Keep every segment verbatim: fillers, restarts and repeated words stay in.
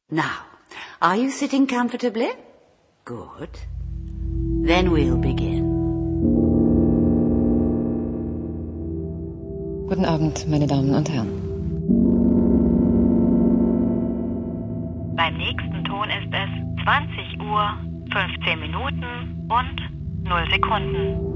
Now, are you sitting comfortably? Good. Then we'll begin. Guten Abend, meine Damen und Herren. Beim nächsten Ton ist es zwanzig Uhr, fünfzehn Minuten und null Sekunden.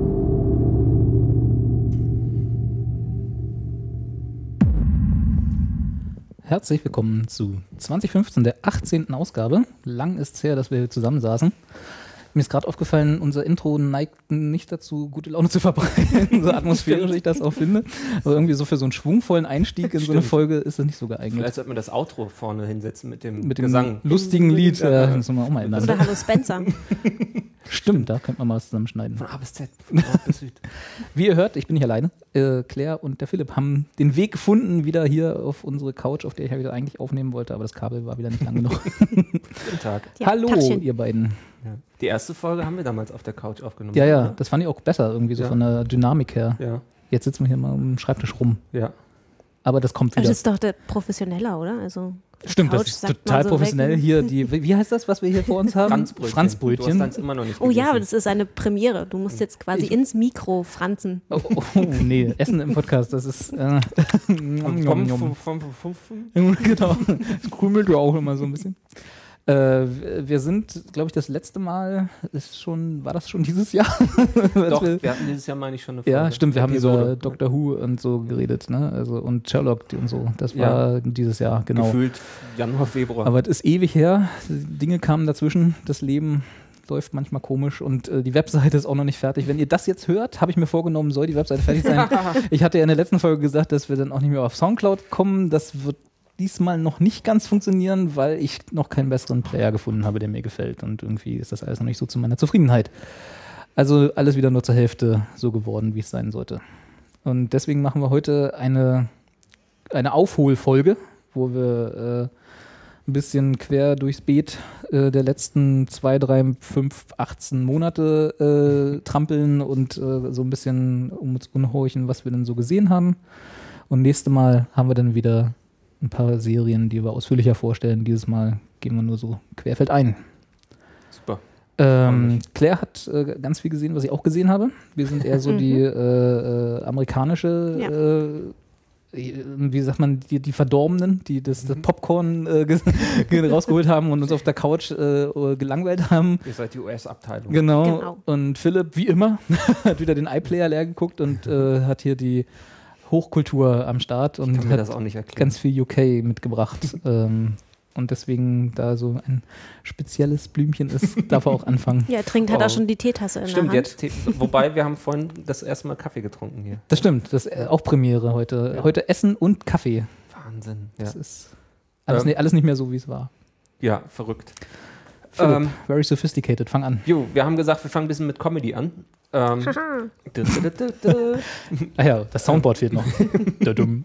Herzlich willkommen zu zwanzig fünfzehn, der achtzehnten Ausgabe. Lang ist's her, dass wir hier zusammensaßen. Mir ist gerade aufgefallen, unser Intro neigt nicht dazu, gute Laune zu verbreiten, so atmosphärisch ich das auch finde. Aber irgendwie so für so einen schwungvollen Einstieg in so eine Folge ist das nicht so geeignet. Vielleicht sollte man das Outro vorne hinsetzen mit dem, mit dem Gesang. lustigen Lied. Ja, das müssen wir auch mal ändern. Oder Hallo Spencer. Stimmt, da könnte man mal was zusammenschneiden. Von A bis Z, von Nord bis Süd. Wie ihr hört, ich bin nicht alleine. Äh, Claire und der Philipp haben den Weg gefunden, wieder hier auf unsere Couch, auf der ich ja wieder eigentlich aufnehmen wollte, aber das Kabel war wieder nicht lang genug. Guten Tag. Ja, Hallo, Tagchen. ihr beiden. Ja. Die erste Folge haben wir damals auf der Couch aufgenommen. Ja, ja, oder? das fand ich auch besser, irgendwie so Ja. von der Dynamik her. Ja, Jetzt sitzen wir hier mal um den Schreibtisch rum. ja. Aber das kommt Also wieder. das ist doch der professioneller, oder? Also Stimmt, das Couch ist sagt man total so professionell. weg. Hier, die, wie heißt das, was wir hier vor uns haben? Franzbrötchen. Franzbrötchen. Du hast deins immer noch nicht Oh ja, aber gegessen. das ist eine Premiere. Du musst jetzt quasi Ich- ins Mikro franzen. Oh, oh, oh, nee, Essen im Podcast, das ist. Äh, Vom- vom- vom- vom- vom- vom- genau, das krümelt ja auch immer so ein bisschen. Äh, wir sind, glaube ich, das letzte Mal, ist schon, war das schon dieses Jahr? Als Doch, wir, wir hatten dieses Jahr, meine ich, schon eine Folge. ja, stimmt, wir haben Episode. über Doctor Who und so geredet, ne? Also, und Sherlock und so. Das Ja. war dieses Jahr, genau. Gefühlt Januar, Februar. Aber es ist ewig her. Dinge kamen dazwischen. Das Leben läuft manchmal komisch und äh, die Webseite ist auch noch nicht fertig. Wenn ihr das jetzt hört, habe ich mir vorgenommen, soll die Webseite fertig sein. Ich hatte ja in der letzten Folge gesagt, dass wir dann auch nicht mehr auf Soundcloud kommen. Das wird diesmal noch nicht ganz funktionieren, weil ich noch keinen besseren Player gefunden habe, der mir gefällt. Und irgendwie ist das alles noch nicht so zu meiner Zufriedenheit. Also alles wieder nur zur Hälfte so geworden, wie es sein sollte. Und deswegen machen wir heute eine, eine Aufholfolge, wo wir äh, ein bisschen quer durchs Beet äh, der letzten zwei, drei, fünf, achtzehn Monate äh, trampeln und äh, so ein bisschen um uns unhorchen, was wir denn so gesehen haben. Und nächstes Mal haben wir dann wieder ein paar Serien, die wir ausführlicher vorstellen. Dieses Mal gehen wir nur so querfeldein. Super. Ähm, Claire hat äh, ganz viel gesehen, was ich auch gesehen habe. Wir sind eher so die äh, äh, amerikanische, äh, wie sagt man, die, die Verdorbenen, die das, das Popcorn äh, ge- ge- rausgeholt haben und uns auf der Couch äh, gelangweilt haben. Ihr seid die U S-Abteilung. Genau. Genau. Und Philipp, wie immer, hat wieder den iPlayer leer geguckt und äh, hat hier die Hochkultur am Start und Kann mir hat das auch nicht erklären. ganz viel U K mitgebracht. ähm, und deswegen, da so ein spezielles Blümchen ist, darf er auch anfangen. Ja, er trinkt halt Oh. auch schon die Teetasse in Stimmt, der Hand. jetzt, Tee- wobei wir haben vorhin das erste Mal Kaffee getrunken hier. Das stimmt, das ist äh, auch Premiere heute. Ja. Heute Essen und Kaffee. Wahnsinn. Ja, Das ist alles, Ähm. nicht, alles nicht mehr so, wie es war. ja verrückt. Philipp, Ähm, very sophisticated, fang an. Jo, wir haben gesagt, wir fangen ein bisschen mit Comedy an. Ähm, du, du, du, du. Ah ja, das Soundboard fehlt noch. Dadum.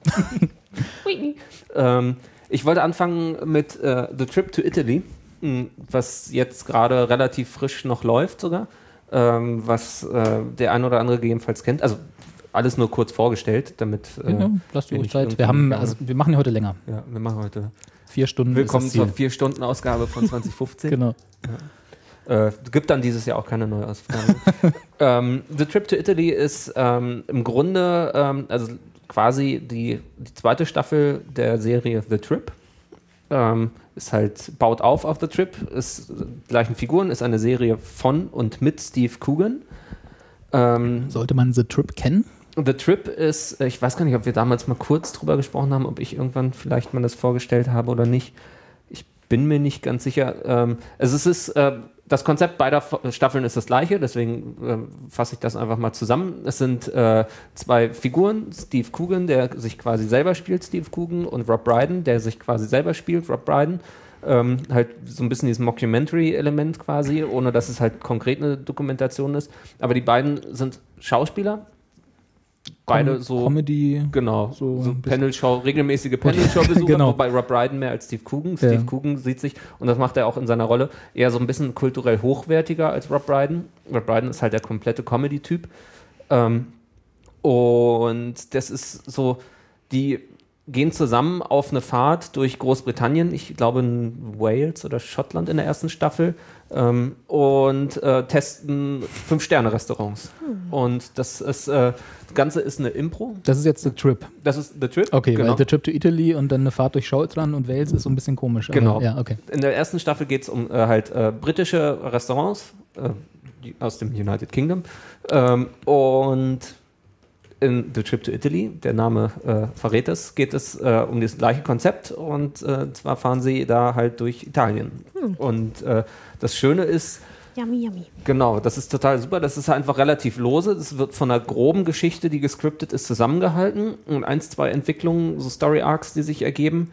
ähm, ich wollte anfangen mit äh, The Trip to Italy, mh, was jetzt gerade relativ frisch noch läuft sogar, ähm, was äh, der ein oder andere gegebenenfalls kennt. Also alles nur kurz vorgestellt, damit äh, Ja, lasst ihr wir ruhig nicht Zeit. irgendwie Wir, haben, lange- also, wir machen ja heute länger. ja, wir machen heute Vier Stunden Willkommen ist das zur Ziel. vier Stunden Ausgabe von zwanzig fünfzehn. Genau. Äh, gibt dann dieses Jahr auch keine neue Ausgabe. ähm, The Trip to Italy ist ähm, im Grunde ähm, also quasi die, die zweite Staffel der Serie The Trip. Ähm, ist halt, baut auf auf The Trip, ist äh, gleichen Figuren, ist eine Serie von und mit Steve Coogan. Ähm, Sollte man The Trip kennen? The Trip ist, äh, ich weiß gar nicht, ob wir damals mal kurz drüber gesprochen haben, ob ich irgendwann vielleicht mal das vorgestellt habe oder nicht. Ich bin mir nicht ganz sicher. Ähm, also es ist, äh, das Konzept beider F- Staffeln ist das gleiche, deswegen äh, fasse ich das einfach mal zusammen. Es sind äh, zwei Figuren, Steve Coogan, der sich quasi selber spielt, Steve Coogan, und Rob Brydon, der sich quasi selber spielt, Rob Brydon. Ähm, halt so ein bisschen dieses Mockumentary-Element quasi, ohne dass es halt konkret eine Dokumentation ist. Aber die beiden sind Schauspieler. Beide Com- so, Comedy. genau, so so, ein bisschen- Panel-Show, regelmäßige Panel-Show-Besucher, Genau. wobei Rob Brydon mehr als Steve Coogan. Steve Ja. Coogan sieht sich, und das macht er auch in seiner Rolle, eher so ein bisschen kulturell hochwertiger als Rob Brydon. Rob Brydon ist halt der komplette Comedy-Typ. Ähm, und das ist so, die gehen zusammen auf eine Fahrt durch Großbritannien, ich glaube in Wales oder Schottland in der ersten Staffel, ähm, und äh, testen Fünf-Sterne-Restaurants. Hm. Und das ist, äh, das Ganze ist eine Impro. Das ist jetzt The Trip. Das ist The Trip. Okay, genau. weil The Trip to Italy und dann eine Fahrt durch Schottland und Wales ist so ein bisschen komisch. Aber, Genau. Ja, okay. In der ersten Staffel geht es um äh, halt äh, britische Restaurants äh, die, aus dem United Kingdom. Ähm, und in The Trip to Italy, der Name äh, verrät es, geht es äh, um das gleiche Konzept und äh, zwar fahren sie da halt durch Italien. Hm. Und äh, das Schöne ist, Yummy, yummy. genau, das ist total super, das ist einfach relativ lose, das wird von einer groben Geschichte, die gescriptet ist, zusammengehalten und eins, zwei Entwicklungen, so Story Arcs, die sich ergeben.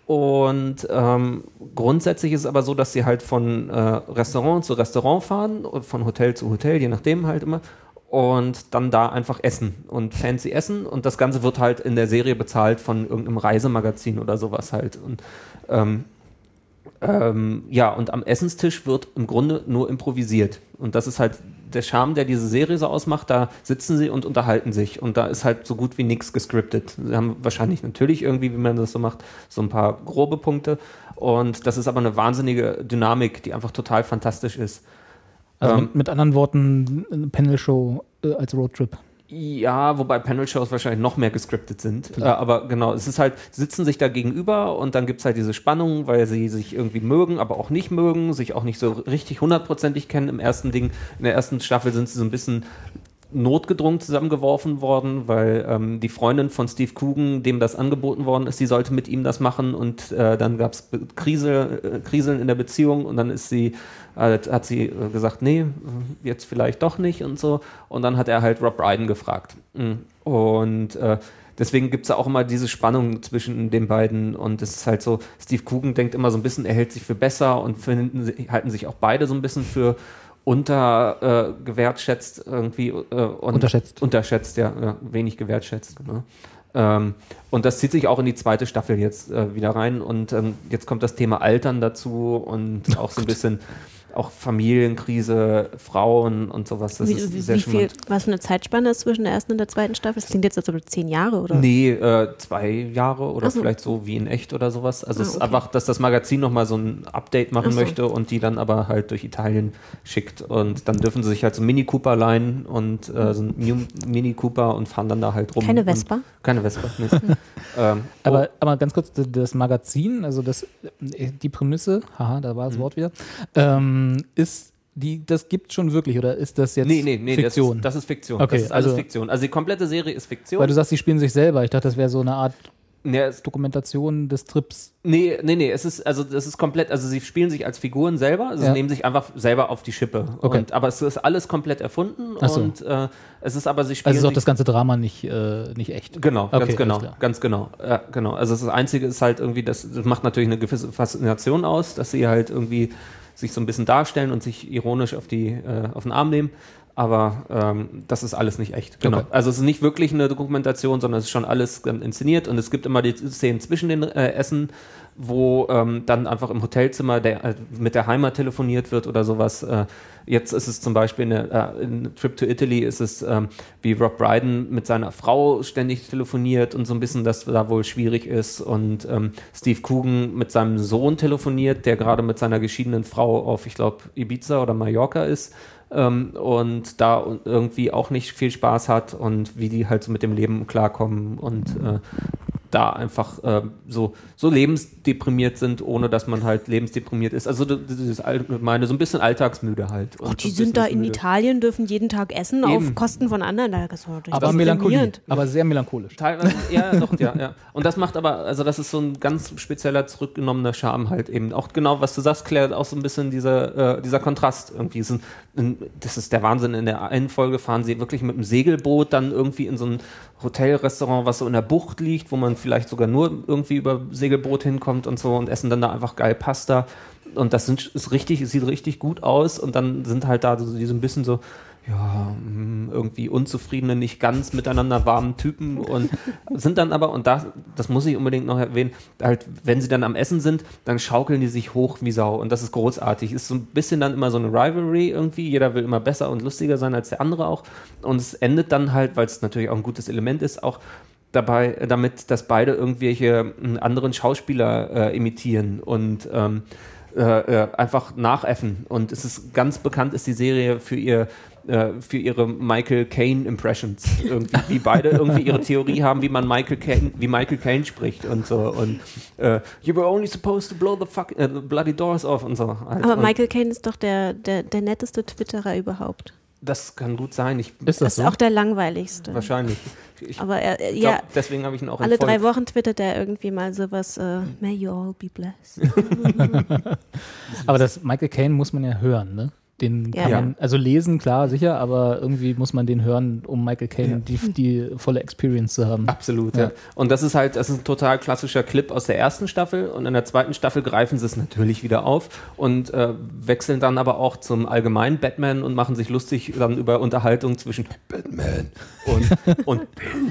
Und ähm, grundsätzlich ist es aber so, dass sie halt von äh, Restaurant zu Restaurant fahren und von Hotel zu Hotel, je nachdem halt immer, und dann da einfach essen und fancy essen und das Ganze wird halt in der Serie bezahlt von irgendeinem Reisemagazin oder sowas halt. Und ähm, ähm, ja, und am Essenstisch wird im Grunde nur improvisiert und das ist halt der Charme, der diese Serie so ausmacht. Da sitzen sie und unterhalten sich und da ist halt so gut wie nichts gescriptet. Sie haben wahrscheinlich natürlich irgendwie, wie man das so macht, so ein paar grobe Punkte und das ist aber eine wahnsinnige Dynamik, die einfach total fantastisch ist. Also ähm, mit, mit anderen Worten, eine Panel-Show äh, als Roadtrip. Ja, wobei Panel-Shows wahrscheinlich noch mehr gescriptet sind. Äh, aber genau, es ist halt, sitzen sich da gegenüber und dann gibt es halt diese Spannung, weil sie sich irgendwie mögen, aber auch nicht mögen, sich auch nicht so richtig hundertprozentig kennen. Im ersten Ding, in der ersten Staffel sind sie so ein bisschen notgedrungen zusammengeworfen worden, weil ähm, die Freundin von Steve Coogan, dem das angeboten worden ist, sie sollte mit ihm das machen und äh, dann gab es Krise, äh, Kriseln in der Beziehung und dann ist sie, äh, hat sie äh, gesagt, nee, jetzt vielleicht doch nicht und so und dann hat er halt Rob Brydon gefragt und äh, deswegen gibt es auch immer diese Spannung zwischen den beiden und es ist halt so, Steve Coogan denkt immer so ein bisschen, er hält sich für besser und finden, halten sich auch beide so ein bisschen für unter äh, gewertschätzt irgendwie äh, und unterschätzt unterschätzt ja, ja wenig gewertschätzt genau. ähm, und das zieht sich auch in die zweite Staffel jetzt äh, wieder rein und ähm, jetzt kommt das Thema Altern dazu und auch so ein bisschen auch Familienkrise, Frauen und sowas. Das Wie, ist wie, sehr wie viel, charmant. was für eine Zeitspanne ist zwischen der ersten und der zweiten Staffel? Das klingt jetzt als ob zehn Jahre, oder? Nee, äh, zwei Jahre oder Ach so. vielleicht so wie in echt oder sowas. Also Ah, es ist okay. einfach, dass das Magazin nochmal so ein Update machen Ach so. möchte und die dann aber halt durch Italien schickt. Und dann dürfen sie sich halt so einen Mini Cooper leihen und äh, so einen Mini Cooper und fahren dann da halt rum. Keine Vespa? Und, keine Vespa, nee. ähm, Aber, aber ganz kurz, das- das Magazin, also das, die Prämisse, haha, da war das Wort wieder, ähm, ist, die, das gibt schon wirklich, oder ist das jetzt Nee, nee, nee, Fiktion? Das, ist, das ist Fiktion. Okay, das ist alles also- Fiktion. Also die komplette Serie ist Fiktion. Weil du sagst, die spielen sich selber. Ich dachte, das wäre so eine Art Ja, es, Dokumentation des Trips. nee, nee, nee, es ist, also das ist komplett, also sie spielen sich als Figuren selber, also Ja. sie nehmen sich einfach selber auf die Schippe. Okay. Und, aber es ist alles komplett erfunden Ach so. und äh, es ist aber, sie spielen Also ist auch sich, das ganze Drama nicht, äh, nicht echt. Genau, Okay, ganz genau, alles klar. ganz genau, ja, genau. Also das Einzige ist halt irgendwie, das, das macht natürlich eine gewisse Faszination aus, dass sie halt irgendwie sich so ein bisschen darstellen und sich ironisch auf die, äh, auf den Arm nehmen. Aber ähm, das ist alles nicht echt. Genau. Okay. Also es ist nicht wirklich eine Dokumentation, sondern es ist schon alles ähm, inszeniert und es gibt immer die Szenen zwischen den äh, Essen, wo ähm, dann einfach im Hotelzimmer der, äh, mit der Heimat telefoniert wird oder sowas. Äh, jetzt ist es zum Beispiel in, der, äh, in Trip to Italy ist es, ähm, wie Rob Brydon mit seiner Frau ständig telefoniert und so ein bisschen, dass da wohl schwierig ist und ähm, Steve Coogan mit seinem Sohn telefoniert, der gerade mit seiner geschiedenen Frau auf, ich glaube, Ibiza oder Mallorca ist. Ähm, und da irgendwie auch nicht viel Spaß hat und wie die halt so mit dem Leben klarkommen und äh, da einfach äh, so, so lebensdeprimiert sind, ohne dass man halt lebensdeprimiert ist. Also das ist meine so ein bisschen alltagsmüde halt. Ach, Und die so sind da in businessmüde. Italien, dürfen jeden Tag essen Eben. auf Kosten von anderen. Da ist doch Aber das Melancholie. deprimierend. Aber sehr melancholisch. Teilweise, ja, doch, ja, ja. Und das macht aber, also das ist so ein ganz spezieller, zurückgenommener Charme halt eben. Auch genau, was du sagst, Claire, auch so ein bisschen dieser, äh, dieser Kontrast irgendwie. Es ist ein, das ist der Wahnsinn. In der einen Folge fahren sie wirklich mit einem Segelboot dann irgendwie in so ein Hotelrestaurant, was so in der Bucht liegt, wo man vielleicht sogar nur irgendwie über Segelboot hinkommt und so und essen dann da einfach geil Pasta. Und das sind, ist richtig, es sieht richtig gut aus und dann sind halt da so diese ein bisschen so, ja, mh, irgendwie unzufriedene, nicht ganz miteinander warmen Typen und sind dann aber, und da, das muss ich unbedingt noch erwähnen, halt, wenn sie dann am Essen sind, dann schaukeln die sich hoch wie Sau und das ist großartig. Ist so ein bisschen dann immer so eine Rivalry irgendwie, jeder will immer besser und lustiger sein als der andere auch und es endet dann halt, weil es natürlich auch ein gutes Element ist, auch dabei, damit, dass beide irgendwelche äh, anderen Schauspieler äh, imitieren und ähm, äh, äh, einfach nachäffen. Und es ist ganz bekannt, ist die Serie für ihr für ihre Michael Caine Impressions, irgendwie, wie beide irgendwie ihre Theorie haben, wie man Michael Caine, wie Michael Caine spricht und so und uh, you were only supposed to blow the fuck, uh, the bloody doors off und so. Halt. Aber und Michael Caine ist doch der, der, der netteste Twitterer überhaupt. Das kann gut sein. Ich, Ist das, Das ist so? auch der langweiligste. Wahrscheinlich. Ich Aber er, er- glaub, ja, deswegen habe ich ihn auch alle drei entfolgt. Wochen twittert er irgendwie mal sowas, äh, may you all be blessed. Aber das Michael Caine muss man ja hören, ne? Den kann Ja. man, also lesen, klar, sicher, aber irgendwie muss man den hören, um Michael Caine Ja. die, die volle Experience zu haben. Absolut, Ja. ja. Und das ist halt, das ist ein total klassischer Clip aus der ersten Staffel und in der zweiten Staffel greifen sie es natürlich wieder auf und äh, wechseln dann aber auch zum allgemeinen Batman und machen sich lustig dann über Unterhaltung zwischen Batman und, und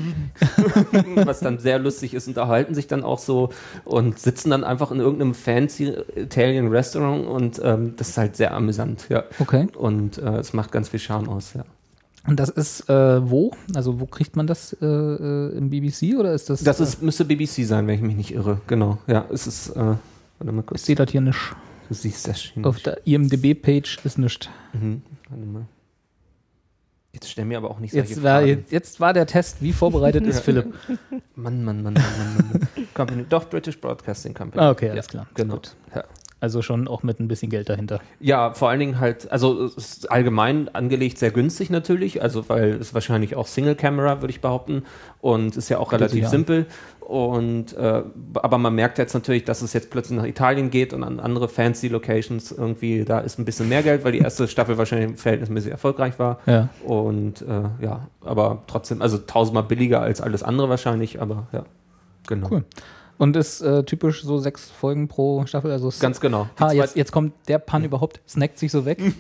was dann sehr lustig ist, unterhalten sich dann auch so und sitzen dann einfach in irgendeinem fancy Italian Restaurant und ähm, das ist halt sehr amüsant, ja. Okay. Und äh, es macht ganz viel Charme aus, ja. Und das ist äh, wo? Also wo kriegt man das äh, äh, im B B C oder ist das? Das ist, müsste B B C sein, wenn ich mich nicht irre. Genau, ja, es ist, äh, warte mal Ich kurz. sehe das hier nicht. Du siehst das schon. Auf der I M D B-Page ist nichts. Mhm. Warte mal. Jetzt stell mir aber auch nicht solche Jetzt war, Fragen. jetzt war der Test. Wie vorbereitet ist Philipp? Mann, Mann, Mann, Mann, Mann, Mann. Company, doch, British Broadcasting Company. Ah, okay, alles ja, klar. Genau. Gut. Ja. Also schon auch mit ein bisschen Geld dahinter. Ja, vor allen Dingen halt, also es ist allgemein angelegt sehr günstig natürlich, also weil es wahrscheinlich auch Single-Camera, würde ich behaupten, und ist ja auch Bietet sich relativ an. simpel. Und äh, aber man merkt jetzt natürlich, dass es jetzt plötzlich nach Italien geht und an andere fancy Locations irgendwie, da ist ein bisschen mehr Geld, weil die erste Staffel wahrscheinlich verhältnismäßig erfolgreich war. Ja. Und äh, ja, aber trotzdem, also tausendmal billiger als alles andere wahrscheinlich, aber ja, genau. Cool. Und ist äh, typisch so sechs Folgen pro Staffel. Also es- Ganz genau. Die Ha, zwei- jetzt, jetzt kommt der Pun überhaupt, snackt sich so weg.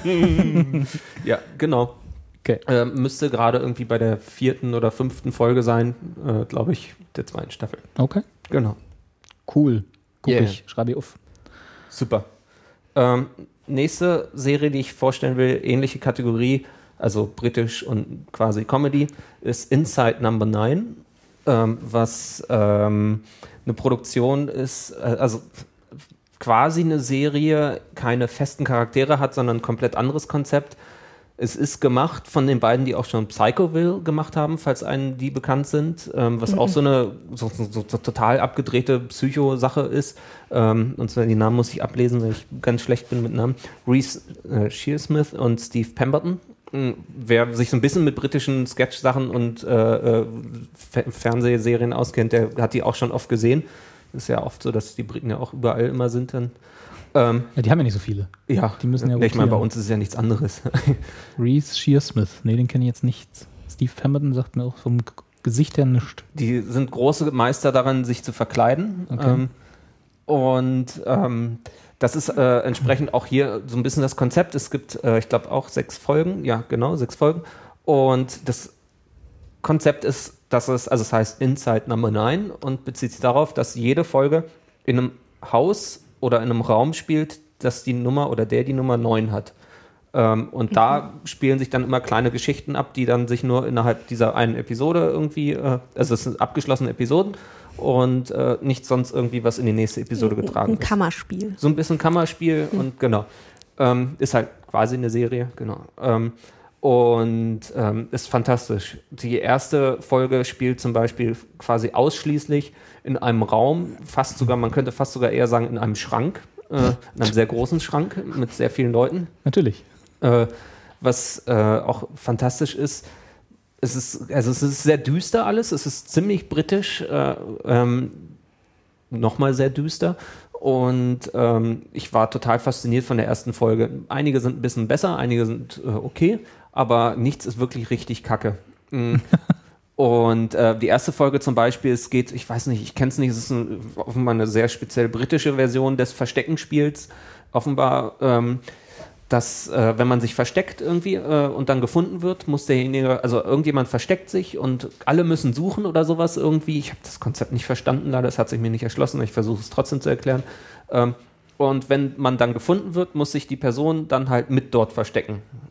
Ja, genau. Okay. Äh, müsste gerade irgendwie bei der vierten oder fünften Folge sein, äh, glaube ich, der zweiten Staffel. Okay. Genau. Cool. Guck Yeah. ich, schreibe ich auf. Super. Ähm, nächste Serie, die ich vorstellen will, ähnliche Kategorie, also britisch und quasi Comedy, ist Inside Number Nine, ähm, was ähm, eine Produktion ist, äh, also quasi eine Serie, keine festen Charaktere hat, sondern ein komplett anderes Konzept. Es ist gemacht von den beiden, die auch schon Psychoville gemacht haben, falls einen die bekannt sind, ähm, was auch so eine so, so, so, so total abgedrehte Psycho-Sache ist. Ähm, und zwar die Namen muss ich ablesen, weil ich ganz schlecht bin mit Namen. Reese äh, Shearsmith und Steve Pemberton. Mhm. Wer sich so ein bisschen mit britischen Sketch-Sachen und äh, äh, Fe- Fernsehserien auskennt, der hat die auch schon oft gesehen. Ist ja oft so, dass die Briten ja auch überall immer sind dann. Ähm, Ja, die haben ja nicht so viele. ja, Die müssen ja ich meine, bei rotieren. uns ist es ja nichts anderes. Reese Shearsmith. Nee, den kenne ich jetzt nicht. Steve Pemberton sagt mir auch vom G- Gesicht her nichts. Die sind große Meister daran, sich zu verkleiden. Okay. Ähm, und ähm, das ist äh, entsprechend auch hier so ein bisschen das Konzept. Es gibt, äh, ich glaube, auch sechs Folgen. Ja, genau, sechs Folgen. Und das Konzept ist, dass es, also es heißt Inside Number Nine und bezieht sich darauf, dass jede Folge in einem Haus oder in einem Raum spielt, dass die Nummer oder der die Nummer neun hat. Ähm, und da spielen sich dann immer kleine Geschichten ab, die dann sich nur innerhalb dieser einen Episode irgendwie, äh, also es sind abgeschlossene Episoden und äh, nicht sonst irgendwie was in die nächste Episode getragen Ein ist. Kammerspiel. So ein bisschen Kammerspiel und genau. Ähm, ist halt quasi eine Serie, genau. Ähm, und ähm, ist fantastisch. Die erste Folge spielt zum Beispiel quasi ausschließlich in einem Raum, fast sogar, man könnte fast sogar eher sagen, in einem Schrank, äh, in einem sehr großen Schrank mit sehr vielen Leuten. Natürlich. Äh, was äh, auch fantastisch ist, es ist, also es ist sehr düster alles, es ist ziemlich britisch, äh, ähm, nochmal sehr düster und ähm, ich war total fasziniert von der ersten Folge. Einige sind ein bisschen besser, einige sind äh, okay, aber nichts ist wirklich richtig kacke. Mm. Und äh, die erste Folge zum Beispiel, es geht, ich weiß nicht, ich kenne es nicht, es ist ein, offenbar eine sehr speziell britische Version des Versteckenspiels. Offenbar, ähm, dass äh, wenn man sich versteckt irgendwie äh, und dann gefunden wird, muss derjenige, also irgendjemand versteckt sich und alle müssen suchen oder sowas irgendwie. Ich habe das Konzept nicht verstanden, leider, es hat sich mir nicht erschlossen, ich versuche es trotzdem zu erklären. Ähm, und wenn man dann gefunden wird, muss sich die Person dann halt mit dort verstecken.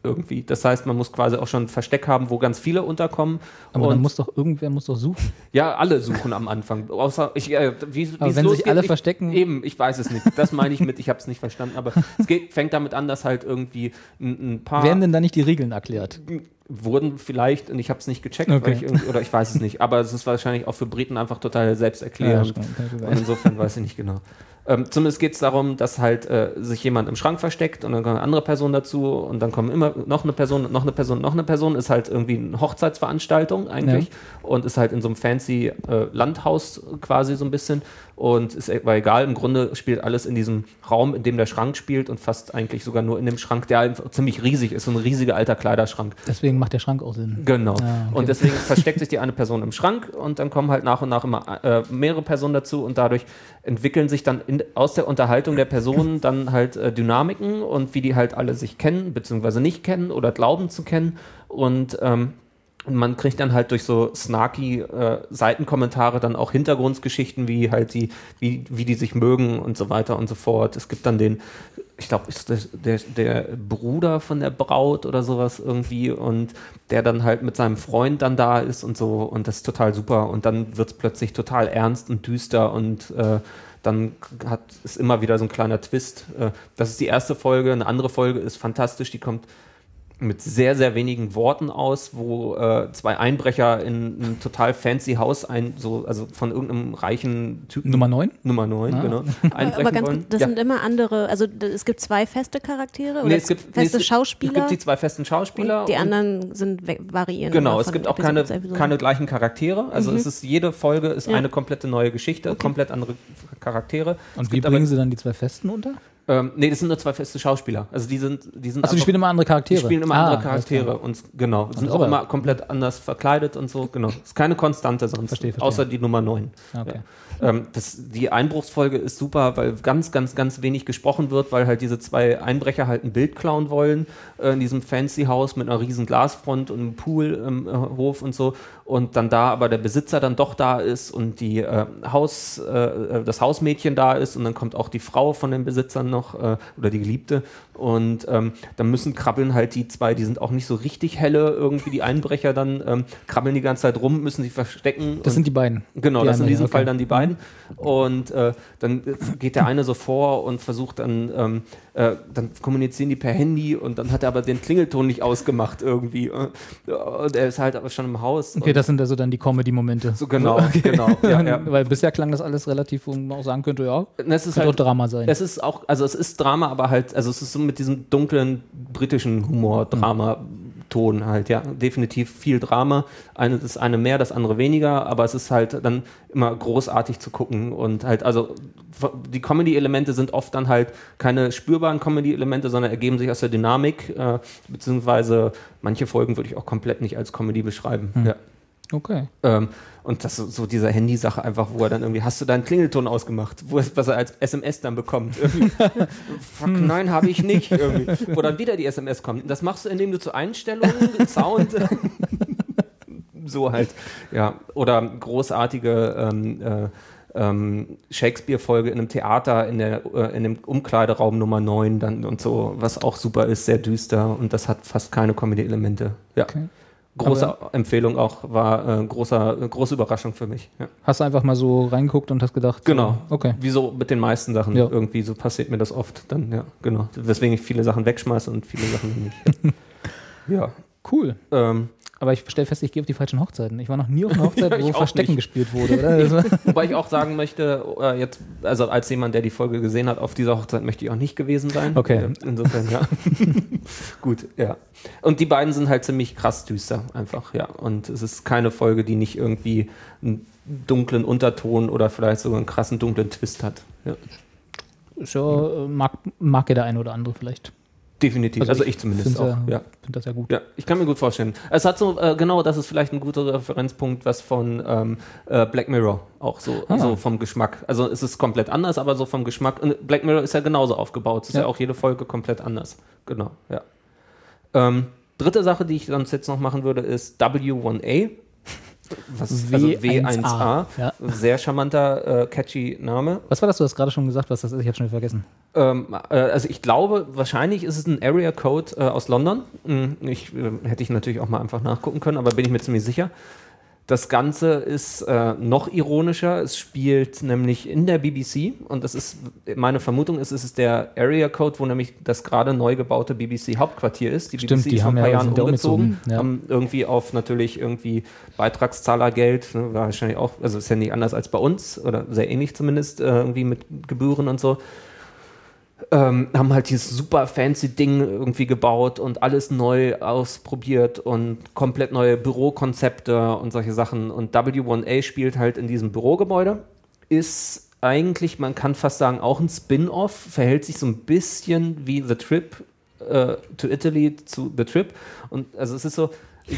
irgendwie. Das heißt, man muss quasi auch schon ein Versteck haben, wo ganz viele unterkommen. Aber und dann muss doch irgendwer muss doch suchen. ja, alle suchen am Anfang. Außer ich, äh, wie, Aber es wenn losgeht, sich alle ich, verstecken- Eben, ich weiß es nicht. Das meine ich mit, ich habe es nicht verstanden. Aber es geht, fängt damit an, dass halt irgendwie ein, ein paar... Werden denn da nicht die Regeln erklärt? Wurden vielleicht, und ich habe es nicht gecheckt, Okay. weil ich irgendwie, oder ich weiß es nicht, aber es ist wahrscheinlich auch für Briten einfach total selbsterklärend. Ja, stimmt, kann schon sein. Und insofern weiß ich nicht genau. Ähm, zumindest geht es darum, dass halt äh, sich jemand im Schrank versteckt und dann kommt eine andere Person dazu und dann kommen immer noch eine Person, noch eine Person, noch eine Person. Ist halt irgendwie eine Hochzeitsveranstaltung eigentlich und ist halt in so einem fancy äh, Landhaus quasi so ein bisschen und ist aber egal, im Grunde spielt alles in diesem Raum, in dem der Schrank spielt und fast eigentlich sogar nur in dem Schrank, der einfach ziemlich riesig ist, so ein riesiger alter Kleiderschrank. Deswegen macht der Schrank auch Sinn. Genau. Ah, okay. Und deswegen versteckt sich die eine Person im Schrank und dann kommen halt nach und nach immer äh, mehrere Personen dazu und dadurch entwickeln sich dann in, aus der Unterhaltung der Personen dann halt äh, Dynamiken und wie die halt alle sich kennen, beziehungsweise nicht kennen oder glauben zu kennen und ähm, und man kriegt dann halt durch so snarky äh, Seitenkommentare dann auch Hintergrundgeschichten, wie halt die, wie, wie die sich mögen und so weiter und so fort. Es gibt dann den, ich glaube, ist das der, der Bruder von der Braut oder sowas irgendwie und der dann halt mit seinem Freund dann da ist und so und das ist total super und dann wird es plötzlich total ernst und düster und äh, dann hat ist immer wieder so ein kleiner Twist. Äh, das ist die erste Folge, eine andere Folge ist fantastisch, die kommt mit sehr, sehr wenigen Worten aus, wo äh, zwei Einbrecher in ein total fancy Haus, ein, so, also von irgendeinem reichen Typen. Nummer neun? Nummer neun, Ah. genau. Einbrechen Aber ganz wollen. gut, das Ja. sind immer andere, also d- es gibt zwei feste Charaktere oder Nee, es gibt, feste nee, es gibt, Schauspieler Es gibt die zwei festen Schauspieler. und die und- anderen sind we- variieren. Genau, immer es von gibt auch Episode keine, zu Episode. keine gleichen Charaktere. Also es ist jede Folge ist Ja. eine komplette neue Geschichte, komplett andere Charaktere. Und Es wie gibt bringen aber, sie dann die zwei Festen unter? ähm, nee, das sind nur zwei feste Schauspieler. Also die sind, die sind Achso, die einfach- spielen immer andere Charaktere. Die spielen immer Ah, andere alles Charaktere klar. und genau, sind auch aber- immer komplett anders verkleidet und so, genau. Ist keine Konstante sonst, Verstehe, verstehe. außer die Nummer neun. Okay. Ja. Ähm, das, die Einbruchsfolge ist super, weil ganz, ganz, ganz wenig gesprochen wird, weil halt diese zwei Einbrecher halt ein Bild klauen wollen äh, in diesem fancy Haus mit einer riesen Glasfront und einem Pool im äh, Hof und so und dann da aber der Besitzer dann doch da ist und die äh, Haus, äh, das Hausmädchen da ist und dann kommt auch die Frau von den Besitzern noch äh, oder die Geliebte und ähm, dann müssen krabbeln halt die zwei, die sind auch nicht so richtig helle irgendwie, die Einbrecher dann ähm, krabbeln die ganze Zeit rum, müssen sich verstecken. Das sind die beiden. Genau, Die das sind in anderen, diesem okay. Fall dann die beiden. Und äh, dann geht der eine so vor und versucht dann, ähm, äh, dann kommunizieren die per Handy und dann hat er aber den Klingelton nicht ausgemacht irgendwie. Und er ist halt aber schon im Haus. Okay, und das sind also dann die Comedy-Momente. so genau, Okay. genau. Ja, ja. Weil bisher klang das alles relativ, wo man auch sagen könnte, ja, Es ist könnte auch halt, Drama sein. es ist auch, also es ist Drama, aber halt, also es ist so mit diesem dunklen britischen Humor, Drama. Ton halt, ja, definitiv viel Drama. Eine, das eine mehr, das andere weniger, aber es ist halt dann immer großartig zu gucken und halt, also die Comedy-Elemente sind oft dann halt keine spürbaren Comedy-Elemente, sondern ergeben sich aus der Dynamik, äh, beziehungsweise manche Folgen würde ich auch komplett nicht als Comedy beschreiben. Hm. Ja. Okay. Ähm, und das so, so dieser Handy-Sache einfach, wo er dann irgendwie, hast du deinen Klingelton ausgemacht, wo es, was er als S M S dann bekommt. Irgendwie. Fuck, nein, habe ich nicht. Irgendwie. Wo dann wieder die S M S kommt. Das machst du, indem du zu Einstellungen, Sound, so halt, ja. Oder großartige ähm, äh, ähm, Shakespeare-Folge in einem Theater, in, der, äh, in dem Umkleideraum Nummer neun dann und so, was auch super ist, sehr düster und das hat fast keine Comedy-Elemente. Ja. Okay. Große Aber- Empfehlung auch, war äh, großer, äh, große Überraschung für mich. Ja. Hast du einfach mal so reingeguckt und hast gedacht, Genau. so, okay. Wie so mit den meisten Sachen. Ja. Irgendwie so passiert mir das oft. Dann, ja, genau. Weswegen ich viele Sachen wegschmeiße und viele Sachen nicht. Ja. Cool. Ähm, Aber ich stelle fest, ich gehe auf die falschen Hochzeiten. Ich war noch nie auf einer Hochzeit, Ja, ich wo auch Verstecken nicht. gespielt wurde, oder? Das war- wobei ich auch sagen möchte, äh, jetzt, also als jemand, der die Folge gesehen hat, auf dieser Hochzeit möchte ich auch nicht gewesen sein. Okay. Äh, Insofern, ja. Gut, ja. Und die beiden sind halt ziemlich krass düster, einfach, ja. Und es ist keine Folge, die nicht irgendwie einen dunklen Unterton oder vielleicht sogar einen krassen dunklen Twist hat. Ja. So, äh, mag, mag ja der eine oder andere vielleicht. Definitiv, also, Also ich, ich zumindest find's auch. ja- Ja. Finde das ja gut. Ja, ich kann mir gut vorstellen. Es hat so, äh, genau, das ist vielleicht ein guter Referenzpunkt, was von ähm, äh, Black Mirror auch so, Ah. so vom Geschmack. Also es ist komplett anders, aber so vom Geschmack. Und Black Mirror ist ja genauso aufgebaut. Es ist ja. Ja. auch jede Folge komplett anders. Genau, ja. Ähm, dritte Sache, die ich sonst jetzt noch machen würde, ist W eins A. Was, also W eins A. Ja. Sehr charmanter, äh, catchy Name. Was war das? Du hast gerade schon gesagt, was das ist. Ich habe schon wieder vergessen. Ähm, äh, also ich glaube, wahrscheinlich ist es ein Area Code äh, aus London. Hm, ich, äh, hätte ich natürlich auch mal einfach nachgucken können, aber bin ich mir ziemlich sicher. Das Ganze ist äh, noch ironischer. Es spielt nämlich in der B B C und das ist, meine Vermutung ist, es ist der Area Code, wo nämlich das gerade neu gebaute B B C-Hauptquartier ist. Die Stimmt, B B C die ist vor haben ein paar ja- Jahren sind ja umgezogen, umgezogen, ja. haben irgendwie auf natürlich irgendwie Beitragszahlergeld, ne, war wahrscheinlich auch, also ist ja nicht anders als bei uns oder sehr ähnlich zumindest, äh, irgendwie mit Gebühren und so. Ähm, haben halt dieses super fancy Ding irgendwie gebaut und alles neu ausprobiert und komplett neue Bürokonzepte und solche Sachen. Und W eins A spielt halt in diesem Bürogebäude, ist eigentlich, man kann fast sagen, auch ein Spin-off, verhält sich so ein bisschen wie The Trip äh, to Italy zu The Trip. Und also es ist so.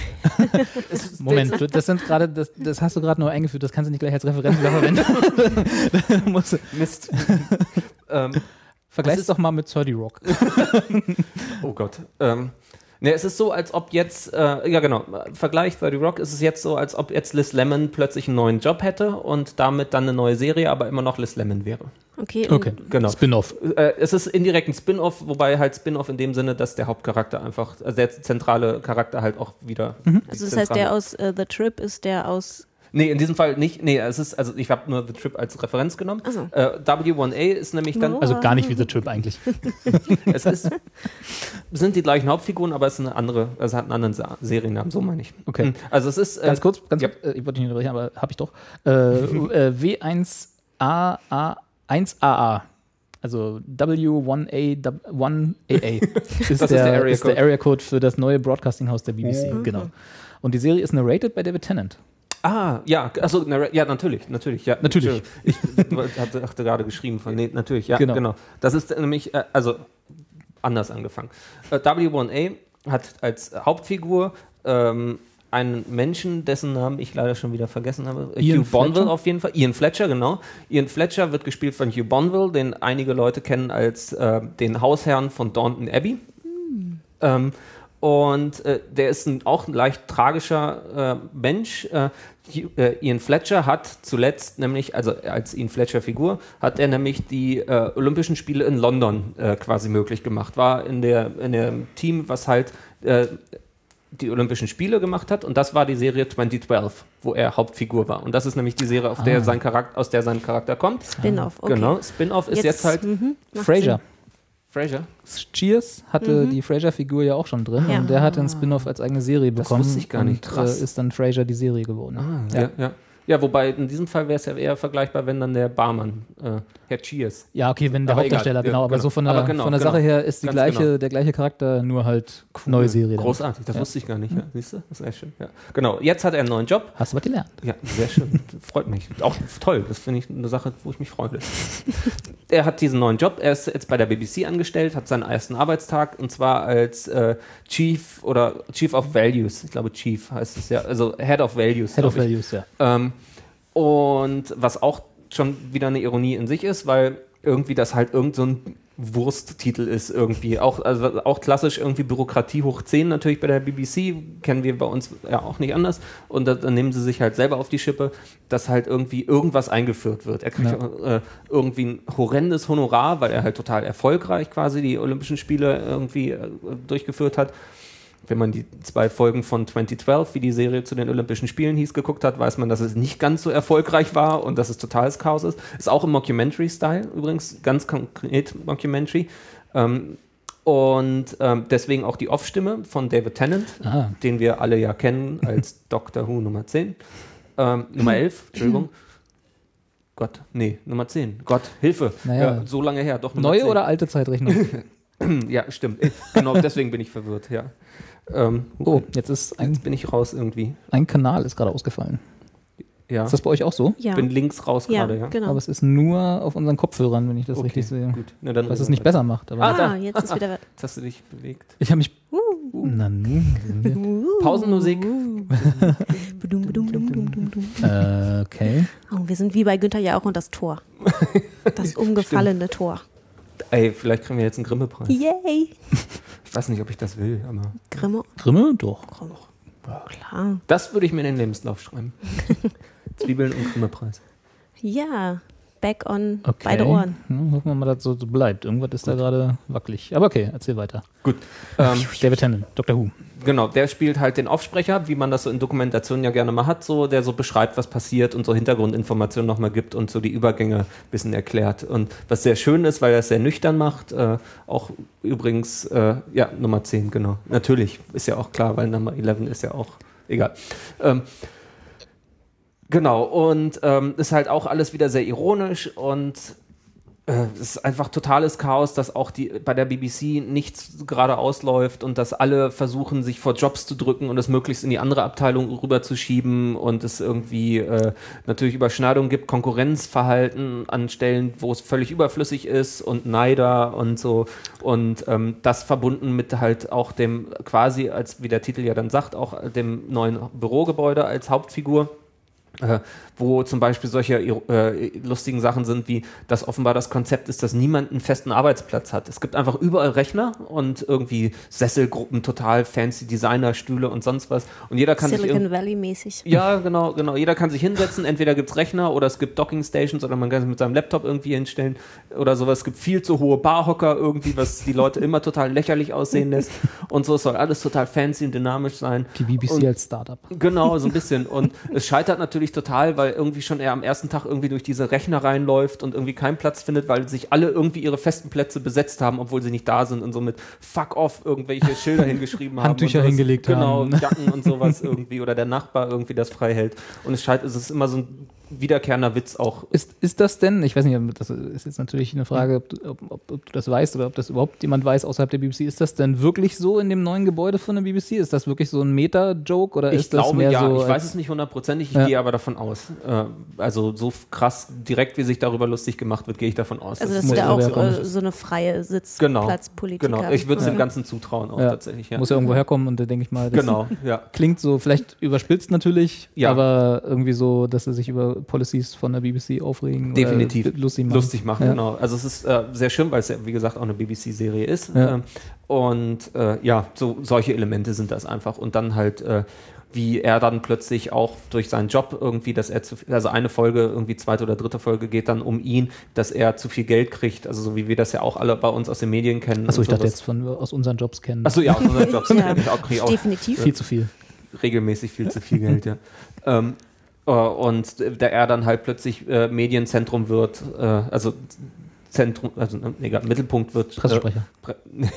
es ist Moment, du- das sind gerade, das, das hast du gerade nur eingeführt, das kannst du nicht gleich als Referenz wieder verwenden. Da musst du- Mist. ähm, Vergleich Es es doch mal mit thirty Rock. Oh Gott. Ähm, ne, es ist so, als ob jetzt, äh, ja genau, Vergleich thirty Rock, ist es jetzt so, als ob jetzt Liz Lemon plötzlich einen neuen Job hätte und damit dann eine neue Serie, aber immer noch Liz Lemon wäre. Okay, und Okay, Genau. Spin-off. Äh, es ist indirekt ein Spin-off, wobei halt Spin-off in dem Sinne, dass der Hauptcharakter einfach, also der zentrale Charakter halt auch wieder. also das heißt, der aus äh, The Trip ist der aus. Nee, in diesem Fall nicht. Nee, es ist, also ich habe nur The Trip als Referenz genommen. Ach so. Äh, W eins A ist nämlich dann, Oh. Also gar nicht wie The Trip eigentlich. es ist, sind die gleichen Hauptfiguren, aber es ist eine andere, es hat einen anderen Sa- Seriennamen, so meine ich. Okay. Mhm. Also es ist, äh, Ganz kurz, ganz ja. kurz, äh, ich wollte nicht unterbrechen, aber habe ich doch. Äh, äh, W eins A A eins A A. Also W eins A eins A A ist, ist der, der Area ist der Code. Area Code für das neue Broadcasting House der B B C. Genau. Und die Serie ist narrated bei David Tennant. Ah, ja, also ja, natürlich, natürlich, ja. Natürlich. Ich hatte, hatte gerade geschrieben von, nee, natürlich, ja, Genau. genau. Das ist nämlich, äh, also anders angefangen. Äh, W eins A hat als Hauptfigur ähm, einen Menschen, dessen Namen ich leider schon wieder vergessen habe. Äh, Ian Hugh Bonville Fletcher? auf jeden Fall. Ian Fletcher, genau. Ian Fletcher wird gespielt von Hugh Bonville, den einige Leute kennen als äh, den Hausherrn von Downton Abbey. Ähm, und äh, der ist ein, auch ein leicht tragischer äh, Mensch. Äh, Hugh- äh, Ian Fletcher hat zuletzt nämlich, also als Ian Fletcher Figur, hat er nämlich die äh, Olympischen Spiele in London äh, quasi möglich gemacht. War in der in dem Team, was halt äh, die Olympischen Spiele gemacht hat, und das war die Serie zwanzig zwölf, wo er Hauptfigur war. Und das ist nämlich die Serie, auf der sein Charakter, aus der sein Charakter kommt. Spin-off. Okay. Genau, Spin-off ist jetzt, halt mhm, macht Frasier. Frasier. Cheers hatte die Frasier-Figur ja auch schon drin Ja. und der hat einen Spin-off als eigene Serie Das bekommen. wusste ich gar nicht. Und, Krass. äh, ist dann Frasier die Serie geworden. Ah, ja. Ja, ja, wobei in diesem Fall wäre es ja eher vergleichbar, wenn dann der Barmann, äh, Herr Cheers. Ja, okay, wenn der Aber Hauptdarsteller, egal, genau, ja, aber genau. so von der, Aber genau, von der genau. Sache her ist die Ganz gleiche, genau. der gleiche Charakter, nur halt neue Serie. dann. Großartig, das Ja. wusste ich gar nicht. Ja. Siehst du? Das ist echt schön. Ja. Genau, jetzt hat er einen neuen Job. Hast du was gelernt? Ja, sehr schön. Freut mich. Auch toll. Das finde ich eine Sache, wo ich mich freue. Er hat diesen neuen Job. Er ist jetzt bei der B B C angestellt, hat seinen ersten Arbeitstag, und zwar als äh, Chief oder Chief of Values. Ich glaube, Chief heißt es ja. Also Head of Values. Head of glaub ich. Values, ja. Ähm, und was auch schon wieder eine Ironie in sich ist, weil irgendwie das halt irgend so ein Wursttitel ist irgendwie. Auch, also auch klassisch irgendwie Bürokratie hoch zehn natürlich bei der B B C, kennen wir bei uns ja auch nicht anders. Und da, dann nehmen sie sich halt selber auf die Schippe, dass halt irgendwie irgendwas eingeführt wird. Er kriegt Ja. äh, irgendwie ein horrendes Honorar, weil er halt total erfolgreich quasi die Olympischen Spiele irgendwie äh, durchgeführt hat. Wenn man die zwei Folgen von zwanzig zwölf, wie die Serie zu den Olympischen Spielen hieß, geguckt hat, weiß man, dass es nicht ganz so erfolgreich war und dass es totales Chaos ist. Ist auch im Mockumentary-Style übrigens, ganz konkret Mockumentary. Ähm, und ähm, deswegen auch die Off-Stimme von David Tennant, Ah. den wir alle ja kennen als Doctor Who Nummer zehn. Ähm, Nummer elf, Entschuldigung. Gott, nee, Nummer zehn. Gott, Hilfe. Naja. Ja, so lange her, doch Nummer Neue zehn. oder alte Zeitrechnung? Ja, stimmt. Ich- Genau, deswegen bin ich verwirrt, ja. Ähm, Oh, jetzt ist ein, Jetzt bin ich raus irgendwie. ein Kanal ist gerade ausgefallen. Ja. Ist das bei euch auch so? Ja, Ich bin links raus ja, gerade, ja. genau. Aber es ist nur auf unseren Kopfhörern, wenn ich das Okay, richtig sehe. gut. Na, dann Was es reden nicht wir besser macht. Aber Ah, Ah, da. jetzt ist wieder. Jetzt hast du dich bewegt. ich habe mich. Na nun. sind wir- Pausenmusik. Badum, badum, dum, dum, dum, dum. Äh, okay. Oh, wir sind wie bei Günther ja auch und das Tor. Das umgefallene Tor. Ey, vielleicht kriegen wir jetzt einen Grimme-Preis. Yay! Ich weiß nicht, ob ich das will, aber Grimme. Grimme? Doch. Grimme. Klar. Das würde ich mir in den Lebenslauf schreiben. Zwiebeln und Grimme-Preis. Ja, back on Okay. beide Ohren. Hm, hoffen wir mal, dass das so, so bleibt. Irgendwas ist da gerade wackelig. Aber okay, erzähl weiter. Gut. Ähm, David Tennant, Doctor Who. Genau, der spielt halt den Aufsprecher, wie man das so in Dokumentationen ja gerne mal hat, so, der so beschreibt, was passiert und so Hintergrundinformationen nochmal gibt und so die Übergänge ein bisschen erklärt. Und was sehr schön ist, weil er es sehr nüchtern macht, äh, auch übrigens, äh, ja, Nummer zehn, genau. Natürlich, ist ja auch klar, weil Nummer elf ist ja auch, egal. Ähm, genau, und ähm, ist halt auch alles wieder sehr ironisch und es ist einfach totales Chaos, dass auch die, bei der B B C nichts gerade ausläuft und dass alle versuchen, sich vor Jobs zu drücken und es möglichst in die andere Abteilung rüberzuschieben und es irgendwie äh, natürlich Überschneidungen gibt, Konkurrenzverhalten an Stellen, wo es völlig überflüssig ist und Neider und so und ähm, das verbunden mit halt auch dem quasi, als wie der Titel ja dann sagt, auch dem neuen Bürogebäude als Hauptfigur. Äh, wo zum Beispiel solche äh, lustigen Sachen sind, wie dass offenbar das Konzept ist, dass niemand einen festen Arbeitsplatz hat. Es gibt einfach überall Rechner und irgendwie Sesselgruppen, total fancy Designerstühle und sonst was. Und jeder kann sich Silicon Valley mäßig. Ja, genau, genau. Jeder kann sich hinsetzen. Entweder gibt es Rechner oder es gibt Docking Stations oder man kann sich mit seinem Laptop irgendwie hinstellen oder sowas. Es gibt viel zu hohe Barhocker irgendwie, was die Leute immer total lächerlich aussehen lässt. Und so, es soll alles total fancy und dynamisch sein. Die B B C und, als Startup. Genau, so ein bisschen. Und es scheitert natürlich total, weil irgendwie schon er am ersten Tag irgendwie durch diese Rechner reinläuft und irgendwie keinen Platz findet, weil sich alle irgendwie ihre festen Plätze besetzt haben, obwohl sie nicht da sind und so mit Fuck off irgendwelche Schilder hingeschrieben haben. Handtücher und sowas. hingelegt genau, haben. Genau, Jacken und sowas irgendwie oder der Nachbar irgendwie das frei hält. Und es scheint, es ist immer so ein wiederkehrender Witz auch. Ist, ist das denn, ich weiß nicht, das ist jetzt natürlich eine Frage, ob du, ob, ob, ob du das weißt oder ob das überhaupt jemand weiß außerhalb der B B C, ist das denn wirklich so in dem neuen Gebäude von der B B C? Ist das wirklich so ein Meta-Joke oder Ich ist das glaube, mehr ja, so... ich weiß es nicht hundertprozentig, ich Ja. gehe aber davon aus. Äh, also so krass direkt, wie sich darüber lustig gemacht wird, gehe ich davon aus. Also, Das dass muss du da aber auch ja kommen. äh, so eine freie Genau, Sitzplatzpolitik genau. hast. Ich würde es Ja. dem Ganzen zutrauen auch ja, tatsächlich. Ja. muss ja irgendwo herkommen und da denke ich mal, das Genau, ja. klingt so, vielleicht überspitzt natürlich, Ja. aber irgendwie so, dass sie sich über Policies von der B B C aufregen. Definitiv. Oder lustig machen. Lustig machen, Ja. genau. Also es ist äh, sehr schön, weil es ja, wie gesagt, auch eine B B C-Serie ist. Ja. Ähm, und äh, ja, so solche Elemente sind das einfach. Und dann halt, äh, wie er dann plötzlich auch durch seinen Job irgendwie, dass er zu viel, also eine Folge, irgendwie zweite oder dritte Folge geht dann um ihn, dass er zu viel Geld kriegt, also so wie wir das ja auch alle bei uns aus den Medien kennen. Achso, ich und dachte sowas. jetzt von, aus unseren Jobs kennen. Achso, ja, aus unseren Jobs. Ja, ich auch, krieg ich auch definitiv. Viel zu viel. regelmäßig viel zu viel Geld, ja. Ähm, äh, und der er dann halt plötzlich äh, Medienzentrum wird, äh, also Zentrum, also ne, egal, Mittelpunkt wird. Pressesprecher. Äh,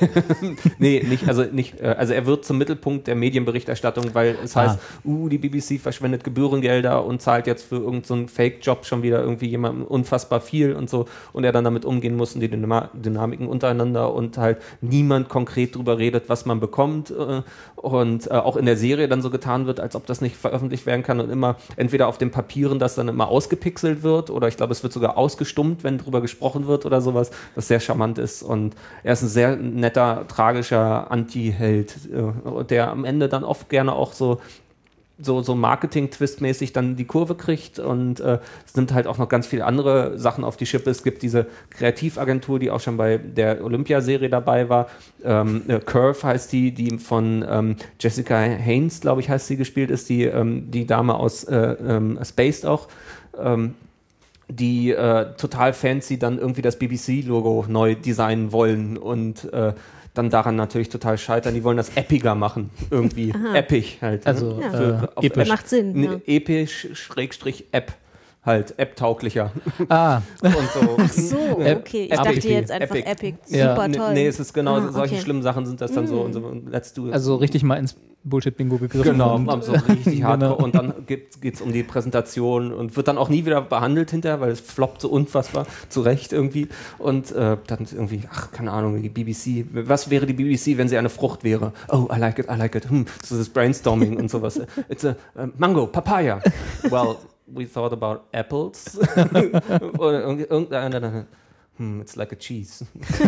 nee, nicht, also nicht, äh, also er wird zum Mittelpunkt der Medienberichterstattung, weil es heißt, Ah. uh, die B B C verschwendet Gebührengelder und zahlt jetzt für irgendeinen so einen Fake-Job schon wieder irgendwie jemandem unfassbar viel und so und er dann damit umgehen muss und die Dynama- Dynamiken untereinander und halt niemand konkret drüber redet, was man bekommt äh, und äh, auch in der Serie dann so getan wird, als ob das nicht veröffentlicht werden kann und immer entweder auf den Papieren das dann immer ausgepixelt wird oder ich glaube, es wird sogar ausgestummt, wenn drüber gesprochen wird oder sowas, was sehr charmant ist und er ist ein sehr netter, tragischer Anti-Held, äh, der am Ende dann oft gerne auch so so, so Marketing-Twist-mäßig dann die Kurve kriegt und äh, es nimmt halt auch noch ganz viele andere Sachen auf die Schippe. Es gibt diese Kreativagentur, die auch schon bei der Olympia-Serie dabei war. Ähm, äh, Curve heißt die, die von ähm, Jessica Haynes, glaube ich, heißt sie, gespielt ist, die, ähm, die Dame aus äh, ähm, Spaced auch. Ähm, die äh, total fancy dann irgendwie das B B C-Logo neu designen wollen und äh, dann daran natürlich total scheitern. Die wollen das eppiger machen, irgendwie. Aha. Epic halt. Also, Ja. Für, äh, episch. Macht Sinn. Ne, Ja. Episch, Schrägstrich, App. Halt, App-tauglicher. Ah, Und so. Ach so, okay. Ich Epic. dachte jetzt einfach Epic. Epic. Ja. Super Nee, toll. nee, es ist genau, Ah, solche okay. schlimmen Sachen sind das dann so und so. Und let's do it. also richtig mal ins Bullshit-Bingo gegriffen. Genau, und, um so richtig hardcore. Genau. Und dann geht es um die Präsentation und wird dann auch nie wieder behandelt hinterher, weil es floppt so unfassbar zu Recht irgendwie. Und äh, dann irgendwie, ach, keine Ahnung, die B B C. Was wäre die B B C, wenn sie eine Frucht wäre? Oh, I like it, I like it. Hm, so das Brainstorming und sowas. It's a uh, Mango, Papaya. Well, we thought about apples. Oder irgendeiner. hm, it's like a cheese.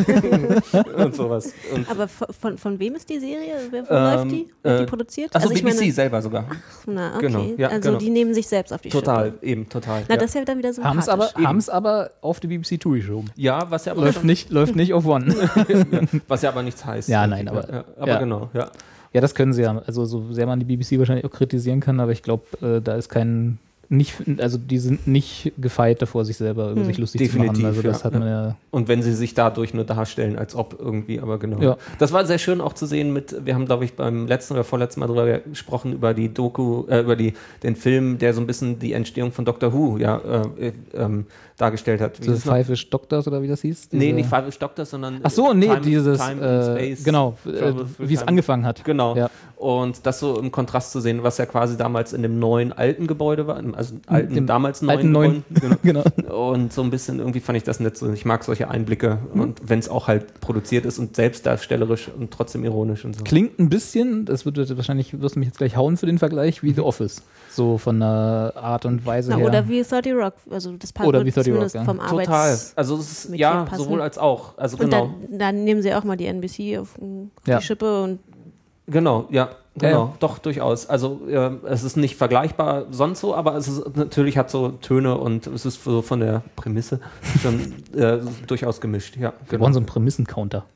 Und sowas. Und Aber von, von, von wem ist die Serie? Wer, wo Ähm, läuft die? Wird äh, die produziert? Achso, ich B B C meine- selber sogar. Na, okay. Genau, ja, also genau. die nehmen sich selbst auf die Total, Schippe. eben, total. Na, ja. das ist ja dann wieder Haben es aber, sympathisch. haben's aber auf die B B C Two geschoben. ja, was ja aber Läuft schon- nicht, läuft nicht auf One. was ja aber nichts heißt. Ja, nein, aber- ja, aber ja. genau, ja. Ja, das können sie ja. Also so sehr man die B B C wahrscheinlich auch kritisieren kann, aber ich glaube, äh, da ist kein nicht, also die sind nicht gefeit davor, sich selber über sich lustig Definitiv, zu machen. Also das ja, hat man ja. Und wenn sie sich dadurch nur darstellen, als ob irgendwie, aber genau. Ja. Das war sehr schön auch zu sehen mit, wir haben, glaube ich, beim letzten oder vorletzten Mal darüber gesprochen, über die Doku, äh, über die, den Film, der so ein bisschen die Entstehung von Doctor Who ja, äh, ähm, dargestellt hat. Wie Diese ist es noch? Five-ish Doctors oder wie das hieß? Nee, Diese- nicht Five Doctors, sondern Ach so, nee, Time, dieses, Time äh, and Space, genau, äh, Travel through wie es Time. angefangen hat. Genau. Ja. Und das so im Kontrast zu sehen, was ja quasi damals in dem neuen alten Gebäude war, also alten, Dem damals neuen alten neuen. Gebäude. Genau. Und so ein bisschen irgendwie fand ich das nett so. Ich mag solche Einblicke und wenn es auch halt produziert ist und selbstdarstellerisch und trotzdem ironisch und so. Klingt ein bisschen, das wird wird wahrscheinlich, wirst du mich jetzt gleich hauen für den Vergleich, wie The Office. So von der Art und Weise Na, her. oder wie thirty Rock. Also das passt Oder wie thirty Rock, zumindest ja. vom Total. Arbeits... Also es ist, Metier ja, passen. sowohl als auch. Also Und genau. dann, dann nehmen sie auch mal die N B C auf, auf Ja. die Schippe und Genau, ja, genau, Ja, ja. doch, durchaus. Also äh, es ist nicht vergleichbar sonst so, aber es ist natürlich hat so Töne und es ist so von der Prämisse schon äh, durchaus gemischt, ja. Wir brauchen so einen Prämissen-Counter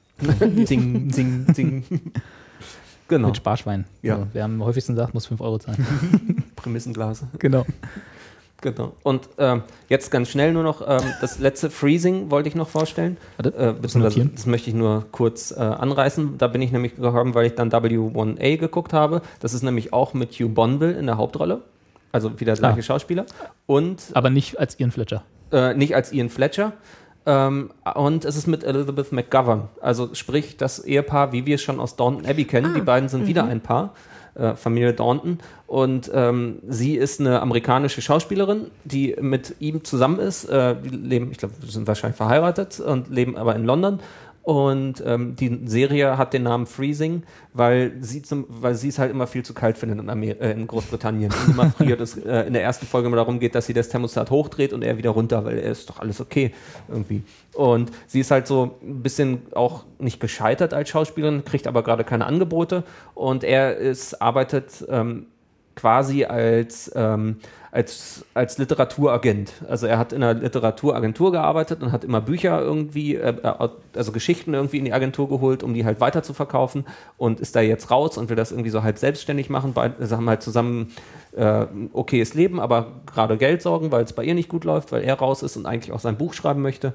Ding, ding, ding. Genau, mit Sparschwein. Ja. So, wer am häufigsten sagt, muss fünf Euro zahlen. Prämissenglas. Genau. Genau. Und ähm, jetzt ganz schnell nur noch ähm, das letzte Freezing wollte ich noch vorstellen. Warte, Äh, beziehungsweise, notieren? das möchte ich nur kurz äh, anreißen. Da bin ich nämlich gekommen, weil ich dann W eins A geguckt habe. Das ist nämlich auch mit Hugh Bonneville in der Hauptrolle. Also wieder der gleiche Ah. Schauspieler. Und Aber nicht als Ian Fletcher. äh, nicht als Ian Fletcher. Ähm, und es ist mit Elizabeth McGovern. Also sprich, das Ehepaar, wie wir es schon aus Downton Abbey kennen. Die beiden sind wieder ein Paar. Äh, Familie Daunton. Und ähm, sie ist eine amerikanische Schauspielerin, die mit ihm zusammen ist. Äh, die leben, ich glaube, sie sind wahrscheinlich verheiratet und leben aber in London. Und ähm, die Serie hat den Namen Freezing, weil sie zum, weil sie es halt immer viel zu kalt findet in, Amer äh, in Großbritannien. Und immer friert es äh, in der ersten Folge immer darum geht, dass sie das Thermostat hochdreht und er wieder runter, weil er ist doch alles okay irgendwie. Und sie ist halt so ein bisschen auch nicht gescheitert als Schauspielerin, kriegt aber gerade keine Angebote. Und er ist, arbeitet ähm, quasi als, ähm, als, als Literaturagent. Also er hat in einer Literaturagentur gearbeitet und hat immer Bücher irgendwie, äh, also Geschichten irgendwie in die Agentur geholt, um die halt weiter zu verkaufen und ist da jetzt raus und will das irgendwie so halb selbstständig machen. Sie haben halt zusammen äh, okayes Leben, aber gerade Geld sorgen, weil es bei ihr nicht gut läuft, weil er raus ist und eigentlich auch sein Buch schreiben möchte.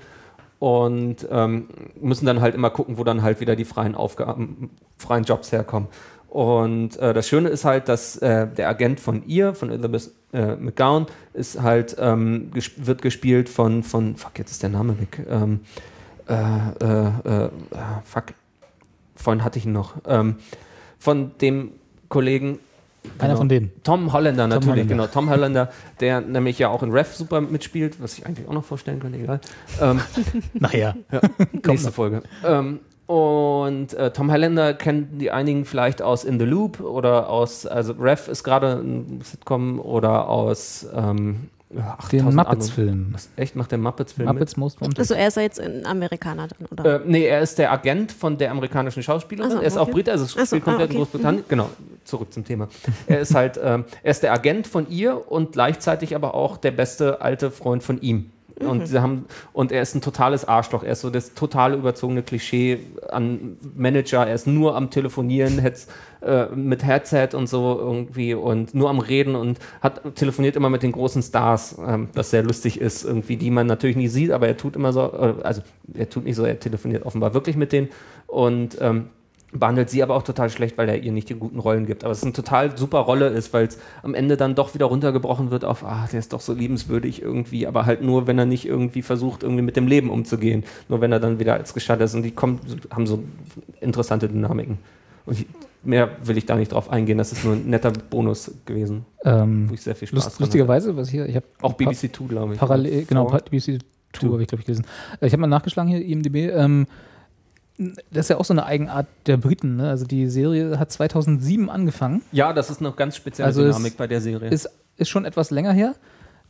Und ähm, müssen dann halt immer gucken, wo dann halt wieder die freien Aufgaben, freien Jobs herkommen. Und äh, das Schöne ist halt, dass äh, der Agent von ihr, von Elizabeth äh, McGowan, ist halt, ähm, ges wird gespielt von, von, fuck, jetzt ist der Name weg, ähm, äh, äh, äh, fuck, vorhin hatte ich ihn noch, ähm, von dem Kollegen, Einer von denen. Tom Holländer natürlich, Holländer. genau, Tom Holländer, der nämlich ja auch in Ref super mitspielt, was ich eigentlich auch noch vorstellen könnte, egal. Ähm, Nachher. ja, nächste Folge. Ähm, und äh, Tom Holländer kennen die einigen vielleicht aus In the Loop oder aus, also Ref ist gerade ein Sitcom oder aus ähm, Den achttausend Muppets-Film. anderen. Was, echt, macht der Muppets-Film Muppets Most Wanted. also er ist ja jetzt ein Amerikaner dann, oder? mit? Äh, nee, er ist der Agent von der amerikanischen Schauspielerin. Ach so, er ist auch okay. Brite, also es Ach so, spielt komplett ah, in okay. Großbritannien. Genau, zurück zum Thema. Er ist halt, ähm, er ist der Agent von ihr und gleichzeitig aber auch der beste alte Freund von ihm. Und sie haben, und er ist ein totales Arschloch. Er ist so das totale überzogene Klischee an Manager. Er ist nur am Telefonieren, hetz, äh, mit Headset und so irgendwie und nur am Reden und hat telefoniert immer mit den großen Stars, ähm, was sehr lustig ist, irgendwie, die man natürlich nie sieht, aber er tut immer so, äh, also er tut nicht so, er telefoniert offenbar wirklich mit denen und ähm, behandelt sie aber auch total schlecht, weil er ihr nicht die guten Rollen gibt. Aber es eine total super Rolle ist, weil es am Ende dann doch wieder runtergebrochen wird auf, ah, der ist doch so liebenswürdig irgendwie, aber halt nur, wenn er nicht irgendwie versucht, irgendwie mit dem Leben umzugehen. Nur wenn er dann wieder als gescheitert ist. Und die kommen, haben so interessante Dynamiken. Und ich, mehr will ich da nicht drauf eingehen. Das ist nur ein netter Bonus gewesen, Ähm, wo ich sehr viel Spaß lust, dran hatte. lustigerweise, was hier, ich habe Auch B B C Two, glaube ich. parallel, genau, Vor- B B C Two habe ich, glaube ich, gelesen. Äh, Ich habe mal nachgeschlagen hier, I M D B. Ähm, das ist ja auch so eine Eigenart der Briten. Ne? Also die Serie hat zweitausendsieben angefangen. Ja, das ist eine ganz spezielle Also es Dynamik bei der Serie. Ist, ist schon etwas länger her.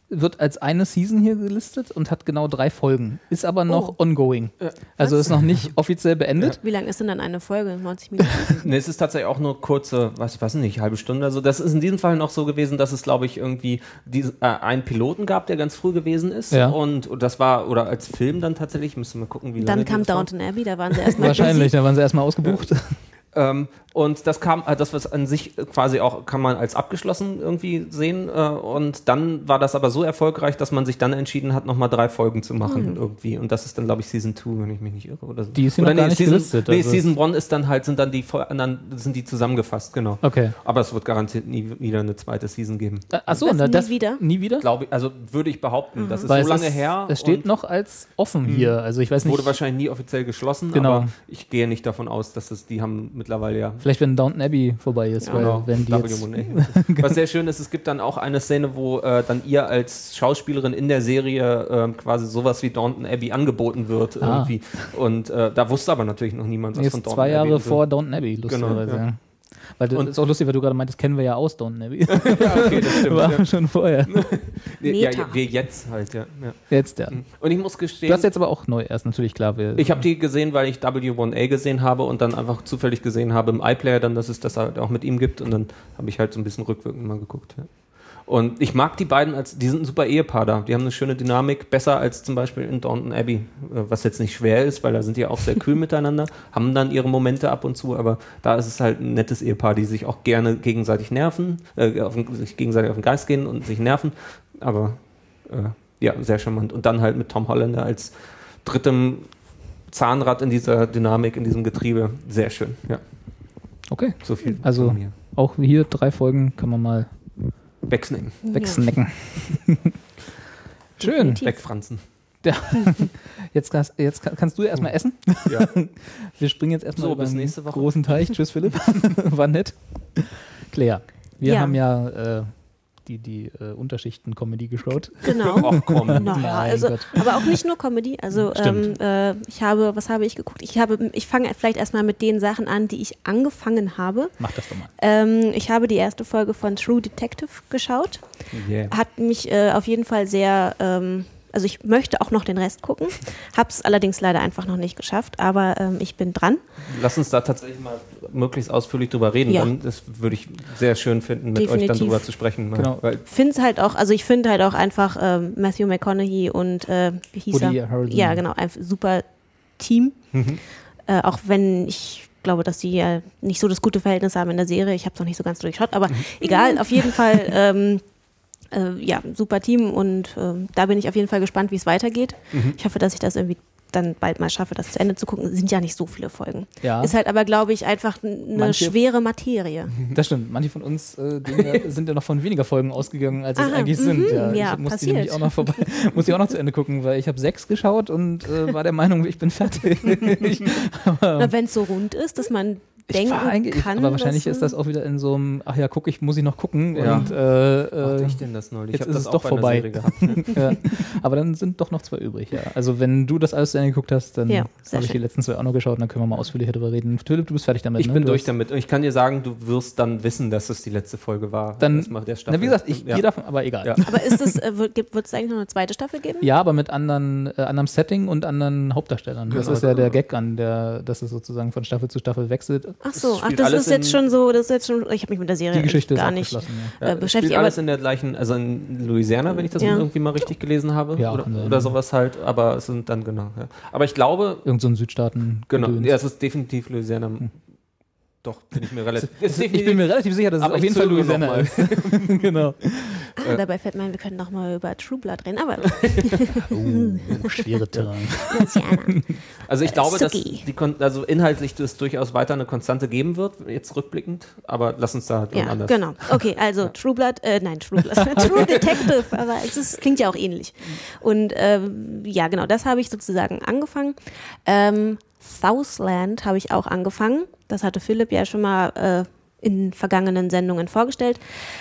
wird als eine Season hier gelistet und hat genau drei Folgen. Ist aber noch Oh. ongoing. Also ist noch nicht offiziell beendet. Wie lang ist denn dann eine Folge? neunzig Minuten? Ne, es ist tatsächlich auch nur kurze, was weiß nicht, halbe Stunde. Also das ist in diesem Fall noch so gewesen, dass es, glaube ich, irgendwie diese, äh, einen Piloten gab, der ganz früh gewesen ist. Ja. Und, und das war, oder als Film dann tatsächlich, müssen wir gucken, wie lange Dann die kam das war. Downton Abbey, da waren sie erstmal Wahrscheinlich, busy. da waren sie erstmal ausgebucht. Ähm, und das kam, äh, das was an sich quasi auch, kann man als abgeschlossen irgendwie sehen. Äh, und dann war das aber so erfolgreich, dass man sich dann entschieden hat, nochmal drei Folgen zu machen Mhm. irgendwie. Und das ist dann, glaube ich, Season zwei, wenn ich mich nicht irre. Oder so. Die ist hier oder noch gar nicht Season, gelistet, Nee, also- Season eins ist dann halt, sind dann die Fol- dann sind die zusammengefasst, genau. Okay. Aber es wird garantiert nie wieder eine zweite Season geben. Achso, Was, na, nie das wieder? Nie wieder? Glaube ich, also würde ich behaupten, das ist Weil so es lange ist, her. Es steht und noch als offen hier. Also ich weiß nicht. wurde wahrscheinlich nie offiziell geschlossen, Genau. aber ich gehe nicht davon aus, dass es, die haben mittlerweile ja. Vielleicht wenn Downton Abbey vorbei ist, weil Genau, wenn die W jetzt, und A. Was sehr schön ist, es gibt dann auch eine Szene, wo äh, dann ihr als Schauspielerin in der Serie äh, quasi sowas wie Downton Abbey angeboten wird Ah. irgendwie. Und äh, da wusste aber natürlich noch niemand was nee, von ist Downton zwei Jahre Abbey. und so. vor Downton Abbey, lustigerweise. Genau, ja. ja. Weil das Und- ist auch lustig, weil du gerade meintest, kennen wir ja aus Downton Abbey. Ja, okay, das stimmt. War ja. schon vorher. Nee, ja, Meta. wir jetzt halt, ja. ja. Jetzt ja. Und ich muss gestehen, Du hast jetzt aber auch neu erst, natürlich, klar. Wir, ich habe die gesehen, weil ich W eins A gesehen habe und dann einfach zufällig gesehen habe im iPlayer dann, dass es das halt auch mit ihm gibt und dann habe ich halt so ein bisschen rückwirkend mal geguckt. Ja. Und ich mag die beiden, als die sind ein super Ehepaar da. Die haben eine schöne Dynamik, besser als zum Beispiel in Downton Abbey, äh, was jetzt nicht schwer ist, weil da sind die auch sehr kühl miteinander, haben dann ihre Momente ab und zu, aber da ist es halt ein nettes Ehepaar, die sich auch gerne gegenseitig nerven, äh, auf den, sich gegenseitig auf den Geist gehen und sich nerven, aber äh, ja, sehr charmant. Und dann halt mit Tom Hollander als drittem Zahnrad in dieser Dynamik, in diesem Getriebe, sehr schön, ja. okay. So viel Also von mir. auch hier drei Folgen kann man mal Wegsnacken, wegsnacken. Schön. Definitiv. wegfranzen. Ja. Jetzt, kannst- jetzt kann- kannst du erstmal essen. Ja. Wir springen jetzt erstmal So, über bis den nächste Woche. großen Teich. Tschüss, Philipp. War nett. Claire, wir Ja. haben ja äh, die, die äh, Unterschichten-Comedy geschaut. Genau. Ach komm. Naja, Mein also, Gott. aber auch nicht nur Comedy. Also ähm, Stimmt. äh, ich habe, was habe ich geguckt? Ich habe, ich fange vielleicht erstmal mit den Sachen an, die ich angefangen habe. Mach das doch mal. Ähm, ich habe die erste Folge von True Detective geschaut. Yeah. Hat mich äh, auf jeden Fall sehr, ähm, also ich möchte auch noch den Rest gucken. Hab's allerdings leider einfach noch nicht geschafft, aber ähm, ich bin dran. Lass uns da tatsächlich mal möglichst ausführlich drüber reden. Ja. Dann, das würde ich sehr schön finden, mit euch dann Definitiv. drüber zu sprechen. mal. Genau. Weil, Find's halt auch, also ich finde halt auch einfach ähm, Matthew McConaughey und äh, wie hieß Woody er? Harrelson. Ja, genau, ein super Team. Mhm. Äh, auch wenn ich glaube, dass sie ja nicht so das gute Verhältnis haben in der Serie. Ich habe es noch nicht so ganz durchschaut, aber Mhm. egal, auf jeden Fall, ähm, äh, ja, super Team und ähm, da bin ich auf jeden Fall gespannt, wie es weitergeht. Mhm. Ich hoffe, dass ich das irgendwie dann bald mal schaffe, das zu Ende zu gucken. Es sind ja nicht so viele Folgen. Ja. Ist halt aber, glaube ich, einfach n- eine Manche- schwere Materie. Das stimmt. Manche von uns äh, Dinge sind ja noch von weniger Folgen ausgegangen, als es Aha, eigentlich mhm, sind. Ja, ja, ich muss die passiert. nämlich auch noch vorbei, muss die auch noch zu Ende gucken, weil ich habe sechs geschaut und äh, war der Meinung, ich bin fertig. Na, wenn es so rund ist, dass man Ich denken war eigentlich, kann. aber wahrscheinlich dass, ist das auch wieder in so einem, ach ja, guck ich, muss ich noch gucken. Ja. Und, äh, Wo äh, hatte ich denn das neulich? jetzt Ich hab ist das es auch doch bei einer vorbei. Serie gehabt, ne? ja. Aber dann sind doch noch zwei übrig, ja. Also wenn du das alles zu Ende geguckt hast, dann Ja, habe sehr ich die schön. letzten zwei auch noch geschaut und dann können wir mal ausführlicher darüber reden. Philipp, du bist fertig damit, Ich ne? bin Du durch hast- damit. Und ich kann dir sagen, du wirst dann wissen, dass es die letzte Folge war. Dann, Das macht der Staffel. na, wie gesagt, ich ja. gehe davon, aber egal. Ja. Aber ist es, äh, wird es eigentlich noch eine zweite Staffel geben? Ja, aber mit anderen, äh, anderem Setting und anderen Hauptdarstellern. Das Genau. ist ja der Gag an, der, dass es sozusagen von Staffel zu Staffel wechselt. Ach so, Es ach, spielt das alles ist jetzt in- schon so, das ist jetzt schon, ich habe mich mit der Serie Die Geschichte gar ist nicht abgeschlossen. äh, Ja. Ja, es beschäftigt. spielt Aber alles in der gleichen, also in Louisiana, wenn ich das Ja. irgendwie mal richtig gelesen habe. Ja, oder, kann sein. oder sowas halt. Aber es sind dann, genau. Ja. Aber ich glaube, Irgend so ein Südstaaten. genau, Gedöns. ja, es ist definitiv Louisiana. Doch, bin ich mir relativ. ist Ich bin mir relativ sicher, dass es Aber auf ich jeden Fall zögere Louisiana noch ist. genau. ah, dabei fällt mir ein, wir können noch mal über True Blood reden. Aber Oh, schwere Terrain. Louisiana. Also ich glaube, dass Suki. die Kon also inhaltlich es durchaus weiter eine Konstante geben wird, jetzt rückblickend, aber lass uns da halt Ja, anders. genau. Okay, also True Blood, äh, nein, True Blood, True Detective, aber es ist, klingt ja auch ähnlich. Und ähm, ja, genau, das habe ich sozusagen angefangen. Ähm, Southland habe ich auch angefangen. Das hatte Philipp ja schon mal äh, in vergangenen Sendungen vorgestellt.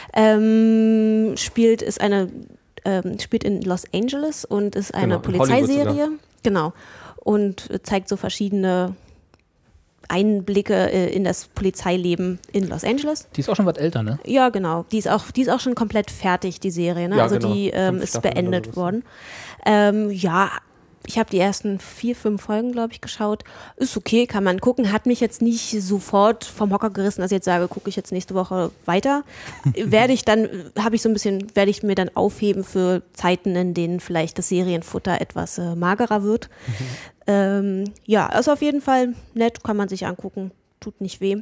Ähm, spielt ist eine ähm, spielt in Los Angeles und ist eine Genau, in Hollywood Polizeiserie. Genau. Und äh, zeigt so verschiedene Einblicke äh, in das Polizeileben in Los Angeles. Die ist auch schon was älter, ne? Ja, genau. Die ist auch, die ist auch schon komplett fertig, die Serie. Ne? Ja, also genau. die ähm, Fünf ist Staffeln oder beendet sowas. worden. Ähm, ja, ich habe die ersten vier, fünf Folgen, glaube ich, geschaut. Ist okay, kann man gucken. Hat mich jetzt nicht sofort vom Hocker gerissen, dass ich jetzt sage, gucke ich jetzt nächste Woche weiter. Werde ich dann, habe ich so ein bisschen, werde ich mir dann aufheben für Zeiten, in denen vielleicht das Serienfutter etwas äh, magerer wird. Mhm. Ähm, ja, also auf jeden Fall nett, kann man sich angucken. Tut nicht weh.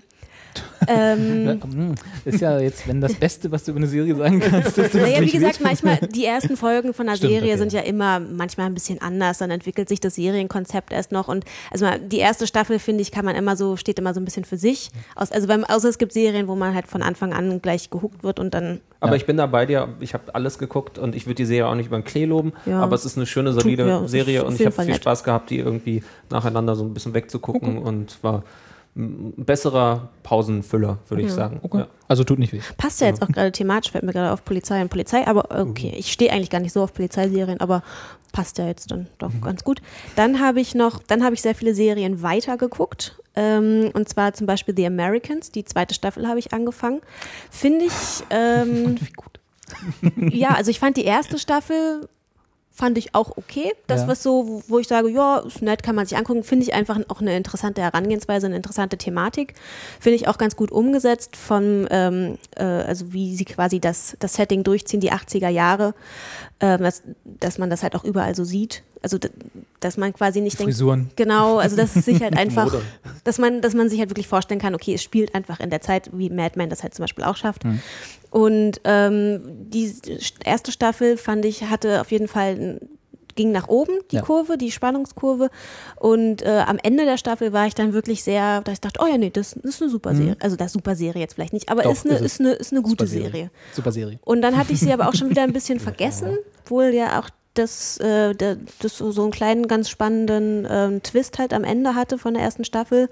ähm, ist ja jetzt, wenn das Beste, was du über eine Serie sagen kannst, ist, dass naja, es wie nicht gesagt, wehtut. manchmal, die ersten Folgen von einer Stimmt, Serie okay. sind ja immer manchmal ein bisschen anders, dann entwickelt sich das Serienkonzept erst noch und also die erste Staffel, finde ich, kann man immer so, steht immer so ein bisschen für sich. Aus, also beim, außer es gibt Serien, wo man halt von Anfang an gleich gehuckt wird und dann... Aber Ja. ich bin da bei dir, ich habe alles geguckt und ich würde die Serie auch nicht über den Klee loben, Ja. aber es ist eine schöne, solide Tut- ja, es ist Serie auf und ich jeden habe Fall viel nett. Spaß gehabt, die irgendwie nacheinander so ein bisschen wegzugucken und war ein besserer Pausenfüller, würde ich sagen. Okay. Ja. Also tut nicht weh. Passt ja jetzt auch gerade thematisch, fällt mir gerade auf Polizei und Polizei, aber okay, ich stehe eigentlich gar nicht so auf Polizeiserien, aber passt ja jetzt dann doch ganz gut. Dann habe ich noch, dann habe ich sehr viele Serien weitergeguckt, ähm, und zwar zum Beispiel The Americans, die zweite Staffel habe ich angefangen. Finde ich, ähm, Wie gut. ja, also ich fand die erste Staffel fand ich auch okay. Das, Ja. was so, wo, wo ich sage, ja, ist nett, kann man sich angucken, finde ich einfach auch eine interessante Herangehensweise, eine interessante Thematik. Finde ich auch ganz gut umgesetzt von, ähm, äh, also wie sie quasi das, das Setting durchziehen, die achtziger Jahre, ähm, dass, dass man das halt auch überall so sieht. Also, d- dass man quasi nicht denkt, Frisuren. genau, also dass es sich halt einfach, Mode. dass man, dass man sich halt wirklich vorstellen kann, okay, es spielt einfach in der Zeit, wie Mad Men das halt zum Beispiel auch schafft. Mhm. Und ähm, die erste Staffel fand ich, hatte auf jeden Fall, ging nach oben, die Ja. Kurve, die Spannungskurve. Und äh, am Ende der Staffel war ich dann wirklich sehr, dass ich dachte, oh ja, nee, das, das ist eine super Serie. Also das super Serie jetzt vielleicht nicht, aber Doch, ist, eine, ist es. ist, eine, ist eine gute Super Serie. Super Serie. Und dann hatte ich sie aber auch schon wieder ein bisschen vergessen, obwohl ja auch das, äh, der, das so, so einen kleinen, ganz spannenden ähm, Twist halt am Ende hatte von der ersten Staffel.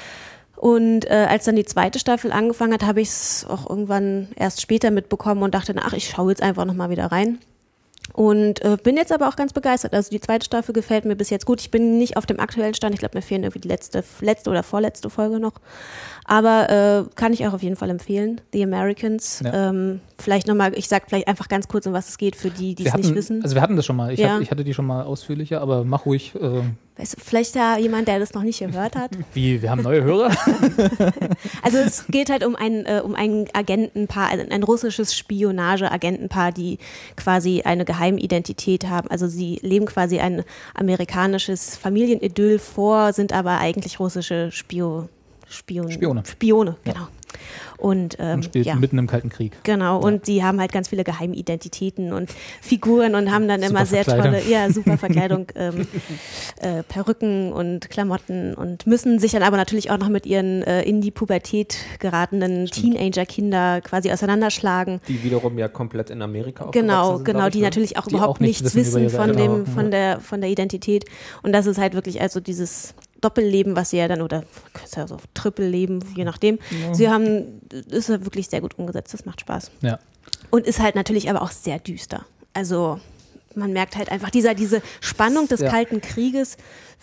Und äh, als dann die zweite Staffel angefangen hat, habe ich es auch irgendwann erst später mitbekommen und dachte, ach, ich schaue jetzt einfach nochmal wieder rein. Und äh, bin jetzt aber auch ganz begeistert. Also die zweite Staffel gefällt mir bis jetzt gut. Ich bin nicht auf dem aktuellen Stand. Ich glaube, mir fehlen irgendwie die letzte, letzte oder vorletzte Folge noch. Aber äh, kann ich auch auf jeden Fall empfehlen. The Americans. Ja. Ähm, vielleicht nochmal, ich sag vielleicht einfach ganz kurz, um was es geht, für die, die Wir es nicht hatten, wissen. also wir hatten das schon mal. Ich, Ja. hab, ich hatte die schon mal ausführlicher, aber mach ruhig. Äh, Weißt du, vielleicht da jemand, der das noch nicht gehört hat. wie, wir haben neue Hörer? Also es geht halt um ein, äh, um ein Agentenpaar, also ein russisches Spionage-Agentenpaar, die quasi eine Geheimidentität haben. Also sie leben quasi ein amerikanisches Familienidyll vor, sind aber eigentlich russische Spio, Spion, Spione. Spione, genau. Und, ähm, Und spielt ja. mitten im Kalten Krieg. Genau, und die haben halt ganz viele Geheimidentitäten und Figuren und haben dann Super immer sehr Verkleidung. tolle, ja, super Verkleidung, ähm, äh, Perücken und Klamotten und müssen sich dann aber natürlich auch noch mit ihren äh, in die Pubertät geratenen Teenager-Kinder quasi auseinanderschlagen. Die wiederum ja komplett in Amerika aufgewachsen Genau, sind, genau, glaub ich, die ne? natürlich auch Die überhaupt auch nichts nichts wissen über wissen ihre von Eltern. dem, von der, von der Identität. Und das ist halt wirklich also dieses Doppelleben, was sie ja dann, oder ist ja so Trippelleben, je nachdem. Sie haben, ist ja wirklich sehr gut umgesetzt, das macht Spaß. Ja. Und ist halt natürlich aber auch sehr düster. Also man merkt halt einfach, dieser, diese Spannung des Ja. Kalten Krieges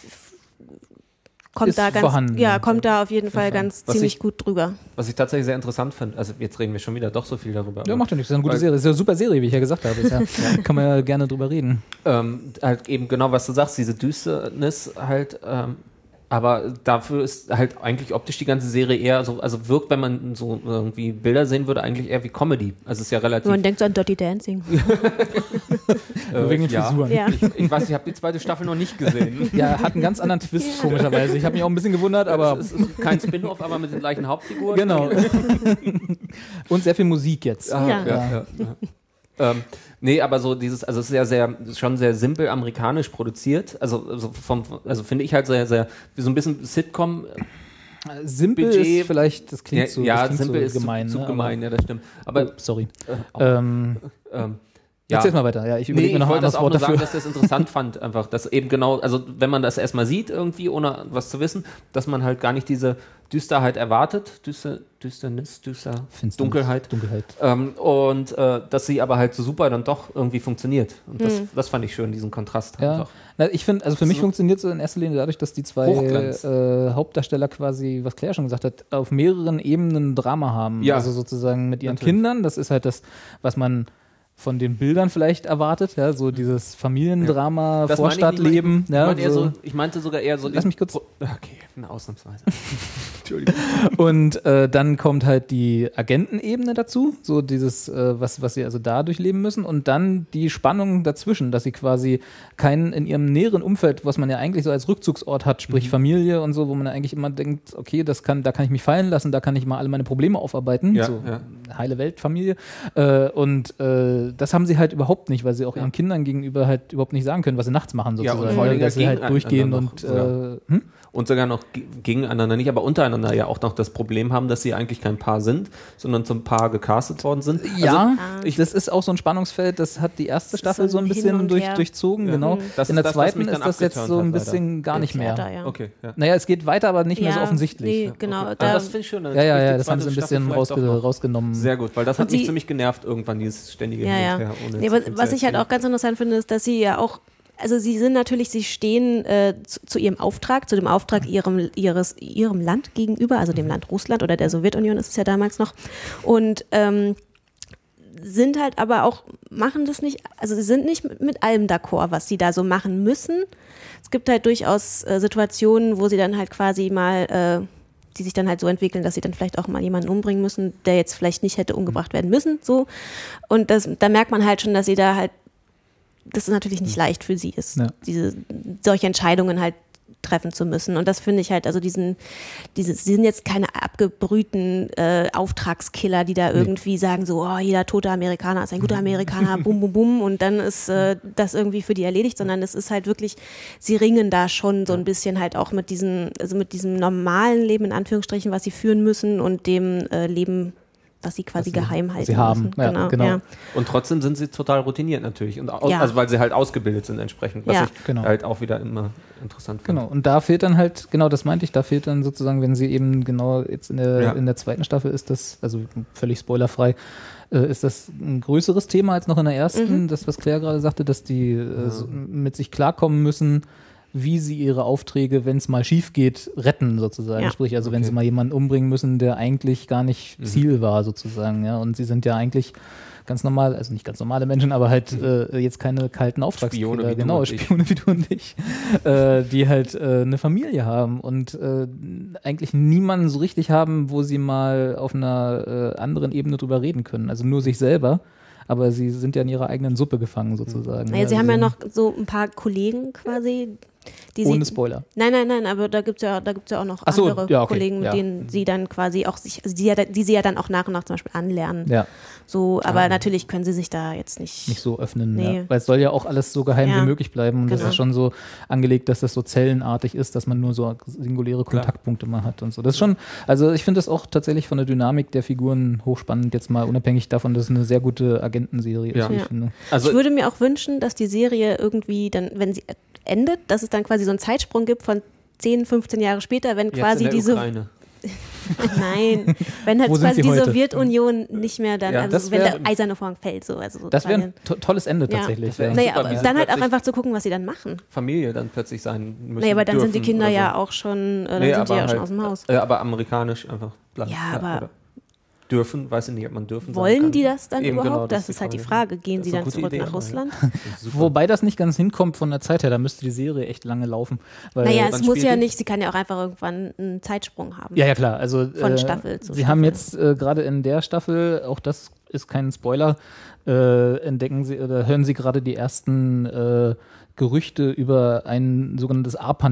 kommt Ist da ganz, vorhanden, ja, ja. kommt da auf jeden Fall ganz Was ziemlich ich- gut drüber. Was ich tatsächlich sehr interessant finde, also jetzt reden wir schon wieder doch so viel darüber. Ja, aber, macht ja nichts. Das ist eine gute Weil- Serie. Das ist ja eine super Serie, wie ich ja gesagt habe. Ist ja, kann man ja gerne drüber reden. Ähm, halt eben genau, was du sagst, diese Düsternis halt, ähm, aber dafür ist halt eigentlich optisch die ganze Serie eher so, also wirkt, wenn man so irgendwie Bilder sehen würde, eigentlich eher wie Comedy. Also es ist ja relativ. Man denkt so an Dirty Dancing. Nur wegen den ja. Frisuren. Ja. Ich, ich weiß, ich habe die zweite Staffel noch nicht gesehen. Ja, hat einen ganz anderen Twist, komischerweise. Ich habe mich auch ein bisschen gewundert, aber es ist kein Spin-off, aber mit den gleichen Hauptfiguren. genau. Und sehr viel Musik jetzt. Ah, Ja. ja. Ja, ja, ähm, nee, aber so dieses, also es ist ja sehr, schon sehr simpel amerikanisch produziert. Also, also, vom, also finde ich halt sehr, sehr, wie so ein bisschen Sitcom. Simpel Budget- ist vielleicht, das klingt Ja, so, ja das klingt simpel so ist gemein. zu, zu ne? gemein, Aber, ja, das stimmt. Aber oh, sorry. äh, auch, Ähm, ähm, Ja. Erzähl mal weiter. Ja, ich Nee, überlege ich mir noch ein wollte das anderes auch Wort nur dafür. sagen, dass ich das interessant fand, einfach, dass eben genau, also wenn man das erstmal sieht irgendwie, ohne was zu wissen, dass man halt gar nicht diese Düsterheit erwartet, Düster, Düsternis, Düster, Finsternis, Dunkelheit, Dunkelheit. Ähm, und äh, dass sie aber halt so super dann doch irgendwie funktioniert. Und das, das fand ich schön, diesen Kontrast Ja, einfach. na, ich finde, also für mich So. funktioniert es in erster Linie dadurch, dass die zwei Hochglanz. äh, Hauptdarsteller quasi, was Claire schon gesagt hat, auf mehreren Ebenen Drama haben. Ja. Also sozusagen mit ihren Natürlich. Kindern, das ist halt das, was man von den Bildern vielleicht erwartet, ja, so dieses Familiendrama, Das meine ich Vorstadtleben. nicht, ich, Ja, meinte eher so. so, ich meinte sogar eher so. Lass den mich kurz- Pro- Okay, na, ausnahmsweise. Entschuldigung. Und äh, dann kommt halt die Agentenebene dazu, so dieses, äh, was, was sie also da durchleben müssen. Und dann die Spannung dazwischen, dass sie quasi keinen in ihrem näheren Umfeld, was man ja eigentlich so als Rückzugsort hat, sprich Familie und so, wo man eigentlich immer denkt, okay, das kann, da kann ich mich fallen lassen, da kann ich mal alle meine Probleme aufarbeiten. Ja, so ja. heile Weltfamilie. Äh, und äh, das haben sie halt überhaupt nicht, weil sie auch Ja. ihren Kindern gegenüber halt überhaupt nicht sagen können, was sie nachts machen Ja, und sozusagen. vor allem dass sie halt gegeneinander durchgehen noch und sogar. äh, hm? Und sogar noch ge- gegeneinander nicht, aber untereinander ja auch noch das Problem haben, dass sie eigentlich kein Paar sind, sondern zum Paar gecastet worden sind. Ja, Also, ich, das ist auch so ein Spannungsfeld, das hat die erste ist Staffel so so ein ein Hin bisschen und durch, Her. durchzogen, Ja. genau. Mhm. Das In ist der das, was zweiten mich dann ist das jetzt abgeturnt so ein hat, bisschen gar nicht mehr. Geklärter, ja. okay, ja. Naja, es geht weiter, aber nicht mehr so Ja, offensichtlich. Nee, genau. Okay. Da, Ah, das finde ich schön. Ja, ja, ja, das haben sie ein bisschen rausge rausgenommen. rausgenommen. Sehr gut, weil das hat Und mich sie- ziemlich genervt irgendwann, dieses ständige ja, Hin ja. und Her. Ohne Nee, zu aber viel zu was ich halt erzählen. auch ganz interessant finde, ist, dass sie ja auch, also sie sind natürlich, sie stehen äh, zu, zu ihrem Auftrag, zu dem Auftrag ihrem, ihres, ihrem Land gegenüber, also dem Land Russland oder der Sowjetunion ist es ja damals noch. Und ähm, sind halt aber auch, machen das nicht, also sie sind nicht mit, mit allem d'accord, was sie da so machen müssen. Es gibt halt durchaus äh, Situationen, wo sie dann halt quasi mal, äh, die sich dann halt so entwickeln, dass sie dann vielleicht auch mal jemanden umbringen müssen, der jetzt vielleicht nicht hätte umgebracht werden müssen, so. Und das, da merkt man halt schon, dass sie da halt, dass es natürlich nicht leicht für sie ist, Ja. diese, solche Entscheidungen halt treffen zu müssen. Und das finde ich halt, also diesen, dieses, sie sind jetzt keine abgebrühten äh, Auftragskiller, die da irgendwie sagen so, oh, jeder tote Amerikaner ist ein guter Amerikaner, bum, bum, bum, und dann ist äh, das irgendwie für die erledigt, sondern es ist halt wirklich, sie ringen da schon so ein bisschen halt auch mit diesem, also mit diesem normalen Leben, in Anführungsstrichen, was sie führen müssen und dem äh, Leben, was sie quasi Was sie- geheim was halten sie haben. müssen. Ja, genau. genau. Ja. Und trotzdem sind sie total routiniert natürlich. Und au- Ja. Also weil sie halt ausgebildet sind entsprechend, was Ja. ich Genau. halt auch wieder immer interessant finde. Genau, und da fehlt dann halt, genau das meinte ich, da fehlt dann sozusagen, wenn sie eben genau jetzt in der, Ja. in der zweiten Staffel ist das, also völlig spoilerfrei, äh, ist das ein größeres Thema als noch in der ersten, das, was Claire gerade sagte, dass die äh, so mit sich klarkommen müssen, wie sie ihre Aufträge, wenn es mal schief geht, retten sozusagen. Ja. Sprich, also wenn Okay. sie mal jemanden umbringen müssen, der eigentlich gar nicht Ziel war sozusagen, ja, und sie sind ja eigentlich ganz normal, also nicht ganz normale Menschen, aber halt äh, jetzt keine kalten Auftragskiller, Spione wie du genau, und ich. Spione wie du und ich, äh, die halt äh, eine Familie haben und äh, eigentlich niemanden so richtig haben, wo sie mal auf einer äh, anderen Ebene drüber reden können. Also nur sich selber, aber sie sind ja in ihrer eigenen Suppe gefangen sozusagen. Naja, sie Also haben ja sind- noch so ein paar Kollegen quasi, die ohne sie, Spoiler. Nein, nein, nein, aber da gibt es ja, da gibt's ja auch noch Ach so, andere ja, okay, Kollegen, mit ja. denen sie dann quasi auch sich, also die, ja, die sie ja dann auch nach und nach zum Beispiel anlernen. Ja, So, aber natürlich können sie sich da jetzt nicht. nicht so öffnen, Nee. ja. Weil es soll ja auch alles so geheim Ja, wie möglich bleiben und das genau. ist schon so angelegt, dass das so zellenartig ist, dass man nur so singuläre Kontaktpunkte mal hat und so. Das ist schon, also ich finde das auch tatsächlich von der Dynamik der Figuren hochspannend, jetzt mal unabhängig davon, dass es eine sehr gute Agentenserie Ja. ist, wie ich Ja. finde. Also Ich würde mir auch wünschen, dass die Serie irgendwie dann, wenn sie endet, dass es dann quasi so einen Zeitsprung gibt von zehn, fünfzehn Jahre später, wenn jetzt quasi in der diese, Ukraine. nein, wenn halt Wo sind quasi sie die heute? Sowjetunion nicht mehr dann, Ja, also das wenn wär- der eiserne Vorhang fällt, so. Also so Das wäre quasi- ein to tolles Ende Ja. tatsächlich. Das wär- Ja. Naja, super, aber wie sie dann halt auch plötzlich- einfach zu gucken, was sie dann machen. Familie dann plötzlich sein müssen. Naja, aber dann sind die dürfen Kinder oder ja so. auch schon, äh, dann Nee, sind die aber ja schon halt, aus dem Haus. Äh, aber amerikanisch einfach bleiben. Ja, aber- oder dürfen, weiß ich nicht, ob man dürfen Wollen sagen kann. die das dann Eben überhaupt? genau, das ist halt die Frage. Gehen Das sie ist eine dann gute zurück Idee, nach aber Russland? ja. Super. Wobei das nicht ganz hinkommt von der Zeit her, da müsste die Serie echt lange laufen. Weil Naja, wann es muss spielt ja die? nicht, sie kann ja auch einfach irgendwann einen Zeitsprung haben. Ja, ja, klar. Also, Von äh, Staffel zu Sie haben Staffel. jetzt äh, gerade in der Staffel, auch das ist kein Spoiler, äh, entdecken Sie oder hören Sie gerade die ersten äh, Gerüchte über ein sogenanntes ARPANET.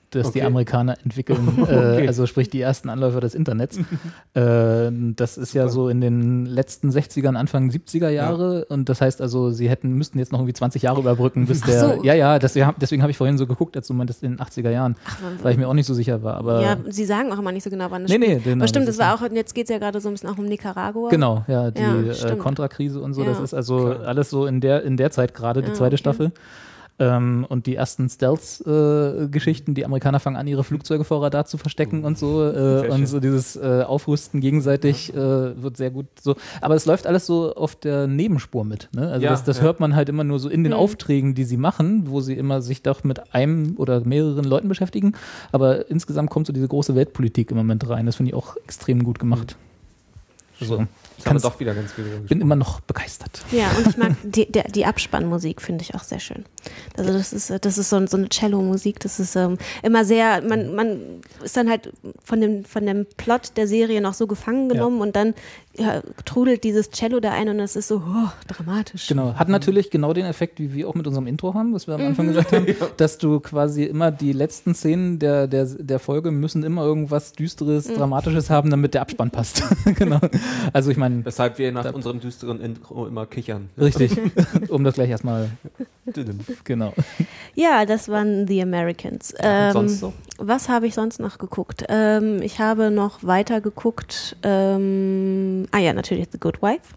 das Okay. die Amerikaner entwickeln, äh, also sprich die ersten Anläufer des Internets. äh, das ist ja so in den letzten sechzigern, Anfang siebziger Jahre und das heißt also, sie hätten müssten jetzt noch irgendwie zwanzig Jahre überbrücken, bis der, so. ja, ja, das, wir haben- deswegen habe ich vorhin so geguckt, als du meintest in den achtziger Jahren, Ach, weil ich mir auch nicht so sicher war, aber ja, sie sagen auch immer nicht so genau, wann das Nee, nee, spielt. genau, Aber stimmt, das das ist war auch, jetzt geht es ja gerade so ein bisschen auch um Nicaragua. genau, ja, die Ja, äh, stimmt. Kontrakrise und so, Ja. das ist also alles so in der, in der Zeit gerade, die Ja, zweite okay. Staffel. Ähm, und die ersten Stealth-Geschichten, die Amerikaner fangen an, ihre Flugzeuge vor Radar zu verstecken und so. Äh, und so dieses äh, Aufrüsten gegenseitig äh, wird sehr gut so. Aber es läuft alles so auf der Nebenspur mit. Ne? Also Ja, das, das ja. hört man halt immer nur so in den Mhm. Aufträgen, die sie machen, wo sie immer sich doch mit einem oder mehreren Leuten beschäftigen. Aber insgesamt kommt so diese große Weltpolitik im Moment rein. Das finde ich auch extrem gut gemacht. Also, Jetzt haben wir kann's- doch wieder ganz viel drüber bin gesprochen. immer noch begeistert. Ja, und ich mag die, der, die Abspannmusik, finde ich auch sehr schön. Also das ist, äh, das ist so, so eine Cello-Musik, das ist ähm, immer sehr, man, man ist dann halt von dem, von dem Plot der Serie noch so gefangen genommen und dann ja, trudelt dieses Cello da ein und das ist so oh, dramatisch. Genau. Hat natürlich genau den Effekt, wie wir auch mit unserem Intro haben, was wir am Anfang gesagt haben, dass du quasi immer die letzten Szenen der, der, der Folge müssen immer irgendwas Düsteres, Dramatisches haben, damit der Abspann passt. Genau. Also ich meine, Weshalb wir nach unserem düsteren Intro immer kichern. richtig, um das gleich erstmal, genau. Ja, das waren The Americans. Und Ähm, sonst so? Was habe ich sonst noch geguckt? Ähm, ich habe noch weiter geguckt. Ähm, ah ja, natürlich The Good Wife.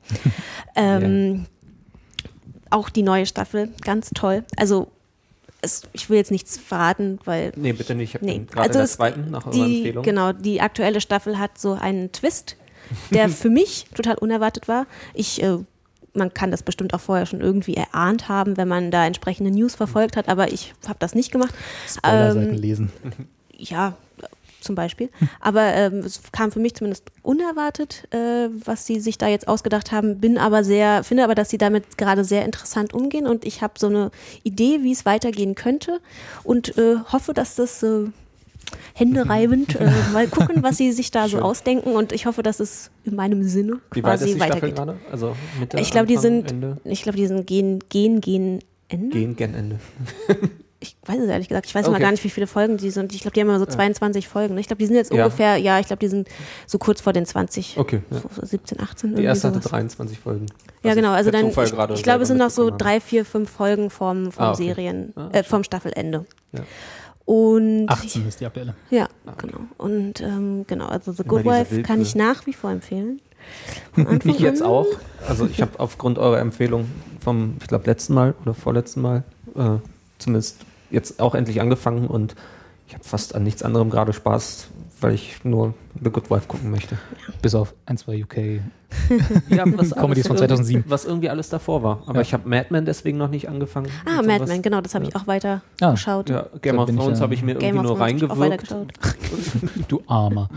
ähm, Auch die neue Staffel, ganz toll. Also es, ich will jetzt nichts verraten, weil Nee, bitte nicht. Ich habe nee. gerade in der es- zweiten nach eurer die, Empfehlung. genau, die aktuelle Staffel hat so einen Twist, der für mich total unerwartet war. Ich äh, man kann das bestimmt auch vorher schon irgendwie erahnt haben, wenn man da entsprechende News verfolgt hat, aber ich habe das nicht gemacht. Spoilerseiten Ähm, lesen. Ja, zum Beispiel. Aber ähm, es kam für mich zumindest unerwartet, äh, was sie sich da jetzt ausgedacht haben. Bin aber sehr, finde aber, dass sie damit gerade sehr interessant umgehen und ich habe so eine Idee, wie es weitergehen könnte und äh, hoffe, dass das äh, händereibend äh, mal gucken, was sie sich da so Schön. ausdenken und ich hoffe, dass es in meinem Sinne Wie weit ist quasi die Staffel weitergeht. gerade? Also Mitte, Ich glaube, die Anfang, sind, Ende? ich glaube, die sind gehen, gehen, gehen, Ende. Gehen, gern Ende. Ich weiß es ehrlich gesagt. Ich weiß immer Okay. gar nicht, wie viele Folgen die sind. Ich glaube, die haben immer so zweiundzwanzig Folgen. ne? Ich glaube, die sind jetzt Ja. ungefähr, ja, ich glaube, die sind so kurz vor den zwanzig. Okay. Ja. So, so siebzehn, achtzehn. Die irgendwie erste hatte sowas. dreiundzwanzig Folgen. Ja, Was genau. ich Also per dann, Zufall ich, gerade ich glaube, es sind selber noch so mitbekommen drei, vier, fünf Folgen vom, vom Ah, okay. Serien, Ah, äh, vom Staffelende. Ja. Und achtzehn ist die aktuelle. ja, genau. Und ähm, genau, also The Immer Good diese Wife kann Willkür. ich nach wie vor empfehlen. Von Anfang Ich jetzt an. auch. Also ich habe aufgrund eurer Empfehlung vom, ich glaube, letzten Mal oder vorletzten Mal äh, zumindest jetzt auch endlich angefangen und ich habe fast an nichts anderem gerade Spaß, weil ich nur The Good Wife gucken möchte. Bis auf ein, zwei U K. Ja, was Comedies von alles zweitausendsieben. irgendwie- Was irgendwie alles davor war. Aber Ja. ich habe Mad Men deswegen noch nicht angefangen. Ah, und Mad sowas. Men, genau, das habe ich auch weiter Ah. geschaut. Ja, Game Da of bin ich Thrones ja- habe ich mir Game irgendwie of nur Thrones hab ich auch reingewirkt. weitergeschaut. Du Armer.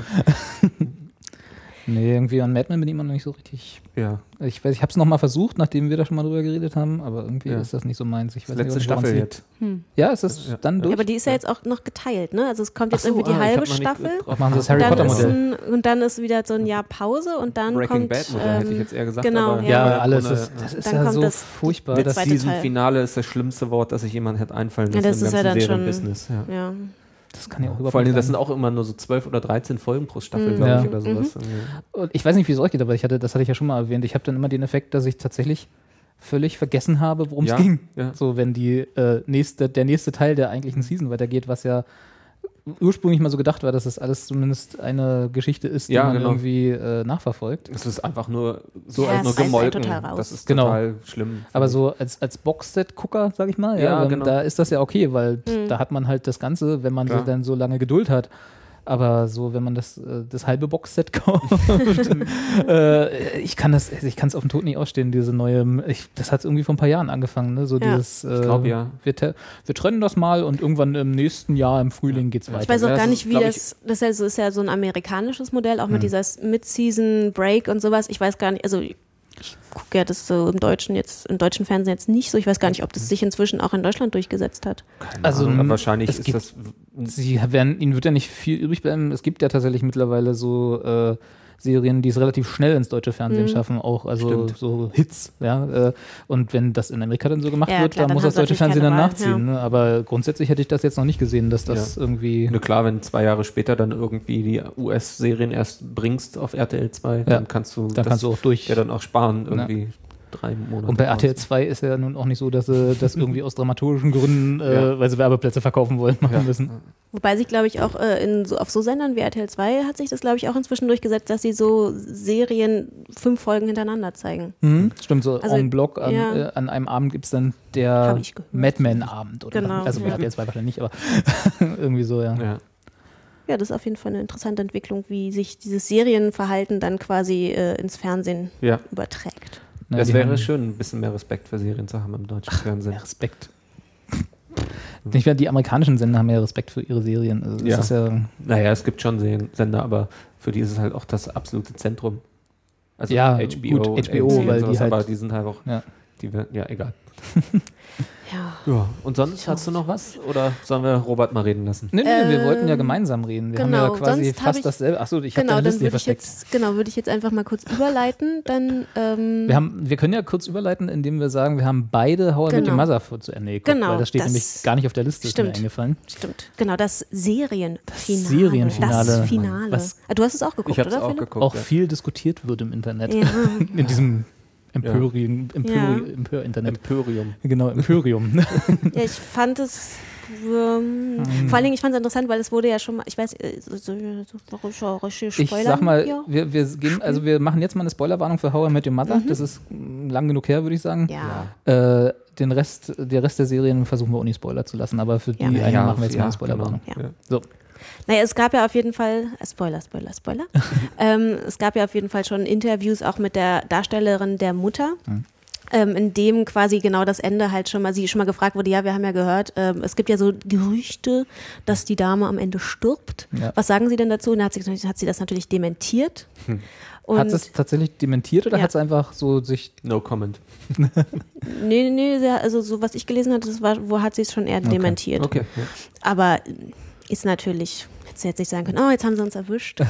Nee, irgendwie an Mad Men bin ich immer noch nicht so richtig. Ja, Ich weiß, ich habe es nochmal versucht, nachdem wir da schon mal drüber geredet haben, aber irgendwie Ja. ist das nicht so meins. Ich weiß letzte nicht, woran Staffel es liegt. jetzt. Ja, ist das Ja. dann Ja, durch? Ja, aber die ist ja jetzt auch noch geteilt, ne? Also es kommt jetzt Ach so, irgendwie die ah, ich halbe hab noch nicht Staffel. drauf- Machen sie das Harry Dann Potter ist Modell. ein, und dann ist wieder so ein Jahr Pause und dann Breaking kommt Bad Modell hätte ich ähm, jetzt eher gesagt. genau, aber Ja, Ja, alles ohne- ist, das ist Dann ja kommt so das- furchtbar. der Das, zweite Season Teil. Finale ist das schlimmste Wort, das sich jemand hätte einfallen Ja, lassen das ist ja dann schon- Serienbusiness. Ja. ja. das kann ja auch überhaupt Vor allem, nicht das sein. sind auch immer nur so zwölf oder dreizehn Folgen pro Staffel, Mhm. glaube Ja. ich, oder sowas. Irgendwie. Und ich weiß nicht, wie es euch geht, aber ich hatte, das hatte ich ja schon mal erwähnt. Ich habe dann immer den Effekt, dass ich tatsächlich völlig vergessen habe, worum es Ja, ging. ja. So, wenn die äh, nächste, der nächste Teil der eigentlichen Season weitergeht, was ja ursprünglich mal so gedacht war, dass das alles zumindest eine Geschichte ist, die Ja, man genau. irgendwie äh, nachverfolgt. Es ist einfach nur Ja, so nur es reißt einen gemolken. total raus. Das ist Genau. total schlimm. Aber so als, als Boxset-Gucker, sag ich mal, ja, Ja, wenn, genau. da ist das ja okay, weil Mhm. da hat man halt das Ganze, wenn man so, Klar. dann so lange Geduld hat. Aber so, wenn man das, äh, das halbe Boxset kauft, äh, ich kann das, ich kann es auf den Tod nicht ausstehen, diese neue, ich, das hat irgendwie vor ein paar Jahren angefangen, ne? So Ja. dieses, äh, Ich glaub, ja. wir, te- wir trennen das mal und irgendwann im nächsten Jahr, im Frühling geht's weiter. Ich weiß auch Ja, gar das nicht, ist, wie glaub das, das ist ja so, ist ja so ein amerikanisches Modell, auch mit Hm. dieser Mid-Season-Break und sowas. Ich weiß gar nicht, also ich gucke ja das so im Deutschen jetzt, im deutschen Fernsehen jetzt nicht so. Ich weiß gar nicht, ob das sich inzwischen auch in Deutschland durchgesetzt hat. Keine Also, Ahnung, aber m- wahrscheinlich es ist gibt- das sie werden, ihnen wird ja nicht viel übrig bleiben. Es gibt ja tatsächlich mittlerweile so äh, Serien, die es relativ schnell ins deutsche Fernsehen Mhm. schaffen, auch also Stimmt. so Hits, ja. Äh, und wenn das in Amerika dann so gemacht Ja, wird, klar, dann dann muss haben das sie deutsche natürlich Fernsehen keine dann Wahl, nachziehen. Ne? Aber grundsätzlich hätte ich das jetzt noch nicht gesehen, dass das Ja. irgendwie. Na klar, wenn zwei Jahre später dann irgendwie die U S-Serien erst bringst auf R T L zwei, Ja. dann kannst du Dann das kannst du auch durch. ja dann auch sparen, irgendwie drei Monate. Und bei R T L raus. zwei ist ja nun auch nicht so, dass sie das irgendwie aus dramaturgischen Gründen, äh, Ja. weil sie Werbeplätze verkaufen wollen, machen Ja. müssen. Wobei sich, glaube ich, auch äh, in so, auf so Sendern wie R T L zwei hat sich das, glaube ich, auch inzwischen durchgesetzt, dass sie so Serien fünf Folgen hintereinander zeigen. Mhm. Stimmt, so Also, en bloc an, ja. äh, an einem Abend gibt es dann der Hab ich gehört. Madman-Abend. Oder Genau, also bei ja. R T L zwei wahrscheinlich nicht, aber irgendwie so, ja. Ja. Ja, das ist auf jeden Fall eine interessante Entwicklung, wie sich dieses Serienverhalten dann quasi äh, ins Fernsehen ja. überträgt. Na, Es die wäre haben schön, ein bisschen mehr Respekt für Serien zu haben im deutschen Fernsehen. mehr Respekt. Nicht mehr die amerikanischen Sender haben ja Respekt für ihre Serien. Also das Ja. ist ja, Naja, es gibt schon Serien- Sender, aber für die ist es halt auch das absolute Zentrum. Also Ja, H B O, gut, und H B O, A M C und weil sowas, die halt- aber die sind halt auch, ja. die werden, ja, egal. Ja. Ja. Und sonst hast du noch was? Oder sollen wir Robert mal reden lassen? Nee, nee, wir Ähm, wollten ja gemeinsam reden. Wir genau, haben ja quasi sonst hab fast ich- dasselbe. Achso, ich habe Genau, deine dann Liste hier würde ich versteckt. jetzt, genau, würde ich jetzt einfach mal kurz überleiten. Dann, ähm, Wir, haben, wir können ja kurz überleiten, indem wir sagen, wir haben beide How I Met Your Genau. Mother vor- zu Ende geguckt, Genau, weil das steht das nämlich gar nicht auf der Liste, ist mir stimmt. eingefallen. stimmt, genau, das Serienfinale. Serienfinale. Das Finale. Was- Ah, du hast es auch geguckt, Ich habe es oder auch Philipp? geguckt. Auch ja. viel diskutiert wird im Internet. Ja. In diesem Empörien, Empöri, Ja. Empör-Internet. Emporium. Genau, Empörium. Ja, ich fand es ähm, vor allen Dingen, ich fand es interessant, weil es wurde ja schon mal, ich weiß, äh, so, so, so, so richtig Ich Spoilern sag mal, hier. wir, wir gehen, also wir machen jetzt mal eine Spoilerwarnung für How I Met Your Mother. Das ist mm, lang genug her, würde ich sagen. Ja. Äh, den Rest, der Rest der Serien versuchen wir auch nicht Spoiler zu lassen, aber für die Ja. eine Ja, machen wir jetzt mal ja, eine Spoilerwarnung. genau. Ja. So. Naja, es gab ja auf jeden Fall, äh, Spoiler, Spoiler, Spoiler. ähm, es gab ja auf jeden Fall schon Interviews auch mit der Darstellerin der Mutter. Mhm. Ähm, in dem quasi genau das Ende halt schon mal, sie schon mal gefragt wurde, ja, wir haben ja gehört, ähm, es gibt ja so Gerüchte, dass die Dame am Ende stirbt. Ja. Was sagen Sie denn dazu? Und dann hat sie, hat sie das natürlich dementiert. Und Hat sie es tatsächlich dementiert oder Ja. hat sie einfach so sich. No comment. nee, nee, sie- also so was ich gelesen hatte, das war, wo hat sie es schon eher dementiert. Okay. Ja. Aber ist natürlich, hätte sie jetzt nicht sagen können, oh, jetzt haben sie uns erwischt.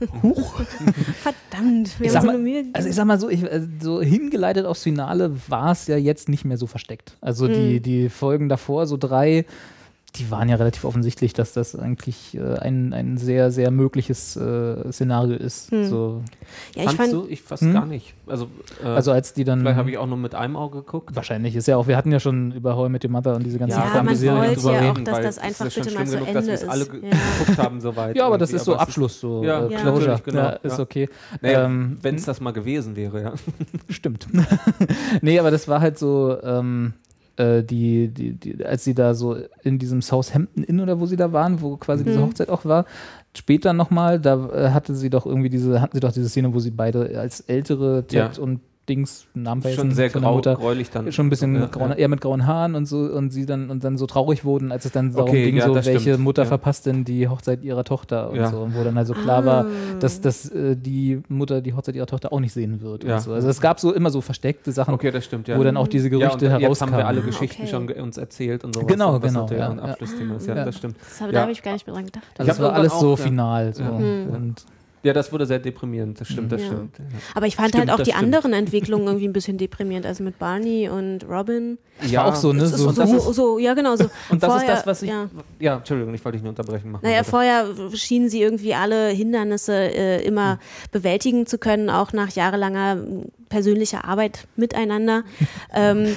Verdammt, wir Ich haben sag, so mal, eine Mühe gegeben. also ich sag mal so, ich, äh, so hingeleitet aufs Finale war es ja jetzt nicht mehr so versteckt. Also die, die Folgen davor, so drei, die waren ja relativ offensichtlich, dass das eigentlich äh, ein, ein sehr, sehr mögliches äh, Szenario ist. So, ja, ich Fandst fand, du? Ich fast Hm? gar nicht. Also, äh, also als die dann. vielleicht habe ich auch nur mit einem Auge geguckt. Wahrscheinlich ist ja auch, wir hatten ja schon über How I Met Your Mother und diese ganzen Ja, ja, aber man wir wollte drüber ja auch, reden, dass weil das es einfach ist ja bitte schon mal zu schlimm genug, dass Ende wir es ist. alle ge- Ja. geguckt haben soweit. Ja, aber das irgendwie, ist so es Abschluss, so Ja, äh, ja. Closure. natürlich, genau, Ja, ist ja. okay. Naja, Ähm, wenn es das mal gewesen wäre, ja. Stimmt. Nee, aber das war halt so, ähm, äh, die, die, die, als sie da so in diesem Southampton Inn oder wo sie da waren, wo quasi diese Hochzeit auch war, später nochmal, da äh, hatte sie doch irgendwie diese, hatten sie doch diese Szene, wo sie beide als ältere Ted Ja. und Dings, Namen Schon vergessen sehr von der grau, Mutter, gräulich dann. schon ein bisschen Ja, grauen, ja. eher mit grauen Haaren und so und sie dann und dann so traurig wurden, als es dann darum Okay, ging, ja, so das welche stimmt. Mutter Ja. verpasst denn die Hochzeit ihrer Tochter und Ja. so, und wo dann also klar Ah. war, dass, dass äh, die Mutter die Hochzeit ihrer Tochter auch nicht sehen wird. Ja. Und so. Also es gab so immer so versteckte Sachen, Okay, das stimmt, ja. wo dann auch diese ja, und Gerüchte jetzt herauskamen. haben wir alle Ah, Geschichten okay. schon ge- uns erzählt und sowas. Genau, was genau, natürlich ja, ein ja. Abschlussthema ist. Ja, Ja. das stimmt. das habe, Ja. da habe ich gar nicht mehr dran gedacht. Also Ich es hab war alles so irgendwann auch, ja. final. So. Ja. Und Ja, das wurde sehr deprimierend. Das stimmt, das Ja. stimmt. Ja. Aber ich fand Stimmt, halt auch das die stimmt. anderen Entwicklungen irgendwie ein bisschen deprimierend. Also mit Barney und Robin. war auch so, ne? Das ist So, so, so, so, ja, genau so. Und das vorher, ist das, was ich. Ja. Ja, Entschuldigung, ich wollte dich nur unterbrechen. Machen Naja, weiter. vorher schienen sie irgendwie alle Hindernisse äh, immer bewältigen zu können, auch nach jahrelanger m, persönlicher Arbeit miteinander. ähm,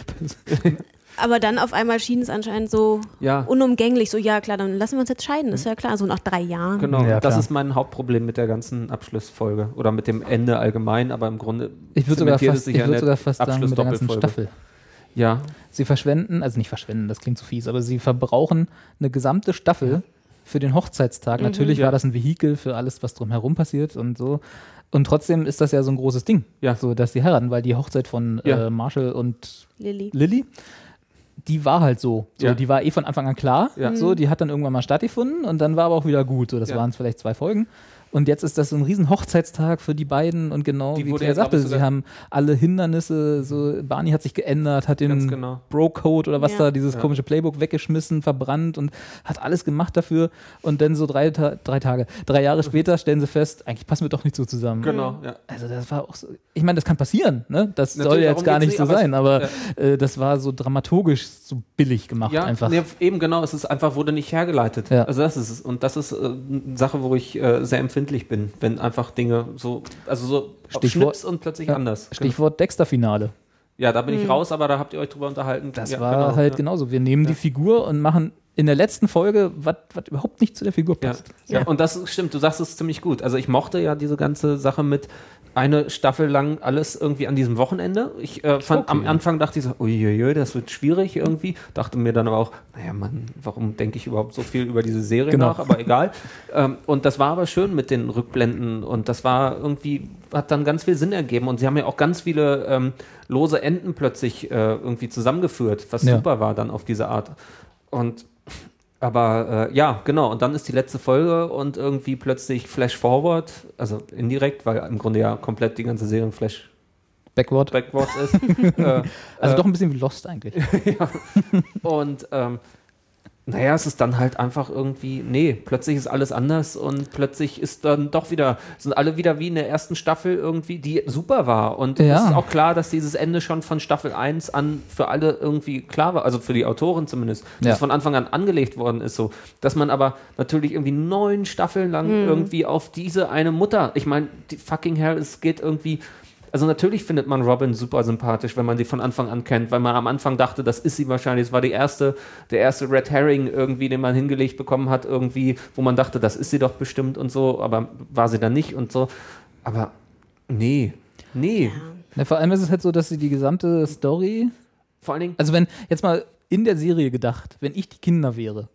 aber dann auf einmal schien es anscheinend so Ja. unumgänglich, so ja klar, dann lassen wir uns jetzt scheiden, ist ja klar, so nach drei Jahren. Genau, Ja, das klar. ist mein Hauptproblem mit der ganzen Abschlussfolge oder mit dem Ende allgemein, aber im Grunde ich würde sogar zementiert es fast, sich ich ja in würd der sogar fast sagen, mit der ganzen Abschluss-Doppelfolge. Staffel. Ja, Sie verschwenden, also nicht verschwenden, das klingt zu fies, aber sie verbrauchen eine gesamte Staffel für den Hochzeitstag. Natürlich Ja. war das ein Vehikel für alles, was drumherum passiert und so. Und trotzdem ist das ja so ein großes Ding, Ja. so dass sie heiraten, weil die Hochzeit von Ja. äh, Marshall und Lilly. Lilly, die war halt so. so Ja. Die war eh von Anfang an klar. Ja. So, die hat dann irgendwann mal stattgefunden und dann war aber auch wieder gut. So, das Ja. waren vielleicht zwei Folgen. Und jetzt ist das so ein riesen Hochzeitstag für die beiden und genau Die wie wurde Claire ja, glaub sagte, ich, sie sogar- haben alle Hindernisse, so Barney hat sich geändert, hat Ganz den genau. Bro-Code oder was Ja. da, dieses Ja. komische Playbook weggeschmissen, verbrannt und hat alles gemacht dafür und dann so drei, Ta- drei Tage, drei Jahre später stellen sie fest, eigentlich passen wir doch nicht so zusammen. Genau, ja. Also das war auch so, ich meine, das kann passieren, ne? Das Natürlich, soll ja darum jetzt gar geht's nicht so nicht, aber sein, es- aber ja. äh, das war so dramaturgisch so billig gemacht Ja, einfach. nee, eben genau, es ist einfach, wurde nicht hergeleitet. Ja. Also das ist es. Und das ist äh, eine Sache, wo ich äh, sehr empfindlich bin, wenn einfach Dinge so, also so auf Stichwort- Schnips und plötzlich Ja, anders. Stichwort Dexter-Finale. Ja, da bin ich raus, aber da habt ihr euch drüber unterhalten. Das ja, war genau, halt ja. genauso. Wir nehmen die Figur und machen in der letzten Folge, was überhaupt nicht zu der Figur Ja. passt. Ja. Und das stimmt, du sagst es ziemlich gut. Also ich mochte ja diese ganze Sache mit eine Staffel lang alles irgendwie an diesem Wochenende. Ich äh, fand Okay. am Anfang dachte ich so, uiuiui, das wird schwierig irgendwie. Dachte mir dann aber auch, naja Mann, warum denke ich überhaupt so viel über diese Serie Genau. nach? Aber egal. ähm, und das war aber schön mit den Rückblenden und das war irgendwie, hat dann ganz viel Sinn ergeben. Und sie haben ja auch ganz viele ähm, lose Enden plötzlich äh, irgendwie zusammengeführt, was Ja. super war dann auf diese Art. Und aber äh, ja, genau, und dann ist die letzte Folge und irgendwie plötzlich Flash Forward, also indirekt, weil im Grunde ja komplett die ganze Serie Flash Backward. Backwards ist. äh, Also äh, doch ein bisschen wie Lost eigentlich. und ähm, naja, es ist dann halt einfach irgendwie, nee, plötzlich ist alles anders und plötzlich ist dann doch wieder, sind alle wieder wie in der ersten Staffel irgendwie, die super war. Und Ja. es ist auch klar, dass dieses Ende schon von Staffel eins an für alle irgendwie klar war, also für die Autoren zumindest, dass Ja. es von Anfang an angelegt worden ist, so, dass man aber natürlich irgendwie neun Staffeln lang irgendwie auf diese eine Mutter, ich meine, die fucking hell, es geht irgendwie. Also natürlich findet man Robin super sympathisch, wenn man sie von Anfang an kennt, weil man am Anfang dachte, das ist sie wahrscheinlich, es war die erste, der erste Red Herring irgendwie, den man hingelegt bekommen hat irgendwie, wo man dachte, das ist sie doch bestimmt und so, aber war sie dann nicht und so. Aber nee, nee. Ja, vor allem ist es halt so, dass sie die gesamte Story, Vor allen Dingen, also wenn, jetzt mal in der Serie gedacht, wenn ich die Kinder wäre,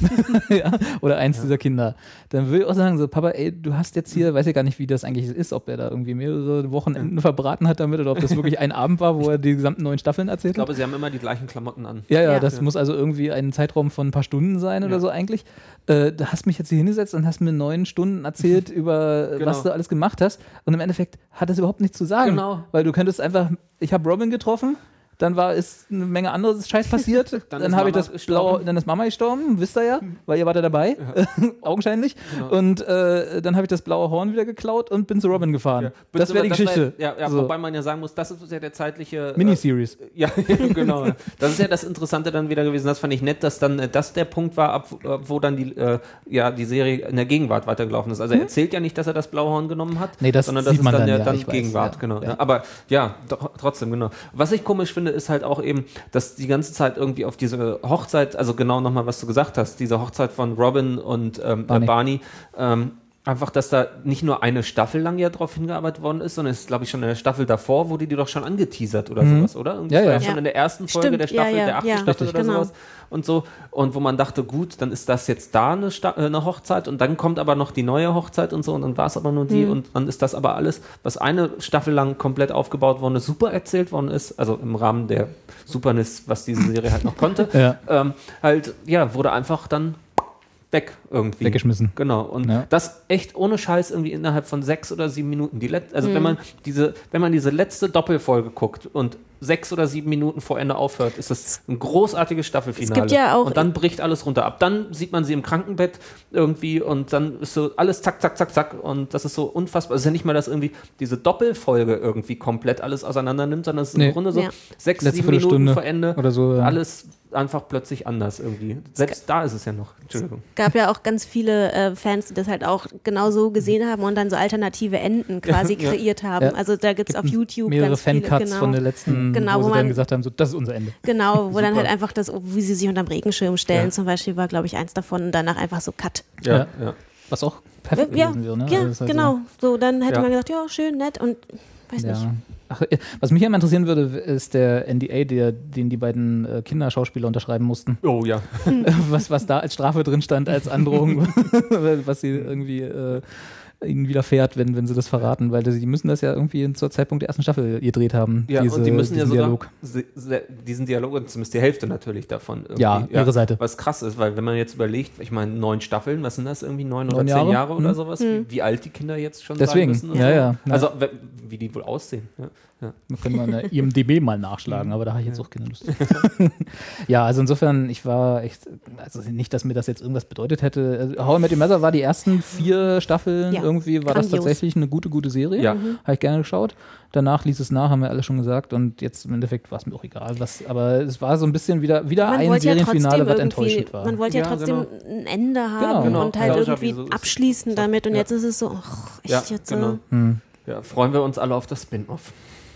ja, oder eins dieser Kinder, dann würde ich auch sagen, so, Papa, ey, du hast jetzt hier, weiß ja gar nicht, wie das eigentlich ist, ob er da irgendwie mehrere Wochenenden verbraten hat damit oder ob das wirklich ein Abend war, wo er die gesamten neuen Staffeln erzählt ich hat. glaube, sie haben immer die gleichen Klamotten an. Ja, ja, Ja. das muss also irgendwie ein Zeitraum von ein paar Stunden sein oder Ja. so eigentlich. Äh, da hast mich jetzt hier hingesetzt und hast mir neun Stunden erzählt über, Genau. was du alles gemacht hast. Und im Endeffekt hat das überhaupt nichts zu sagen. Genau. Weil du könntest einfach, ich habe Robin getroffen, dann war ist eine Menge anderes Scheiß passiert. dann ist habe ich Mama das gestorben. blaue, dann ist Mama gestorben, wisst ihr ja, weil ihr wart ja dabei, augenscheinlich. Genau. Und äh, dann habe ich das blaue Horn wieder geklaut und bin zu Robin gefahren. Ja. Das wäre die Geschichte. Wär, ja, ja So. wobei man ja sagen muss, das ist ja der zeitliche äh, Miniseries. Ja, genau. Das ist ja das Interessante dann wieder gewesen. Das fand ich nett, dass dann äh, das der Punkt war, ab, äh, wo dann die, äh, ja, die Serie in der Gegenwart weitergelaufen ist. Also er erzählt ja nicht, dass er das blaue Horn genommen hat, Nee, das sondern das sieht ist man dann, dann, ja, ja, dann ich weiß, Gegenwart, ja. genau. Ja. Aber ja, doch, trotzdem, genau. Was ich komisch finde, ist halt auch eben, dass die ganze Zeit irgendwie auf diese Hochzeit, also genau nochmal, was du gesagt hast, diese Hochzeit von Robin und ähm, Barney. Barney, Barney ähm, einfach, dass da nicht nur eine Staffel lang ja drauf hingearbeitet worden ist, sondern es ist, glaube ich, schon in der Staffel davor, wurde die doch schon angeteasert oder sowas, oder? Irgendwie Ja, war ja. schon Ja. in der ersten Folge Stimmt, der Staffel, ja, ja, der achten ja. Staffel Richtig, oder genau. sowas und so. Und wo man dachte, gut, dann ist das jetzt da eine, Sta äh, eine Hochzeit und dann kommt aber noch die neue Hochzeit und so und dann war es aber nur die und dann ist das aber alles, was eine Staffel lang komplett aufgebaut worden ist, super erzählt worden ist, also im Rahmen der Superness, was diese Serie halt noch konnte, Ja. ähm, halt, ja, wurde einfach dann weg irgendwie. Weggeschmissen. Genau. Und Ja. das echt ohne Scheiß irgendwie innerhalb von sechs oder sieben Minuten. Die Let also wenn man diese, wenn man diese letzte Doppelfolge guckt und sechs oder sieben Minuten vor Ende aufhört, ist das ein großartiges Staffelfinale. Es gibt ja auch- und dann bricht alles runter. Ab dann sieht man sie im Krankenbett irgendwie und dann ist so alles zack, zack, zack, zack und das ist so unfassbar. Es ist ja nicht mal, dass irgendwie diese Doppelfolge irgendwie komplett alles auseinander nimmt, sondern es ist Nee. im Grunde so Ja. sechs, Letzte sieben Minuten Viertelstunde vor Ende. oder so, ja. Alles einfach plötzlich anders irgendwie. Selbst da ist es ja noch. Entschuldigung. gab ja auch ganz viele äh, Fans, die das halt auch genau so gesehen haben und dann so alternative Enden quasi Ja. kreiert haben. Ja. Also da gibt es auf YouTube mehrere ganz viele, Fancuts genau, von der letzten, Genau, wo wo sie dann man- gesagt haben, so, das ist unser Ende. genau, wo dann Super. halt einfach das, wie sie sich unterm Regenschirm stellen, Ja. zum Beispiel war, glaube ich, eins davon und danach einfach so Cut. Ja, ja. Was auch perfekt ja, gewesen wäre, ne? ja Also das ist halt genau. So, dann hätte Ja. man gesagt, ja, schön, nett und weiß So, nicht. ja. Ach, äh, was mich ja mal interessieren würde, ist der N D A, der, den die beiden äh, Kinderschauspieler unterschreiben mussten. Oh ja. was, was da als Strafe drin stand, als Androhung, was sie irgendwie äh, ihnen widerfährt, wenn, wenn sie das verraten, weil die müssen das ja irgendwie zur Zeitpunkt der ersten Staffel gedreht haben. Ja, diese, und die müssen ja sogar Dialog. se- se- diesen Dialog, und zumindest die Hälfte natürlich davon. Irgendwie, Ja, ihre Seite. Was krass ist, weil wenn man jetzt überlegt, ich meine, neun Staffeln, was sind das, irgendwie neun, Neun oder zehn Jahre? Jahre oder Hm. sowas, wie, wie alt die Kinder jetzt schon Deswegen, sein müssen. und ja, so. ja, ja. Also, we- wie die wohl aussehen. Ja, ja. Wir können mal eine I M D B mal nachschlagen, aber da habe ich jetzt auch keine Lust. Ja, also insofern, ich war echt, also nicht, dass mir das jetzt irgendwas bedeutet hätte. Also How I Met Your Mother war die ersten vier Staffeln, Ja, irgendwie war das grandios. tatsächlich eine gute, gute Serie. Ja. Habe ich gerne geschaut. Danach ließ es nach, haben wir alle schon gesagt, und jetzt im Endeffekt war es mir auch egal. Was, aber es war so ein bisschen wieder, wieder Man ein wollte ja Serienfinale, trotzdem was irgendwie, enttäuschend war. man wollte ja, Ja, trotzdem ein Ende haben Genau. und halt Genau. irgendwie Ja, so ist- abschließen damit und Ja. jetzt ist es so, ach, echt Ja, jetzt genau. so. Hm. Ja, freuen wir uns alle auf das Spin-Off.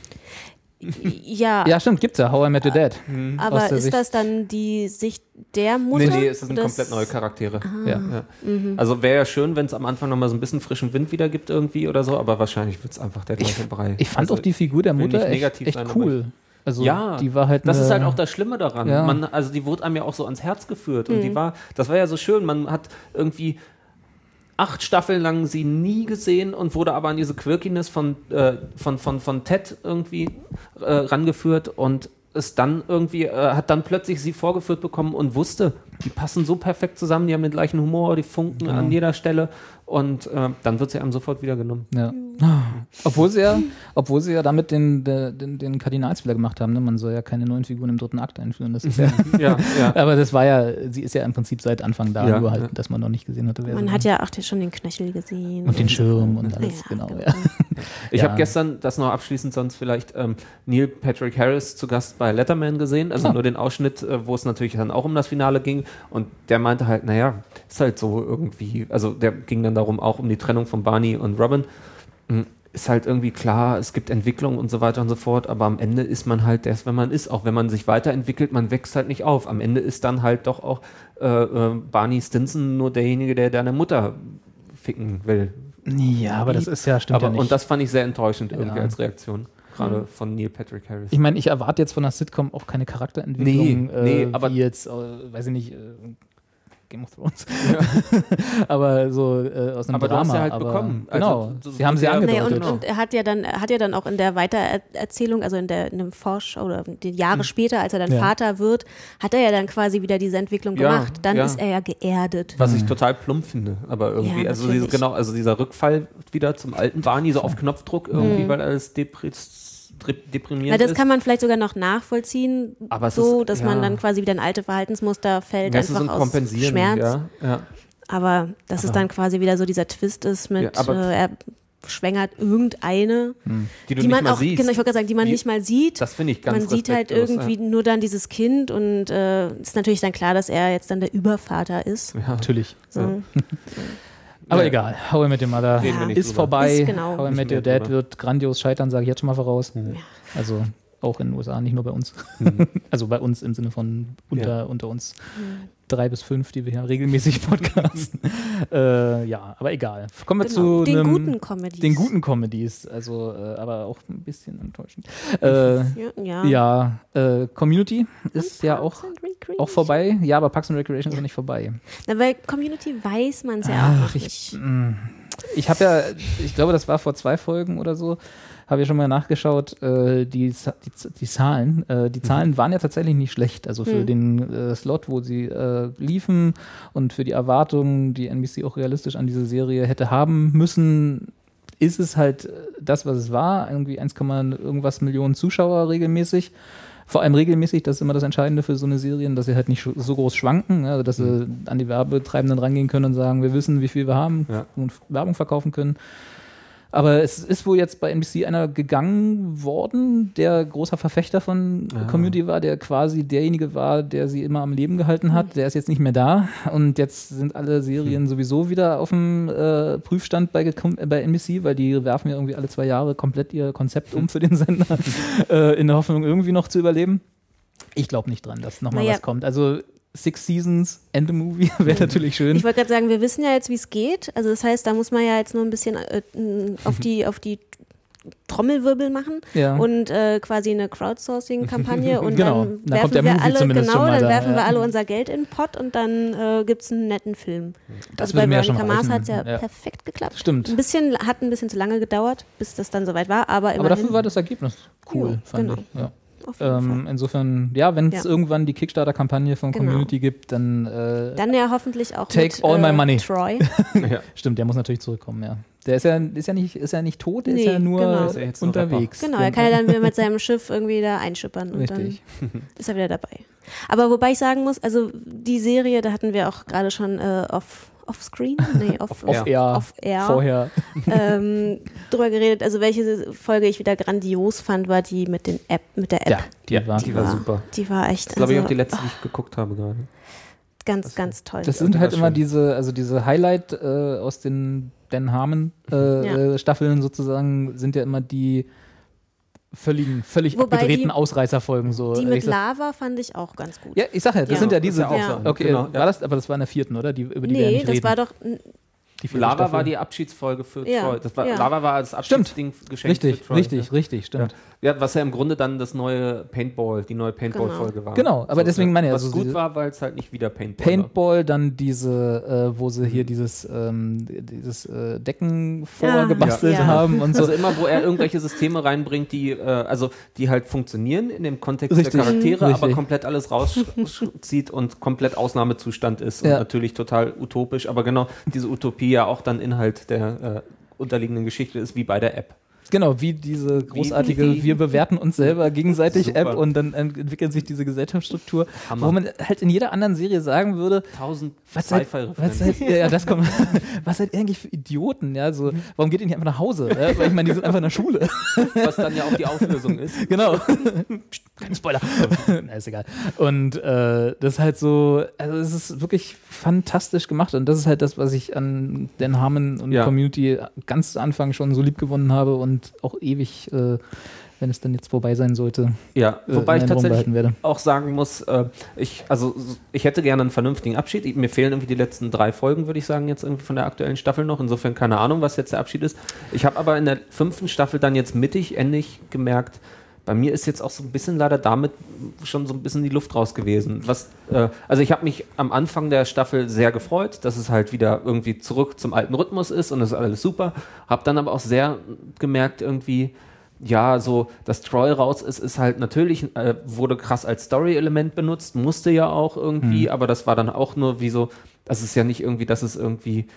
Ja, Ja, stimmt, gibt's ja, How I Met Your Dad. aus aber der ist Sicht- das dann die Sicht der Mutter? Nee, nee, es sind Das- komplett neue Charaktere. Ja. Ja. Also wäre ja schön, wenn es am Anfang nochmal so ein bisschen frischen Wind wieder gibt irgendwie oder so, aber wahrscheinlich wird es einfach der gleiche Brei. Ich fand also, auch die Figur der will Mutter nicht echt, negativ echt sein, aber cool. Also Ja, die war halt das eine, ist halt auch das Schlimme daran. Ja. Man, also die wurde einem ja auch so ans Herz geführt und die war, das war ja so schön. Man hat irgendwie acht Staffeln lang sie nie gesehen und wurde aber an diese Quirkiness von, äh, von, von, von Ted irgendwie äh, rangeführt und ist dann irgendwie, äh, hat dann plötzlich sie vorgeführt bekommen und wusste, die passen so perfekt zusammen, die haben den gleichen Humor, die funken an jeder Stelle und äh, dann wird sie einem sofort wieder genommen. Ja. Obwohl sie ja, obwohl sie ja damit den, den, den Kardinalsfehler gemacht haben, ne? Man soll ja keine neuen Figuren im dritten Akt einführen. Das ist ja, Ja, ja. aber das war ja, sie ist ja im Prinzip seit Anfang da, Ja, nur halt, ja. dass man noch nicht gesehen hatte, wer Man sie hat war. ja auch schon den Knöchel gesehen. Und den Schirm und alles, Ja, genau. genau. Ja. Ich Ja. habe gestern, das noch abschließend sonst vielleicht, ähm, Neil Patrick Harris zu Gast bei Letterman gesehen, also Ah. nur den Ausschnitt, äh, wo es natürlich dann auch um das Finale ging und der meinte halt, naja, ist halt so irgendwie, also der ging dann darum auch um die Trennung von Barney und Robin, Hm, ist halt irgendwie klar, es gibt Entwicklung und so weiter und so fort, aber am Ende ist man halt das, wenn man ist, auch wenn man sich weiterentwickelt, man wächst halt nicht auf. Am Ende ist dann halt doch auch äh, äh, Barney Stinson nur derjenige, der deine Mutter ficken will. Ja, aber das ist ja, stimmt Aber, ja nicht. und das fand ich sehr enttäuschend irgendwie Ja. als Reaktion, gerade von Neil Patrick Harris. Ich meine, ich erwarte jetzt von der Sitcom auch keine Charakterentwicklung, Nee, nee, äh, aber- wie jetzt, äh, weiß ich nicht, äh, Game of Thrones. aber so äh, aus einem Aber du Drama. hast sie halt aber, bekommen. Also, Genau, so- sie haben sie ja, Nee, angedeutet. und, und er hat ja dann, er hat ja dann auch in der Weitererzählung, also in der in dem Forsch oder die Jahre später, als er dann Ja. Vater wird, hat er ja dann quasi wieder diese Entwicklung Ja, gemacht. Dann ja. ist er ja geerdet. Was ich total plump finde, aber irgendwie, Ja, also diese, natürlich. genau, also dieser Rückfall wieder zum alten Barney, so auf Knopfdruck irgendwie, weil alles depri dep- Na, deprimierend das ist. kann man vielleicht sogar noch nachvollziehen, Aber es so, ist- dass ja. man dann quasi wieder in alte Verhaltensmuster fällt, Ja, es ist einfach ein aus Kompensieren, Schmerz. ja, ja. Aber dass es dann quasi wieder so dieser Twist ist mit, Ja, aber- äh, er schwängert irgendeine, Die du die nicht man mal auch, siehst. genau, ich wollte gerade sagen, die man Wie- nicht mal sieht. Das finde ich ganz Man sieht halt respektlos, irgendwie nur dann dieses Kind und äh, ist natürlich dann klar, dass er jetzt dann der Übervater ist. Ja. Ja. Natürlich. So. Aber Ja. egal, How I Met Your Mother Reden wir nicht ist drüber. vorbei. Ist genau. How I Nicht Met mehr Your Dad drüber. wird grandios scheitern, sage ich jetzt schon mal voraus. Also auch in den U S A, nicht nur bei uns. Also bei uns im Sinne von unter, Ja. unter uns. Drei bis fünf, die wir hier regelmäßig podcasten. äh, ja, aber egal. Kommen wir Genau, zu den einem- guten Comedies. Den guten Comedies, also äh, aber auch ein bisschen enttäuschend. Äh, Ja, ja. ja, äh, Community ist ja auch, Parks and Recreation. auch vorbei. Ja, aber Parks and Recreation ist noch nicht vorbei. Na, bei Community weiß man es ja auch noch Ach, ich, nicht. mh. ich habe ja, ich glaube, das war vor zwei Folgen oder so, habe ich schon mal nachgeschaut, äh, die, Z- die, Z- die Zahlen. Äh, die Zahlen waren ja tatsächlich nicht schlecht. Also für Hm. den äh, Slot, wo sie äh, liefen und für die Erwartungen, die N B C auch realistisch an diese Serie hätte haben müssen, ist es halt äh, das, was es war. Irgendwie eins, irgendwas Millionen Zuschauer regelmäßig. Vor allem regelmäßig, das ist immer das Entscheidende für so eine Serie, dass sie halt nicht sch- so groß schwanken, also dass sie an die Werbetreibenden rangehen können und sagen, wir wissen, wie viel wir haben Ja. und Werbung verkaufen können. Aber es ist wohl jetzt bei N B C einer gegangen worden, der großer Verfechter von Ah. Community war, der quasi derjenige war, der sie immer am Leben gehalten hat. Der ist jetzt nicht mehr da und jetzt sind alle Serien sowieso wieder auf dem äh, Prüfstand bei, gecom- äh, bei N B C, weil die werfen ja irgendwie alle zwei Jahre komplett ihr Konzept um für den Sender, äh, in der Hoffnung irgendwie noch zu überleben. Ich glaube nicht dran, dass nochmal Naja. was kommt. Also Six Seasons, End the Movie, wäre natürlich schön. Ich wollte gerade sagen, wir wissen ja jetzt, wie es geht. Also das heißt, da muss man ja jetzt nur ein bisschen äh, auf die, auf die Trommelwirbel machen Ja. und äh, quasi eine Crowdsourcing-Kampagne und Genau. dann Dann kommt werfen der wir Movie alle, zumindest genau, schon mal dann da, werfen ja. wir alle unser Geld in den Pott und dann äh, gibt es einen netten Film. Das also würde bei mir ja schon Veronica Mars hat es ja, reichen. Ja. perfekt geklappt. Stimmt. Ein bisschen, hat ein bisschen zu lange gedauert, bis das dann soweit war, aber immerhin. Aber dafür war das Ergebnis cool, Ja, fand genau. ich. Ja. Auf jeden Ähm, Fall. insofern, ja, wenn es Ja. irgendwann die Kickstarter-Kampagne von Genau. Community gibt, dann, äh, Dann ja hoffentlich auch Take mit all my äh, money. Troy. Ja. stimmt, der muss natürlich zurückkommen, ja. Der ist ja, ist ja, nicht, ist ja nicht tot, der ist Nee, ja nur genau. Ist ja jetzt ein unterwegs. Genau, er kann ja dann wieder mit seinem Schiff irgendwie da einschippern und Richtig. dann ist er wieder dabei. Aber wobei ich sagen muss, also die Serie, da hatten wir auch gerade schon äh, off, off-screen, nee, off, Off Air, off Air vorher. ähm, drüber geredet. Also welche Folge ich wieder grandios fand, war die mit den App, mit der App. Ja, die Ja, war. die war super. Die war echt, Das ist, glaube ich, also, auch die letzte, die ich geguckt habe gerade. ganz, ganz toll. Das Ja, sind die halt war immer schön. diese, also diese Highlight äh, aus den Dan Harmon äh, Ja. äh, Staffeln sozusagen, sind ja immer die völligen, völlig Wobei abgedrehten die- Ausreißerfolgen. So. die Ich mit sag- Lava fand ich auch ganz gut. Ja, ich sag ja, das Ja. sind ja Das diese. ist ja auch Ja. so. Okay, Genau, war ja. das, aber das war in der vierten, oder? Die, über die wir ja Nee, nicht das reden. war doch, Die vierte Lava Staffel. war die Abschiedsfolge für Ja, Troy. Das war, ja. Lava war das Stimmt. Abschiedsding geschenkt Richtig, für Troy. richtig, Ja. richtig, stimmt. Ja, was ja im Grunde dann das neue Paintball, die neue Paintball-Folge war. Genau, aber deswegen ja. meine ich, Was also gut diese- war, weil es halt nicht wieder Paintball, war. Paintball, dann diese, äh, wo sie hier dieses, ähm, dieses äh, Decken vorgebastelt Ja. Ja. haben und so. Also immer, wo er irgendwelche Systeme reinbringt, die, äh, also die halt funktionieren in dem Kontext Richtig. der Charaktere, Mhm. aber Richtig. komplett alles rauszieht und komplett Ausnahmezustand ist und Ja. natürlich total utopisch, aber genau diese Utopie ja auch dann Inhalt der äh, unterliegenden Geschichte ist, wie bei der App. Genau, wie diese großartige, wie- wir bewerten uns selber gegenseitig Super. App und dann entwickelt sich diese Gesellschaftsstruktur, Hammer. wo man halt in jeder anderen Serie sagen würde, Tausend was seid, was Sci-Fi-Referenzen. seid, ja, das kommt, was seid ihr eigentlich für Idioten, ja, so, warum geht ihr nicht einfach nach Hause, ja? Weil ich meine, die sind einfach in der Schule. Was dann ja auch die Auflösung ist. Genau. Psst, kein Spoiler. Na, ist egal. Und äh, das ist halt so, also es ist wirklich fantastisch gemacht und das ist halt das, was ich an Dan Harmon und Ja. Community ganz zu Anfang schon so lieb gewonnen habe und auch ewig, äh, wenn es dann jetzt vorbei sein sollte, Ja, äh, wobei in ich Erinnerung tatsächlich behalten werde. auch sagen muss, äh, ich, also ich hätte gerne einen vernünftigen Abschied. Ich, mir fehlen irgendwie die letzten drei Folgen, würde ich sagen, jetzt irgendwie von der aktuellen Staffel noch. Insofern keine Ahnung, was jetzt der Abschied ist. Ich habe aber in der fünften Staffel dann jetzt mittig endlich gemerkt, bei mir ist jetzt auch so ein bisschen leider damit schon so ein bisschen die Luft raus gewesen. Was, äh, also ich habe mich am Anfang der Staffel sehr gefreut, dass es halt wieder irgendwie zurück zum alten Rhythmus ist und es ist alles super. Habe dann aber auch sehr gemerkt irgendwie, ja, so, dass Troy raus ist, ist halt natürlich, äh, wurde krass als Story-Element benutzt, musste ja auch irgendwie, aber das war dann auch nur wie so, das ist ja nicht irgendwie, dass es irgendwie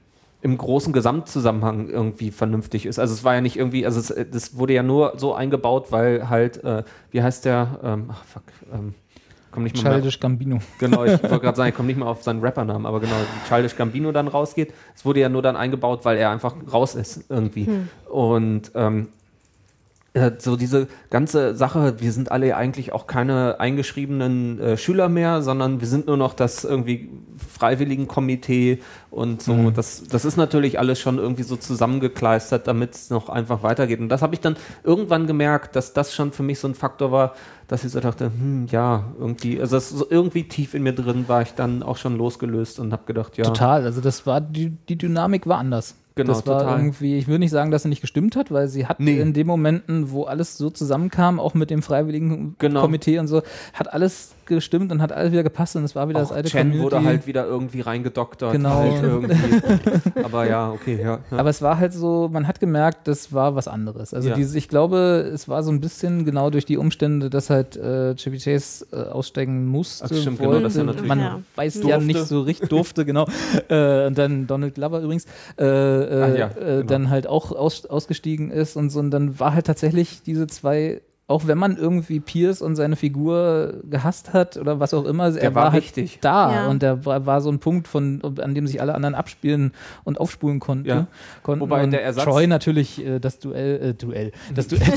im großen Gesamtzusammenhang irgendwie vernünftig ist. Also es war ja nicht irgendwie, also es, das wurde ja nur so eingebaut, weil halt, äh, wie heißt der, ähm, ach fuck, ähm, komm nicht mal mehr. Childish Gambino. Genau, ich wollte gerade sagen, ich komme nicht mal auf seinen Rappernamen, aber genau, Childish Gambino dann rausgeht. Es wurde ja nur dann eingebaut, weil er einfach raus ist irgendwie. Und ähm, äh, so diese ganze Sache, wir sind alle eigentlich auch keine eingeschriebenen äh, Schüler mehr, sondern wir sind nur noch das irgendwie Freiwilligenkomitee und so. Mhm. Das, das ist natürlich alles schon irgendwie so zusammengekleistert, damit es noch einfach weitergeht. Und das habe ich dann irgendwann gemerkt, dass das schon für mich so ein Faktor war, dass ich so dachte, hm, ja, irgendwie, also das so irgendwie tief in mir drin war ich dann auch schon losgelöst und habe gedacht, ja. Total, also das war, die, die Dynamik war anders. Genau, das war total. irgendwie, ich würde nicht sagen, dass sie nicht gestimmt hat, weil sie hat Nee. in den Momenten, wo alles so zusammenkam, auch mit dem freiwilligen Genau. Komitee und so, hat alles gestimmt und hat alles wieder gepasst und es war wieder das Auch alte Chen Community. wurde halt wieder irgendwie reingedoktert. Genau. Halt irgendwie. Aber ja, okay, ja. ja. Aber es war halt so, man hat gemerkt, das war was anderes. Also Ja. diese, ich glaube, es war so ein bisschen genau durch die Umstände, dass halt äh, Chevy Chase äh, aussteigen musste, Ach, stimmt, genau, wollte. das ist ja natürlich- man Ja. weiß ja Durfte. nicht so richtig, durfte, genau. Äh, und dann Donald Glover übrigens äh, äh, Ah, ja, äh, genau. dann halt auch aus, ausgestiegen ist und so. Und dann war halt tatsächlich diese zwei, auch wenn man irgendwie Pierce und seine Figur gehasst hat oder was auch immer, er war war halt wichtig. da Ja. und der war, war so ein Punkt, von, an dem sich alle anderen abspielen und aufspulen konnten. Ja. konnten. Wobei und der Ersatz- Troy natürlich äh, das Duell, äh, Duell, das Duett,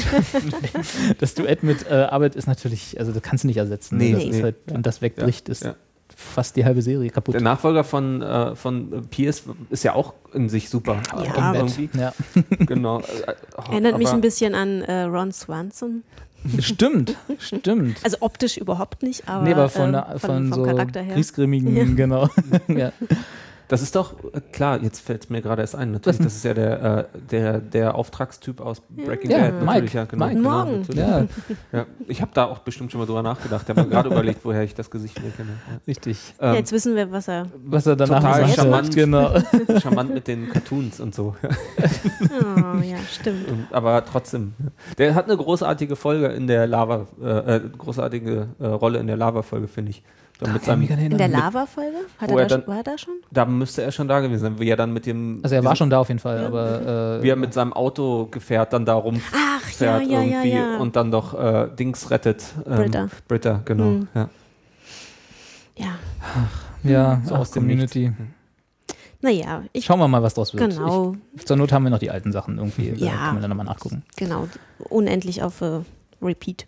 das Duett mit äh, Arbeit ist natürlich, also das kannst du nicht ersetzen. Nee, ne? das nee. ist halt, wenn das wegbricht, ist ja. fast die halbe Serie kaputt. Der Nachfolger von, äh, von Pierce ist ja auch in sich super. Ja. Auch irgendwie. Ja. Genau. Äh, oh, Erinnert mich aber- ein bisschen an äh, Ron Swanson. Stimmt, stimmt. Also optisch überhaupt nicht, aber, nee, aber von, ähm, der, von, vom so Charakter her. griesgrämigen, Ja. genau. ja. Das ist doch, äh, klar, jetzt fällt es mir gerade erst ein, natürlich, das ist ja der, äh, der, der Auftragstyp aus Breaking Ja, Bad. Mike. Natürlich, ja, genau, Mike. genau, Morgen. natürlich. Ja, Ja. Ich habe da auch bestimmt schon mal drüber nachgedacht. Ich habe mir gerade überlegt, woher ich das Gesicht wieder kenne. Ja. richtig. Ja, Ähm, jetzt wissen wir, was er. Was er danach Total gesagt charmant. hat. Genau. charmant mit den Cartoons und so. Oh, ja, stimmt. Und, aber trotzdem. Der hat eine großartige Folge in der Lava, äh, äh, großartige äh, Rolle in der Lava-Folge, finde ich. So mit seinem, In der Lava-Folge? Hat Wo er er da, dann- war er da schon? da müsste er schon da gewesen sein, wie er dann mit dem. Also er war diesem- schon da auf jeden Fall, aber äh, Wie er mit seinem Autogefährt dann da rumfährt Ach, ja, ja, ja, irgendwie ja. und dann doch äh, Dings rettet. Ähm, Britta. Britta, genau. Hm. Ja. Ja. ja, So ach, aus dem Community. Naja, ich. Schauen wir mal, was draus wird. Genau. Ich, zur Not haben wir noch die alten Sachen irgendwie. Da Ja. können wir dann nochmal nachgucken. Genau. Unendlich auf äh, Repeat.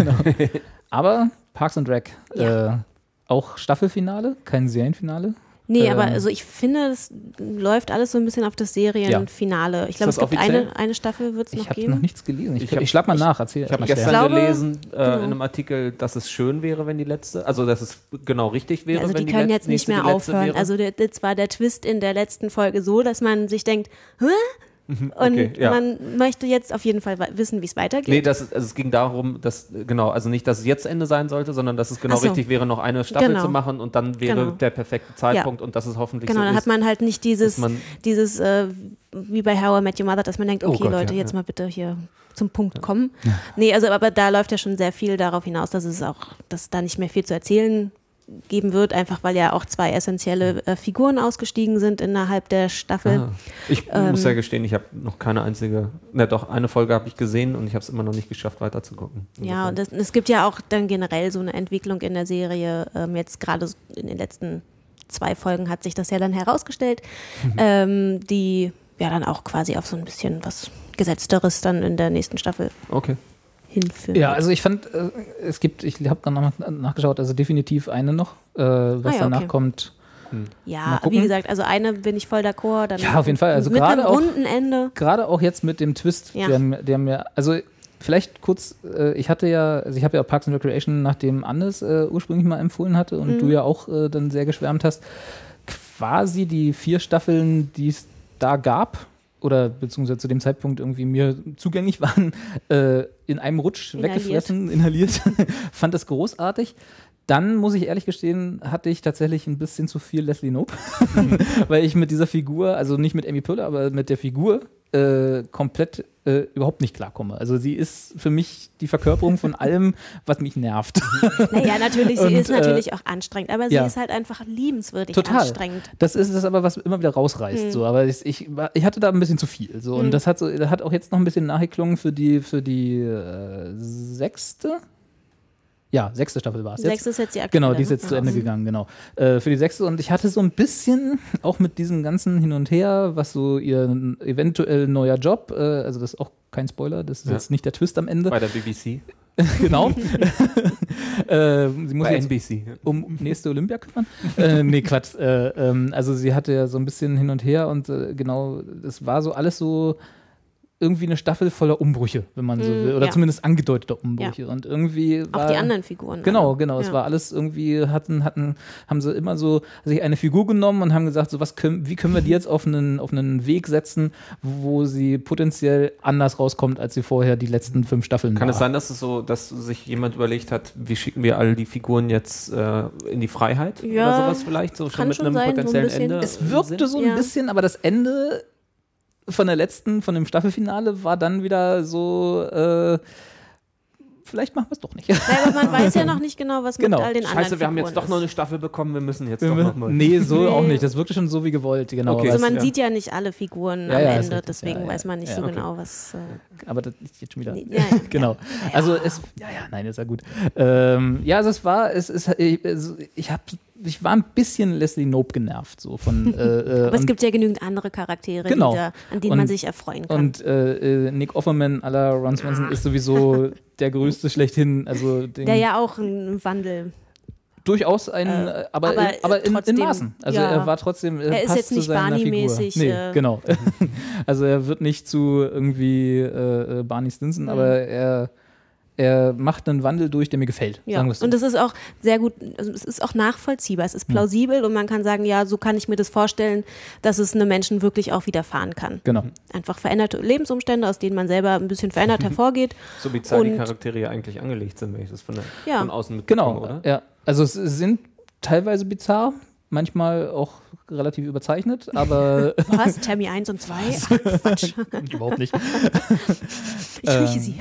Aber Parks and Rec, Ja. äh, auch Staffelfinale, kein Serienfinale. Nee, Ähm. aber also ich finde, es läuft alles so ein bisschen auf das Serienfinale. Ich glaube, es das gibt offiziell? eine, eine Staffel, wird es Ich noch habe geben. noch nichts gelesen. Ich, Ich ich, hab- schlag mal nach. Erzähl. Ich habe erklär. gestern glaube, gelesen äh, genau. in einem Artikel, dass es schön wäre, wenn die letzte, also dass es genau richtig wäre, Also wenn die können Letz- jetzt nicht nächste mehr die letzte aufhören. Wäre. Also der, jetzt war der Twist in der letzten Folge so, dass man sich denkt, hä? Und okay, ja. man möchte jetzt auf jeden Fall wa- wissen, wie es weitergeht. Nee, das, also es ging darum, dass, genau, also nicht, dass es jetzt Ende sein sollte, sondern dass es genau Ach so. richtig wäre, noch eine Staffel Genau. zu machen und dann wäre Genau. der perfekte Zeitpunkt und dass es hoffentlich Genau, so dann ist. hat man halt nicht dieses, dass man- dieses äh, wie bei How I Met Your Mother, dass man denkt, Oh okay Gott, Leute, ja, jetzt ja. mal bitte hier zum Punkt kommen. Nee, also aber da läuft ja schon sehr viel darauf hinaus, dass es auch, dass da nicht mehr viel zu erzählen geben wird, einfach weil ja auch zwei essentielle äh, Figuren ausgestiegen sind innerhalb der Staffel. Ah. Ich Ähm, muss ja gestehen, ich habe noch keine einzige, ne doch, eine Folge habe ich gesehen und ich habe es immer noch nicht geschafft, weiter zu gucken. Ja, und das, es gibt ja auch dann generell so eine Entwicklung in der Serie. Ähm, jetzt gerade so in den letzten zwei Folgen hat sich das ja dann herausgestellt, ähm, die ja dann auch quasi auf so ein bisschen was Gesetzteres dann in der nächsten Staffel Okay. hinführen. Ja, also ich fand, äh, es gibt, ich habe dann noch mal nachgeschaut, also definitiv eine noch, äh, was Ah ja, danach okay. kommt. Mal ja, gucken. wie gesagt, also eine bin ich voll d'accord. Dann Ja, auf jeden Fall. Also mit einem gerade auch- runden Ende. Gerade auch jetzt mit dem Twist, Ja. der, mir- der mir, also vielleicht kurz, äh, ich hatte ja, also ich habe ja Parks and Recreation, nachdem Annes äh, ursprünglich mal empfohlen hatte und Mhm. du ja auch äh, dann sehr geschwärmt hast, quasi die vier Staffeln, die es da gab, oder beziehungsweise zu dem Zeitpunkt irgendwie mir zugänglich waren, äh, in einem Rutsch Inhaliert. weggefressen, inhaliert. Fand das großartig. Dann, muss ich ehrlich gestehen, hatte ich tatsächlich ein bisschen zu viel Leslie Knope, weil ich mit dieser Figur, also nicht mit Amy Poehler, aber mit der Figur äh, komplett äh, überhaupt nicht klarkomme. Also sie ist für mich die Verkörperung von allem, was mich nervt. Naja, natürlich, sie Und, ist natürlich äh, auch anstrengend, aber sie ja. ist halt einfach liebenswürdig Total. anstrengend. Das ist es aber, was immer wieder rausreißt. Mhm. So. Aber ich, ich, war- ich hatte da ein bisschen zu viel. So. Und Mhm. das hat, so, das hat auch jetzt noch ein bisschen nachgeklungen für die, für die äh, sechste. Ja, sechste Staffel war es jetzt. Sechs ist jetzt die aktuelle. Genau, die ist jetzt ne? zu Ende Mhm. gegangen, genau. Äh, für die sechste. Und ich hatte so ein bisschen, auch mit diesem ganzen Hin und Her, was so ihr eventuell neuer Job, äh, also das ist auch kein Spoiler, das ist Ja. jetzt nicht der Twist am Ende. Bei der B B C. Genau. äh, sie muss Bei jetzt N B C. um nächste Olympia kümmern? äh, nee, Quatsch. Äh, ähm, also sie hatte ja so ein bisschen hin und her und äh, genau, das war so alles so irgendwie eine Staffel voller Umbrüche, wenn man so Mm, will. Oder ja. zumindest angedeuteter Umbrüche. Und irgendwie war, Auch die anderen Figuren. Genau, alle. genau. Ja. Es war alles irgendwie, hatten, hatten, haben sie immer so sich eine Figur genommen und haben gesagt, so was können, wie können wir die jetzt auf einen, auf einen Weg setzen, wo sie potenziell anders rauskommt, als sie vorher die letzten fünf Staffeln Kann war. es sein, dass es so, dass sich jemand überlegt hat, wie schicken wir all die Figuren jetzt äh, in die Freiheit Ja, oder sowas vielleicht, so schon kann mit schon einem sein, so ein potenziellen bisschen. Ende? Es im wirkte Sinn? so ein Ja. bisschen, aber das Ende von der letzten, von dem Staffelfinale war dann wieder so, äh, vielleicht machen wir es doch nicht. Ja, aber man weiß ja noch nicht genau, was Genau. mit all den anderen Scheiße, wir haben jetzt Figuren doch noch eine ist. Staffel bekommen, wir müssen jetzt doch noch mal. Nee, so Nee. auch nicht. Das wirkte schon so wie gewollt, genau. Okay. aber, Also man Ja. sieht ja nicht alle Figuren Ja, am ja, ist Ende, richtig. deswegen Ja, ja. weiß man nicht Ja, so okay. genau, was. Äh, aber das ist jetzt schon wieder. ja, ja. Genau. Also es, ja, ja, nein, ist ja gut. Ähm, ja, also es war, es ist, ich, also ich habe, ich war ein bisschen Leslie Knope genervt, so von. Äh, äh, Aber es und- gibt ja genügend andere Charaktere, Genau. die da, an denen Und- man sich erfreuen kann. Und äh, äh, Nick Offerman à la Ron Swanson ist sowieso der größte schlechthin. Also den, der ja auch einen Wandel. durchaus ein, Äh, äh, aber, aber, in, aber in, trotzdem, in Maßen. Also ja. er war trotzdem, er, Er ist passt jetzt zu nicht seiner Barney-mäßig, Figur. Nee, äh. genau. also er wird nicht zu irgendwie äh, äh, Barney Stinson, Mhm. aber er er macht einen Wandel durch, der mir gefällt. Ja, Sagen wir es so. und es ist auch sehr gut, also es ist auch nachvollziehbar, es ist plausibel und man kann sagen, ja, so kann ich mir das vorstellen, dass es einem Menschen wirklich auch widerfahren kann. Genau. Einfach veränderte Lebensumstände, aus denen man selber ein bisschen verändert hervorgeht. So bizarr die Und- Charaktere ja eigentlich angelegt sind, wenn ich das von, der, Ja. von außen mitbekomme, Genau, oder? ja. Also es sind teilweise bizarr, manchmal auch relativ überzeichnet, aber Was? Tammy eins und zwei? Ach, Quatsch. überhaupt nicht. Ich rieche sie.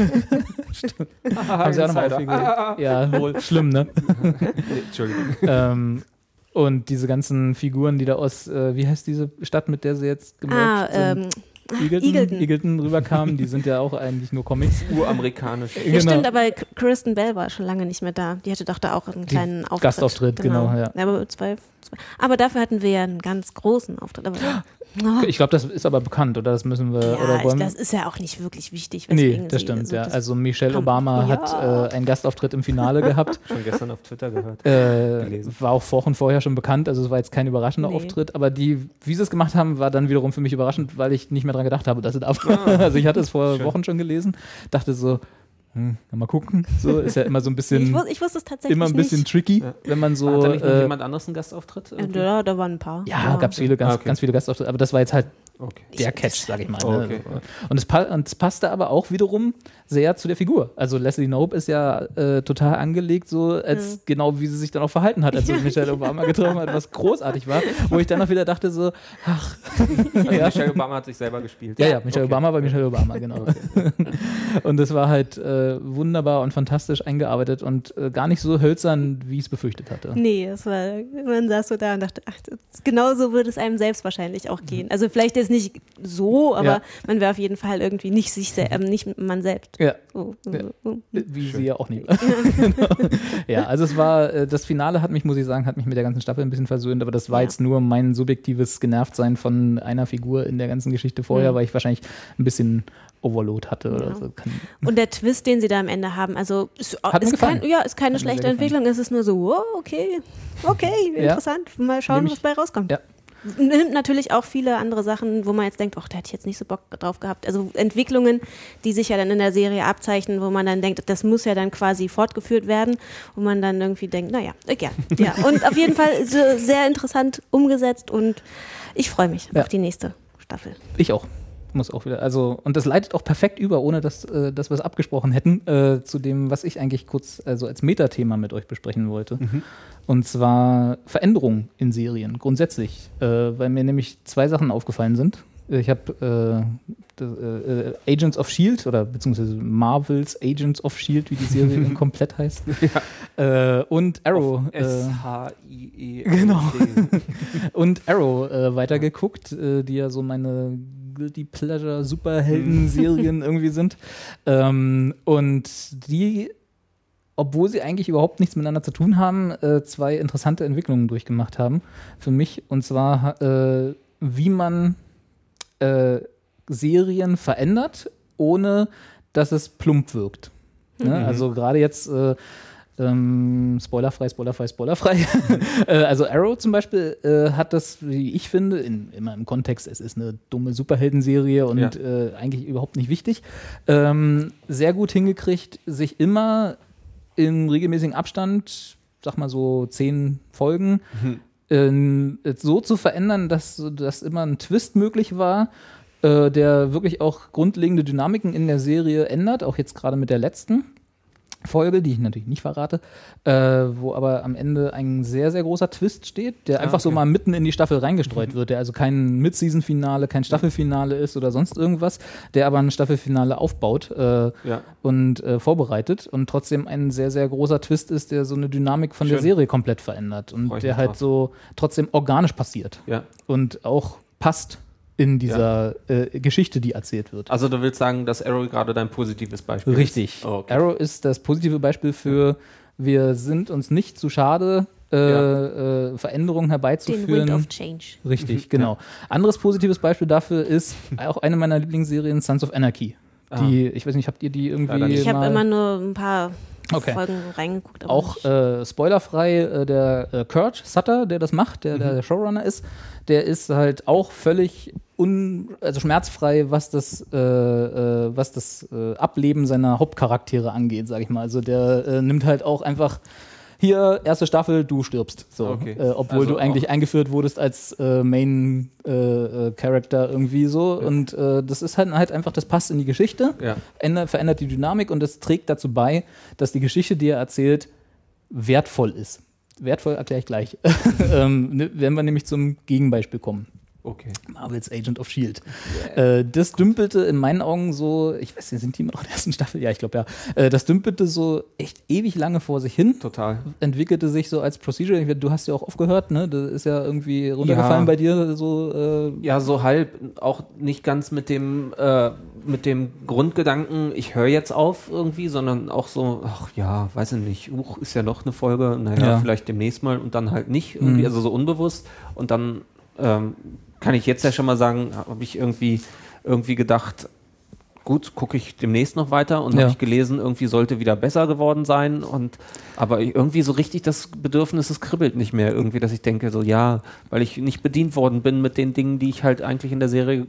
Haben sie auch nochmal aufgelegt. Ja, wohl. Schlimm, ne? Nee, Entschuldigung. ähm, und diese ganzen Figuren, die da aus, äh, wie heißt diese Stadt, mit der sie jetzt Ah, gemerkt sind? ähm, Eagleton, Eagleton. Eagleton rüberkamen, die sind ja auch eigentlich nur Comics. Uramerikanisch. Ja, Genau. stimmt, aber K- Kristen Bell war schon lange nicht mehr da. Die hatte doch da auch einen kleinen Auftritt. Gastauftritt, genau, ja. Aber, zwei, zwei. aber dafür hatten wir ja einen ganz großen Auftritt. Aber, oh, Ich glaube, das ist aber bekannt, oder das müssen wir, ja, oder ich, wollen das ist ja auch nicht wirklich wichtig. Nee, weswegen das sie- stimmt, also ja. das Also Michelle kann- Obama ja. hat äh, einen Gastauftritt im Finale gehabt. Schon gestern auf Twitter gehört. Äh, Gelesen. war auch Wochen vorher schon bekannt, also es war jetzt kein überraschender Nee. Auftritt, aber die, wie sie es gemacht haben, war dann wiederum für mich überraschend, weil ich nicht mehr dran gedacht habe, dass sie da Also ich hatte es vor Schön. Wochen schon gelesen, dachte so, hm, mal gucken, so ist ja immer so ein ich, bisschen, wus, ich wusste es tatsächlich immer ein bisschen nicht. tricky, Ja. wenn man so, Hat da nicht noch äh, jemand anderes einen Gastauftritt? irgendwie? Ja, da waren ein paar. ja, gab es viele, ganz, Ah, okay. ganz viele Gastauftritte, aber das war jetzt halt Okay. der Ich- Catch, das- sag ich mal. Oh, ne? okay, Also, und, es pa und es passte aber auch wiederum sehr zu der Figur. Also Leslie Knope ist ja äh, total angelegt, so als Mhm. genau wie sie sich dann auch verhalten hat, als sie Michelle Obama getroffen hat, was großartig war, wo ich dann auch wieder dachte so, ach, Also ja. Michelle Obama hat sich selber gespielt. Ja, ja, Michelle Okay. Obama war Michelle Obama, genau. Und das war halt äh, wunderbar und fantastisch eingearbeitet und äh, gar nicht so hölzern, wie ich es befürchtet hatte. Nee, es war, man saß so da und dachte, ach, das, genau so würde es einem selbst wahrscheinlich auch gehen. Also vielleicht jetzt nicht so, aber Ja. man wäre auf jeden Fall irgendwie nicht sich sel- ähm, nicht man selbst. Ja. So, so, Ja. so. Wie sie ja auch nie war. Genau. Ja, also es war, äh, das Finale hat mich, muss ich sagen, hat mich mit der ganzen Staffel ein bisschen versöhnt, aber das war Ja. jetzt nur mein subjektives Genervtsein von einer Figur in der ganzen Geschichte vorher, Mhm. weil ich wahrscheinlich ein bisschen Overload hatte oder Ja. so. Kann, Und der Twist, den sie da am Ende haben, also ist, Hat mir ist, gefallen. kein, ja, ist keine Hat mir schlechte sehr gefallen. Entwicklung, es ist nur so, wow, okay, okay, Ja. interessant, mal schauen, Nehm ich- was bei rauskommt. Ja. Nimmt natürlich auch viele andere Sachen, wo man jetzt denkt, ach, da hätte ich jetzt nicht so Bock drauf gehabt. Also Entwicklungen, die sich ja dann in der Serie abzeichnen, wo man dann denkt, das muss ja dann quasi fortgeführt werden, wo man dann irgendwie denkt, naja, gern. Ja. Und auf jeden Fall so sehr interessant umgesetzt und ich freue mich Ja. auf die nächste Staffel. Ich auch. Muss auch wieder. Also, und das leitet auch perfekt über, ohne dass, äh, dass wir es abgesprochen hätten, äh, zu dem, was ich eigentlich kurz also als Metathema mit euch besprechen wollte. Und zwar Veränderungen in Serien grundsätzlich, äh, weil mir nämlich zwei Sachen aufgefallen sind. Ich habe äh, äh, Agents of S H I E L D oder beziehungsweise Marvels Agents of S H I E L D, wie die Serie komplett heißt. Äh, und Arrow. Äh, S H I E. Genau. und Arrow äh, weitergeguckt, äh, die ja so meine Guilty Pleasure Superhelden-Serien irgendwie sind. Ähm, und die, obwohl sie eigentlich überhaupt nichts miteinander zu tun haben, äh, zwei interessante Entwicklungen durchgemacht haben für mich. Und zwar, äh, wie man äh, Serien verändert, ohne dass es plump wirkt. Ne? Mhm. Also gerade jetzt äh, ähm, spoilerfrei, spoilerfrei, spoilerfrei. äh, also Arrow zum Beispiel äh, hat das, wie ich finde, in, immer im Kontext, es ist eine dumme Superheldenserie und Ja. äh, eigentlich überhaupt nicht wichtig, ähm, sehr gut hingekriegt, sich immer in regelmäßigem Abstand, sag mal so zehn Folgen, ähm, so zu verändern, dass, dass immer ein Twist möglich war, äh, der wirklich auch grundlegende Dynamiken in der Serie ändert, auch jetzt gerade mit der letzten Folge, die ich natürlich nicht verrate, äh, wo aber am Ende ein sehr, sehr großer Twist steht, der Ah, einfach so okay. mal mitten in die Staffel reingestreut wird, der also kein Mid-Season-Finale, kein Staffelfinale ist oder sonst irgendwas, der aber ein Staffelfinale aufbaut äh, Ja. und äh, vorbereitet und trotzdem ein sehr, sehr großer Twist ist, der so eine Dynamik von der Schön. Serie komplett verändert und Freu ich der mich halt drauf. so trotzdem organisch passiert Ja. und auch passt in dieser äh, Geschichte, die erzählt wird. Also du willst sagen, dass Arrow gerade dein positives Beispiel Richtig. ist? Oh, okay. Arrow ist das positive Beispiel für, wir sind uns nicht zu schade, äh, Ja. äh, Veränderungen Den herbeizuführen. Wind of Change. Richtig, genau. Anderes positives Beispiel dafür ist auch eine meiner Lieblingsserien, Sons of Anarchy. Die, ich weiß nicht, habt ihr die irgendwie Leider nicht. Ich habe mal immer nur ein paar Okay. Folgen reingeguckt. aber auch nicht. äh, spoilerfrei, äh, der äh, Kurt Sutter, der das macht, der, der der Showrunner ist, der ist halt auch völlig un, also schmerzfrei, was das, äh, äh, was das äh, Ableben seiner Hauptcharaktere angeht, sag ich mal. Also der äh, nimmt halt auch einfach hier, erste Staffel, du stirbst. So, Okay. äh, obwohl Also du eigentlich auch- eingeführt wurdest als äh, Main äh, äh, Character irgendwie so. Ja. Und äh, das ist halt, halt einfach, das passt in die Geschichte, Ja. ändert, verändert die Dynamik und das trägt dazu bei, dass die Geschichte, die er erzählt, wertvoll ist. Wertvoll erkläre ich gleich. ähm, ne, werden wir nämlich zum Gegenbeispiel kommen. Okay. Marvel's Agent of S H I E L D. Äh, das dümpelte in meinen Augen so, ich weiß nicht, sind die immer noch in der ersten Staffel? Ja, ich glaube ja. Äh, das dümpelte so echt ewig lange vor sich hin. Total. Entwickelte sich so als Procedure. Du hast ja auch aufgehört, ne? Das ist ja irgendwie runtergefallen Ja. bei dir. So, äh, Ja, so halb, auch nicht ganz mit dem, äh, mit dem Grundgedanken, ich höre jetzt auf irgendwie, sondern auch so, ach ja, weiß ich nicht, uch, ist ja noch eine Folge, naja, Ja. vielleicht demnächst mal und dann halt nicht, irgendwie, Mhm. also so unbewusst. Und dann ähm, kann ich jetzt ja schon mal sagen, habe ich irgendwie, irgendwie gedacht, gut, gucke ich demnächst noch weiter und Ja. habe ich gelesen, irgendwie sollte wieder besser geworden sein und aber irgendwie so richtig das Bedürfnis, es kribbelt nicht mehr irgendwie, dass ich denke, so ja, weil ich nicht bedient worden bin mit den Dingen, die ich halt eigentlich in der Serie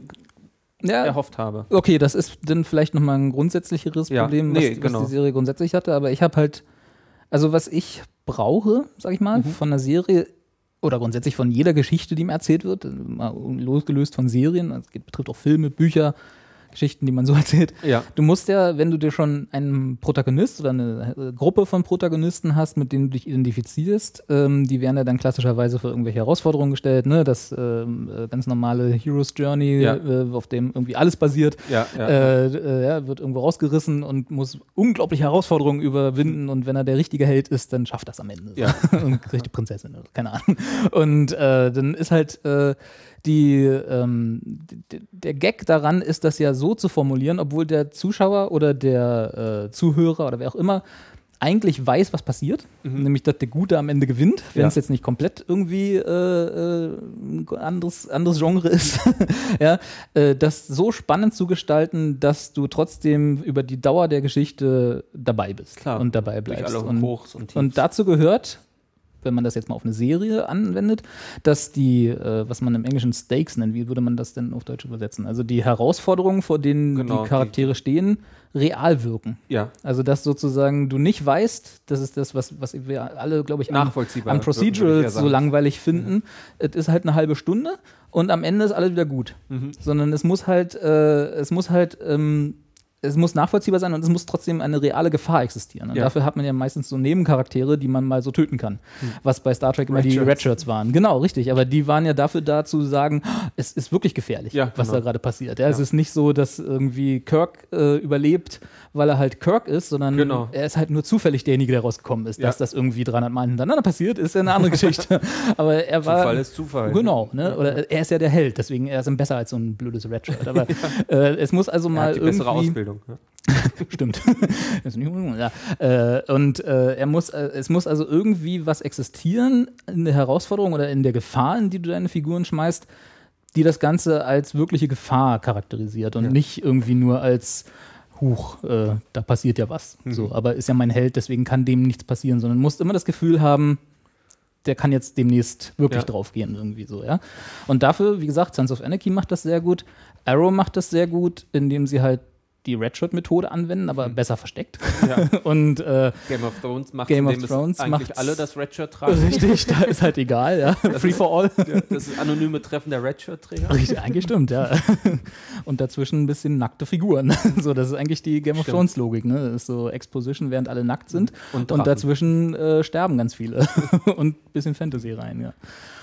ja, erhofft habe. okay, das ist dann vielleicht nochmal ein grundsätzlicheres Ja, Problem, was, nee, genau. was die Serie grundsätzlich hatte, aber ich habe halt, also was ich brauche, sag ich mal, Mhm. von einer Serie oder grundsätzlich von jeder Geschichte, die mir erzählt wird, mal losgelöst von Serien, das geht, betrifft auch Filme, Bücher, Geschichten, die man so erzählt. Ja. Du musst ja, wenn du dir schon einen Protagonist oder eine äh, Gruppe von Protagonisten hast, mit denen du dich identifizierst, ähm, die werden ja dann klassischerweise für irgendwelche Herausforderungen gestellt, ne? Das ähm, äh, ganz normale Hero's Journey, Ja. äh, auf dem irgendwie alles basiert, Ja, ja. Äh, äh, ja, wird irgendwo rausgerissen und muss unglaubliche Herausforderungen überwinden und wenn er der richtige Held ist, dann schafft das am Ende. Ja. Und kriegt die Prinzessin, oder keine Ahnung. Und äh, dann ist halt äh, die, ähm, d- der Gag daran ist, das ja so zu formulieren, obwohl der Zuschauer oder der äh, Zuhörer oder wer auch immer eigentlich weiß, was passiert, nämlich, dass der Gute am Ende gewinnt, wenn Ja. es jetzt nicht komplett irgendwie äh, äh, ein anderes, anderes Genre ist, ja, äh, das so spannend zu gestalten, dass du trotzdem über die Dauer der Geschichte dabei bist Klar. und dabei Durch bleibst. alle Und, Hochs und Tiefs. und dazu gehört, wenn man das jetzt mal auf eine Serie anwendet, dass die, äh, was man im Englischen Stakes nennt, wie würde man das denn auf Deutsch übersetzen? Also die Herausforderungen, vor denen Genau, die Charaktere stehen, real wirken. Ja. Also dass sozusagen du nicht weißt, das ist das, was, was wir alle, glaube ich, an, Nachvollziehbar, an würde ich eher Procedurals so sagen. langweilig finden. Es ist halt eine halbe Stunde und am Ende ist alles wieder gut. Mhm. Sondern es muss halt, äh, es muss halt, ähm, es muss nachvollziehbar sein und es muss trotzdem eine reale Gefahr existieren. Und Ja. dafür hat man ja meistens so Nebencharaktere, die man mal so töten kann. Was bei Star Trek immer die Redshirts. Redshirts waren. Genau, richtig. Aber die waren ja dafür da zu sagen, es ist wirklich gefährlich, Ja, was genau. da gerade passiert. Ja, Es Ja. ist nicht so, dass irgendwie Kirk äh, überlebt, weil er halt Kirk ist, sondern Genau. er ist halt nur zufällig derjenige, der rausgekommen ist. Ja. Dass das irgendwie dreihundert Mal hintereinander passiert, ist ja eine andere Geschichte. Aber er war... Zufall ist Zufall. Genau, ne? Oder er ist ja der Held, deswegen er ist ihm besser als so ein blödes Redshirt. Aber äh, es muss also Er mal hat die irgendwie... bessere Ausbildung. Ja. Stimmt. Das ist nicht, ja. äh, und äh, er muss, äh, es muss also irgendwie was existieren in der Herausforderung oder in der Gefahr, in die du deine Figuren schmeißt, die das Ganze als wirkliche Gefahr charakterisiert und Ja. nicht irgendwie nur als Huch, äh, da passiert ja was. Mhm. So, aber ist ja mein Held, deswegen kann dem nichts passieren, sondern musst immer das Gefühl haben, der kann jetzt demnächst wirklich Ja. draufgehen, irgendwie so, ja. Und dafür, wie gesagt, Sons of Anarchy macht das sehr gut. Arrow macht das sehr gut, indem sie halt die Redshirt-Methode anwenden, aber besser versteckt. Ja. Und äh, Game of Thrones macht Game of indem es Thrones eigentlich macht's- alle das Redshirt tragen. richtig, da ist halt egal, ja. Free for all. Das ist anonyme Treffen der Redshirt-Träger. Richtig, eigentlich stimmt, ja. Und dazwischen ein bisschen nackte Figuren. So, das ist eigentlich die Game of Stimmt. Thrones-Logik, ne? Das ist so Exposition, während alle nackt sind. Und Und, Drachen. dazwischen äh, sterben ganz viele. Und ein bisschen Fantasy rein, ja.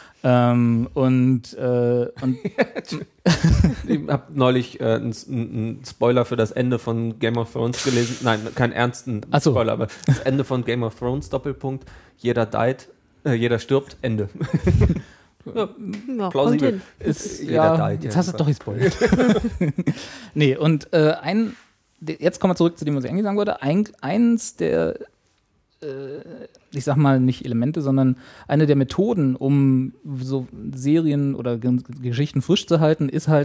Ähm, und äh, und Ich habe neulich äh, einen einen Spoiler für das Ende von Game of Thrones gelesen. Nein, keinen ernsten Ach so. Spoiler, aber das Ende von Game of Thrones, Doppelpunkt, jeder died, äh, jeder stirbt, Ende. ja, Ja, plausibel. kommt hin. ist, Jeder ja, died, jetzt ja, hast du es doch gespoilert. Nee, und äh, ein, de- jetzt kommen wir zurück zu dem, was ich eigentlich sagen wollte. Ein, eins der, äh, ich sag mal nicht Elemente, sondern eine der Methoden, um so Serien oder G Geschichten frisch zu halten, ist halt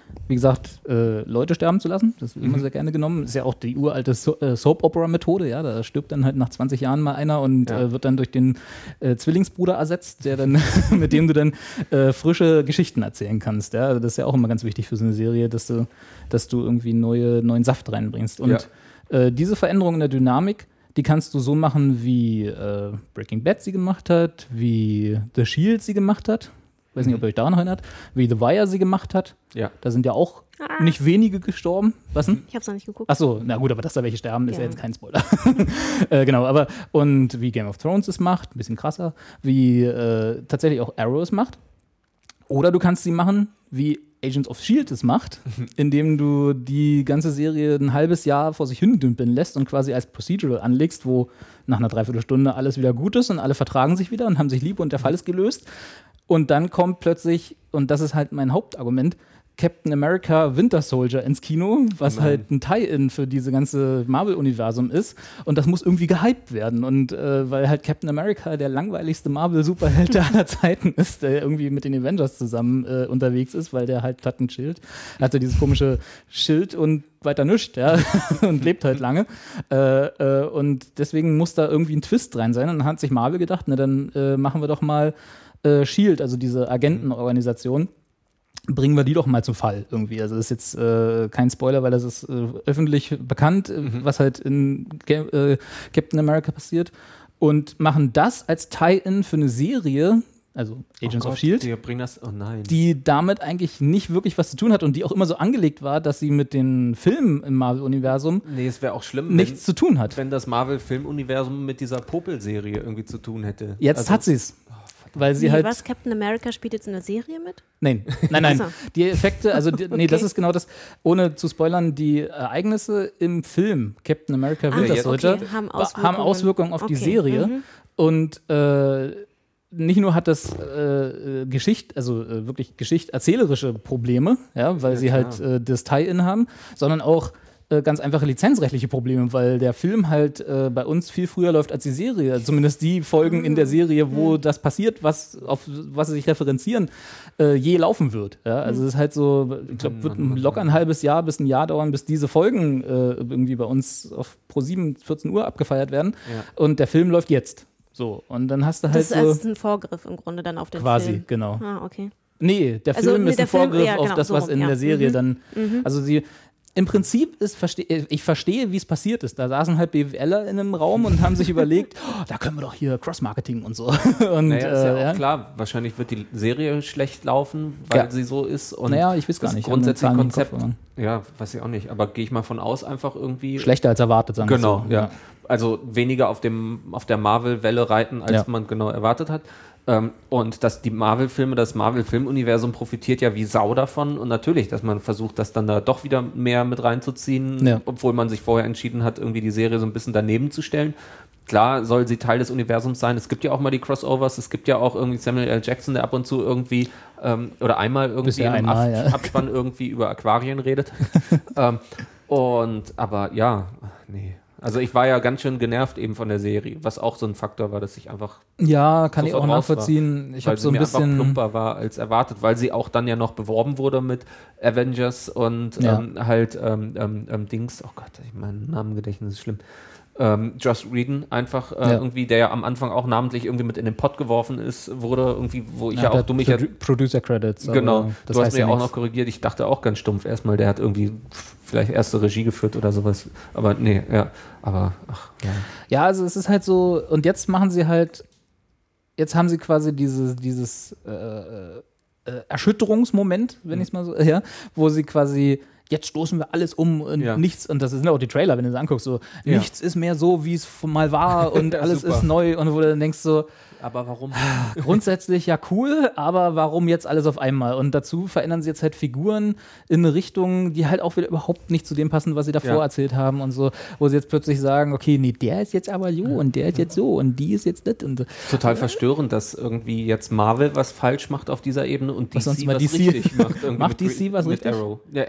wie gesagt, äh, Leute sterben zu lassen. Das wird immer Mhm. sehr gerne genommen. Ist ja auch die uralte so äh, Soap-Opera-Methode, ja. Da stirbt dann halt nach zwanzig Jahren mal einer und Ja. äh, wird dann durch den äh, Zwillingsbruder ersetzt, der dann, mit dem du dann äh, frische Geschichten erzählen kannst. Ja. Also das ist ja auch immer ganz wichtig für so eine Serie, dass du, dass du irgendwie neue, neuen Saft reinbringst. Und äh, diese Veränderung in der Dynamik, die kannst du so machen, wie äh, Breaking Bad sie gemacht hat, wie The Shield sie gemacht hat. Ich weiß nicht, ob ihr euch daran erinnert, wie The Wire sie gemacht hat. Ja. Da sind ja auch Ah. nicht wenige gestorben. Was denn? Ich habe es noch nicht geguckt. Achso, na gut, aber dass da welche sterben, ist ja, Ja. jetzt kein Spoiler. äh, genau, aber und wie Game of Thrones es macht, ein bisschen krasser, wie äh, tatsächlich auch Arrow es macht. Oder du kannst sie machen, wie Agents of S H I E L D es macht, indem du die ganze Serie ein halbes Jahr vor sich hin dümpeln lässt und quasi als Procedural anlegst, wo nach einer Dreiviertelstunde alles wieder gut ist und alle vertragen sich wieder und haben sich lieb und der Fall ist gelöst. Und dann kommt plötzlich, und das ist halt mein Hauptargument, Captain America Winter Soldier ins Kino, was Nein. halt ein Tie-In für diese ganze Marvel-Universum ist. Und das muss irgendwie gehypt werden. Und äh, weil halt Captain America der langweiligste Marvel-Superheld aller Zeiten ist, der irgendwie mit den Avengers zusammen äh, unterwegs ist, weil der halt hat ein Schild. Er hatte dieses komische Schild und weiter nichts, ja, und lebt halt lange. Äh, äh, und deswegen muss da irgendwie ein Twist rein sein. Und dann hat sich Marvel gedacht, na dann äh, machen wir doch mal äh, S H I E L D, also diese Agentenorganisation, bringen wir die doch mal zu Fall irgendwie. Also das ist jetzt äh, kein Spoiler, weil das ist äh, öffentlich bekannt, äh, Mhm. was halt in Ga- äh, Captain America passiert. Und machen das als Tie-In für eine Serie, also Agents oh of Gott, S H I E L D, Die bringen das, oh nein. die damit eigentlich nicht wirklich was zu tun hat und die auch immer so angelegt war, dass sie mit den Filmen im Marvel-Universum nee, es wäre auch schlimm, nichts zu tun hat. wenn das Marvel-Filmuniversum mit dieser Popel-Serie irgendwie zu tun hätte. Jetzt Also- hat sie es. Weil sie Wie, halt. was? Captain America spielt jetzt in der Serie mit? Nein, nein, nein. Ach so. Die Effekte, also die, nee, Okay. das ist genau das, ohne zu spoilern, die Ereignisse im Film Captain America Ah, Winter jetzt- Soldier okay, haben wa- haben Auswirkungen. Auswirkungen auf die Okay, Serie. mhm. Und äh, nicht nur hat das äh, Geschichte, also äh, wirklich geschichterzählerische Probleme, ja, weil Ja, sie klar. halt äh, das Tie-In haben, sondern auch äh, ganz einfache lizenzrechtliche Probleme, weil der Film halt äh, bei uns viel früher läuft als die Serie. Zumindest die Folgen in der Serie, wo das passiert, was auf was sie sich referenzieren, äh, je laufen wird. Ja? Also es ist halt so, ich glaube, wird ein, locker ein halbes Jahr bis ein Jahr dauern, bis diese Folgen äh, irgendwie bei uns auf ProSieben vierzehn Uhr abgefeiert werden. Ja. Und der Film läuft jetzt. So, und dann hast du halt Das ist so als ein Vorgriff im Grunde dann auf den quasi, Film. genau. Ah, okay. Nee, der Also, Film nee, ist der ein Film- Vorgriff ja, auf genau, das, so was rum, in ja. der Serie Mhm. dann. Also sie. Im Prinzip ist, verste ich verstehe, wie es passiert ist. Da saßen halt BWLer in einem Raum und haben sich überlegt, oh, da können wir doch hier Cross-Marketing und so. Und, Naja, ist ja äh, auch klar, wahrscheinlich wird die Serie schlecht laufen, weil Ja. sie so ist. Und Naja, ich weiß gar das nicht. Ich hab nur Grundsätzliche Zahlen im Kopf, Konzept, aber- ja, weiß ich auch nicht, aber gehe ich mal von aus, einfach irgendwie. Schlechter als erwartet, sagen wir Genau, so. ja. Also weniger auf, dem, auf der Marvel-Welle reiten, als Ja. man genau erwartet hat. Ähm, und dass die Marvel-Filme, das Marvel-Filmuniversum profitiert ja wie Sau davon. Und natürlich, dass man versucht, das dann da doch wieder mehr mit reinzuziehen, Ja. obwohl man sich vorher entschieden hat, irgendwie die Serie so ein bisschen daneben zu stellen. Klar soll sie Teil des Universums sein. Es gibt ja auch mal die Crossovers. Es gibt ja auch irgendwie Samuel L. Jackson, der ab und zu irgendwie ähm, oder einmal irgendwie Bisher in einem einmal, Ab- ja. Abspann irgendwie über Aquarien redet. ähm, und aber ja, nee. Also ich war ja ganz schön genervt eben von der Serie, was auch so ein Faktor war, dass ich einfach Ja, kann ich sofort auch raus war. nachvollziehen. Ich weil habe sie so ein mir einfach bisschen. plumper war als erwartet, weil sie auch dann ja noch beworben wurde mit Avengers und Ja. ähm, halt ähm, ähm, ähm, Dings, oh Gott, ich mein Namengedächtnis ist schlimm. Ähm, Joss Whedon einfach äh, Ja. irgendwie, der ja am Anfang auch namentlich irgendwie mit in den Pott geworfen ist, wurde irgendwie, wo ich ja, Ja, auch der du mich ja Produ- Producer Credits. genau, aber das du hast heißt mir ja auch nichts. noch korrigiert, ich dachte auch ganz stumpf erstmal, der hat irgendwie vielleicht erste Regie geführt oder sowas, aber nee, ja, aber ach, ja. Ja, also es ist halt so, und jetzt machen sie halt, jetzt haben sie quasi dieses, dieses äh, äh, Erschütterungsmoment, wenn ich es mal so, ja, wo sie quasi, jetzt stoßen wir alles um und Ja. nichts, und das sind auch die Trailer, wenn du es anguckst, so, Ja. nichts ist mehr so, wie es mal war und Ja, alles super. ist neu, und wo du dann denkst so, Aber warum? grundsätzlich ja cool, aber warum jetzt alles auf einmal? Und dazu verändern sie jetzt halt Figuren in eine Richtung, die halt auch wieder überhaupt nicht zu dem passen, was sie davor Ja. erzählt haben und so, wo sie jetzt plötzlich sagen, okay, nee, der ist jetzt aber so und der ist jetzt so und die ist jetzt das und so. Total verstörend, dass irgendwie jetzt Marvel was falsch macht auf dieser Ebene und Was D sonst C immer was D C richtig macht. Irgendwie Macht mit D C was mit richtig? Arrow. Ja, Arrow ist ja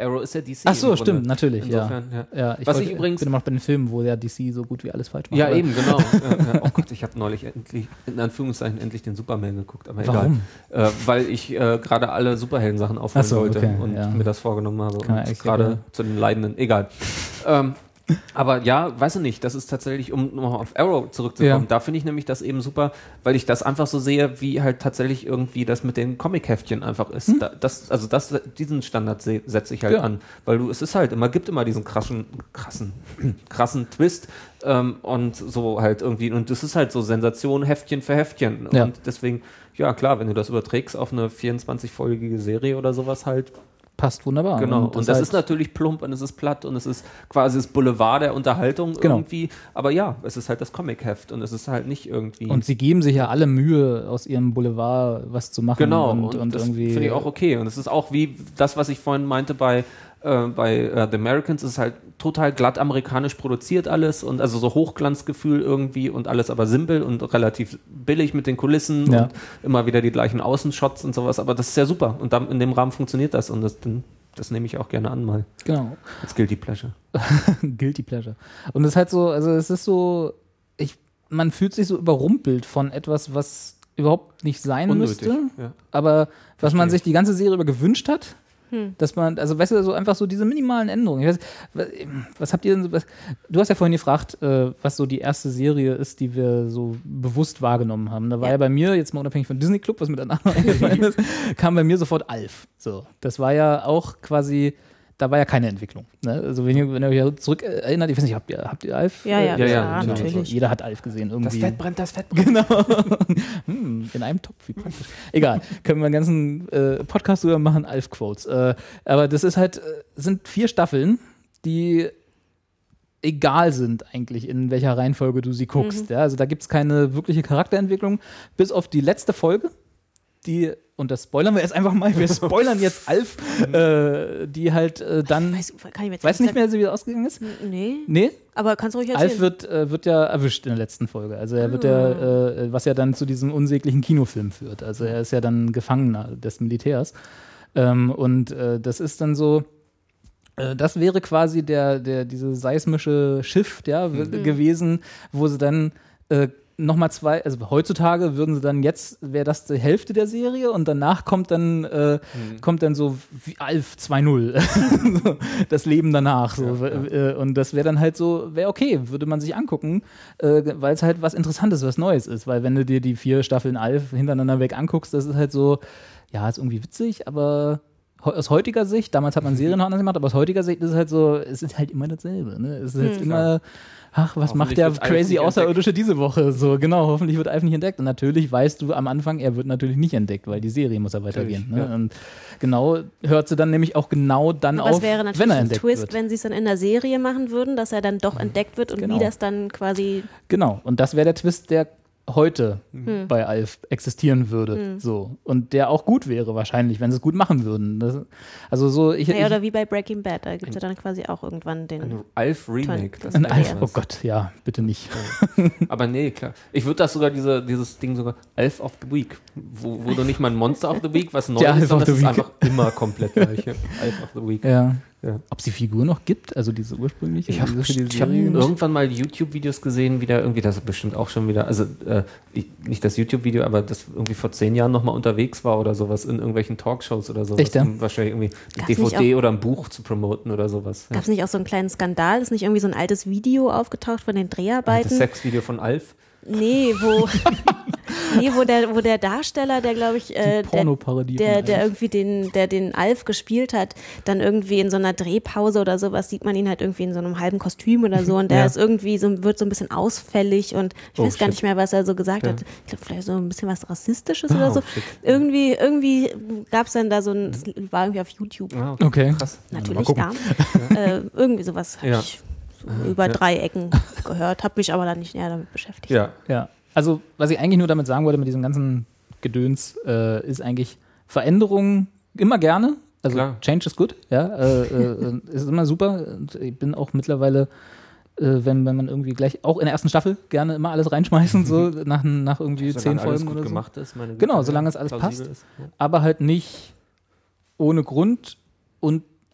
D C. Ach so, im Grunde. stimmt, natürlich, Insofern, ja. ja. ja ich Was wollte, ich übrigens- bin immer noch bei den Filmen, wo der D C so gut wie alles falsch macht. Ja, aber- eben, genau. ja, ja. Oh Gott, ich habe neulich endlich, in Anführungszeichen, endlich den Superman geguckt, aber Warum? egal. Äh, weil ich äh, gerade alle Superhelden-Sachen aufholen Ach so, wollte okay, und ja. mir das vorgenommen habe. Kann man Und echt gerade egal. zu den Leidenden, egal. ähm, aber ja, weiß ich nicht, das ist tatsächlich, um nochmal auf Arrow zurückzukommen, Ja. da finde ich nämlich das eben super, weil ich das einfach so sehe, wie halt tatsächlich irgendwie das mit den Comic-Heftchen einfach ist. Da, das, also das, diesen Standard se- setze ich halt Ja. an, weil du, es ist halt immer, gibt immer diesen krassen, krassen, krassen Twist ähm, und so halt irgendwie, und das ist halt so Sensation Heftchen für Heftchen Ja. und deswegen, ja klar, wenn du das überträgst auf eine vierundzwanzig-folgige Serie oder sowas halt, Passt wunderbar. genau, und, das halt- ist natürlich plump und es ist platt und es ist quasi das Boulevard der Unterhaltung Genau. irgendwie. Aber ja, es ist halt das Comic-Heft und es ist halt nicht irgendwie. Und sie geben sich ja alle Mühe, aus ihrem Boulevard was zu machen. genau, und, und, und das irgendwie. finde ich auch okay. Und es ist auch wie das, was ich vorhin meinte bei, äh, bei äh, The Americans, es ist halt total glatt amerikanisch produziert alles und also so Hochglanzgefühl irgendwie und alles aber simpel und relativ billig mit den Kulissen Ja. und immer wieder die gleichen Außenshots und sowas. Aber das ist ja super und dann, in dem Rahmen funktioniert das und das, dann, das nehme ich auch gerne an mal. Genau. Als Guilty Pleasure. Guilty Pleasure. Und es ist halt so, also es ist so, ich, man fühlt sich so überrumpelt von etwas, was überhaupt nicht sein Unnötig, müsste, ja. aber was man Verstehe. sich die ganze Serie über gewünscht hat. Dass man, also weißt du, so einfach so diese minimalen Änderungen. Ich weiß, was, was habt ihr denn so, was, du hast ja vorhin gefragt, äh, was so die erste Serie ist, die wir so bewusst wahrgenommen haben. Da war ja, Ja. bei mir, jetzt mal unabhängig von Disney Club, was mir danach noch eingefallen ist, kam bei mir sofort Alf. So, das war ja auch quasi, da war ja keine Entwicklung. Ne? Also wenn ihr, wenn ihr euch zurück erinnert, ich weiß nicht, habt ihr, habt ihr Alf? Ja, ja, Ja, ja, klar, genau. natürlich. Jeder hat Alf gesehen irgendwie. brennt, das Fett brennt. Genau. hm, in einem Topf, wie praktisch. Egal, können wir einen ganzen äh, Podcast drüber machen, Alf-Quotes. Äh, aber das ist halt, äh, sind vier Staffeln, die egal sind eigentlich, in welcher Reihenfolge du sie guckst. Ja? Also da gibt es keine wirkliche Charakterentwicklung, bis auf die letzte Folge, die, und das spoilern wir jetzt einfach mal, wir spoilern jetzt Alf, äh, die halt äh, dann, Weiß, kann ich mir jetzt weiß nicht mehr, wie es ausgegangen ist? Nee, Nee? aber kannst du ruhig erzählen. Alf wird, äh, wird ja erwischt in der letzten Folge. Also er wird ja, äh, was ja dann zu diesem unsäglichen Kinofilm führt. Also er ist ja dann Gefangener des Militärs. Ähm, und äh, das ist dann so, äh, das wäre quasi der, der, diese seismische Shift, ja, w- gewesen, wo sie dann äh, nochmal zwei, also heutzutage würden sie dann jetzt, wäre das die Hälfte der Serie und danach kommt dann, äh, kommt dann so wie Alf zwei null. So, das Leben danach. So. Äh, und das wäre dann halt so, wäre okay, würde man sich angucken, äh, weil es halt was Interessantes, was Neues ist. Weil wenn du dir die vier Staffeln Alf hintereinander weg anguckst, das ist halt so, ja, ist irgendwie witzig, aber heu- aus heutiger Sicht, damals hat man Serien noch anders gemacht, aber aus heutiger Sicht ist es halt so, es ist halt immer dasselbe. Ne? Es ist jetzt immer, ach, was macht der wird Alf crazy nicht Außerirdische diese Woche? So, genau, hoffentlich wird Alf nicht entdeckt. Und natürlich weißt du am Anfang, er wird natürlich nicht entdeckt, weil die Serie muss ja weitergehen. Ne? ja. Und genau, hört sie dann nämlich auch genau dann Aber auf, es wäre wenn natürlich er ein entdeckt Twist, wird. wenn sie es dann in der Serie machen würden, dass er dann doch entdeckt wird und Genau. wie das dann quasi. Genau, und das wäre der Twist, der heute bei Alf existieren würde. So. Und der auch gut wäre wahrscheinlich, wenn sie es gut machen würden. Das, also so, ich, Naja, ich, oder wie bei Breaking Bad, da gibt es ja dann quasi auch irgendwann den. Ein Alf-Remake. das ein wäre Alf, was. oh Gott, ja, bitte nicht. Aber nee, klar. Ich würde das sogar, diese, dieses Ding sogar Elf of the Week, wo, wo du nicht mal ein Monster of the Week, was neu Der ist, Elf of sondern es the ist Week. einfach immer komplett gleiche. Elf of the Week. Ja. Ja. Ob es die Figur noch gibt, also diese ursprüngliche? Ich habe diese für die hab Serie gemacht? irgendwann mal YouTube-Videos gesehen, wieder irgendwie, das ist bestimmt auch schon wieder, also äh, ich, nicht das YouTube-Video, aber das irgendwie vor zehn Jahren nochmal unterwegs war oder sowas in irgendwelchen Talkshows oder sowas. Echt, ja? Um wahrscheinlich irgendwie eine Gab's nicht D V D auch- oder ein Buch zu promoten oder sowas. Ja. Gab es nicht auch so einen kleinen Skandal? Ist nicht irgendwie so ein altes Video aufgetaucht von den Das Dreharbeiten? Sexvideo von Alf. Nee, wo, nee, wo der, wo der Darsteller, der glaube ich, äh, der, Pornoparodie der, von der Alf. irgendwie den, der den Alf gespielt hat, dann irgendwie in so einer Drehpause oder sowas sieht man ihn halt irgendwie in so einem halben Kostüm oder so und der Ja. ist irgendwie so, wird so ein bisschen ausfällig und ich Oh, weiß gar shit. nicht mehr, was er so gesagt Ja. hat. Ich glaube, vielleicht so ein bisschen was Rassistisches oder Oh, so. shit. Irgendwie, irgendwie gab es dann da so ein, das war irgendwie auf YouTube. Ah, Okay. Krass. Natürlich gucken. da. äh, irgendwie sowas habe Ja. ich so über drei Ecken gehört, habe mich aber dann nicht näher damit beschäftigt. Ja. Ja, also was ich eigentlich nur damit sagen wollte mit diesem ganzen Gedöns, äh, ist eigentlich Veränderungen immer gerne. Also Klar. Change is good, ja, äh, äh, ist immer super. Und ich bin auch mittlerweile, äh, wenn, wenn man irgendwie gleich, auch in der ersten Staffel, gerne immer alles reinschmeißen, so nach, nach irgendwie zehn Solange alles Folgen gut oder so. gemacht ist, meine Genau, Güte, solange ja, es alles plausibel passt. ist. Ja. Aber halt nicht ohne Grund und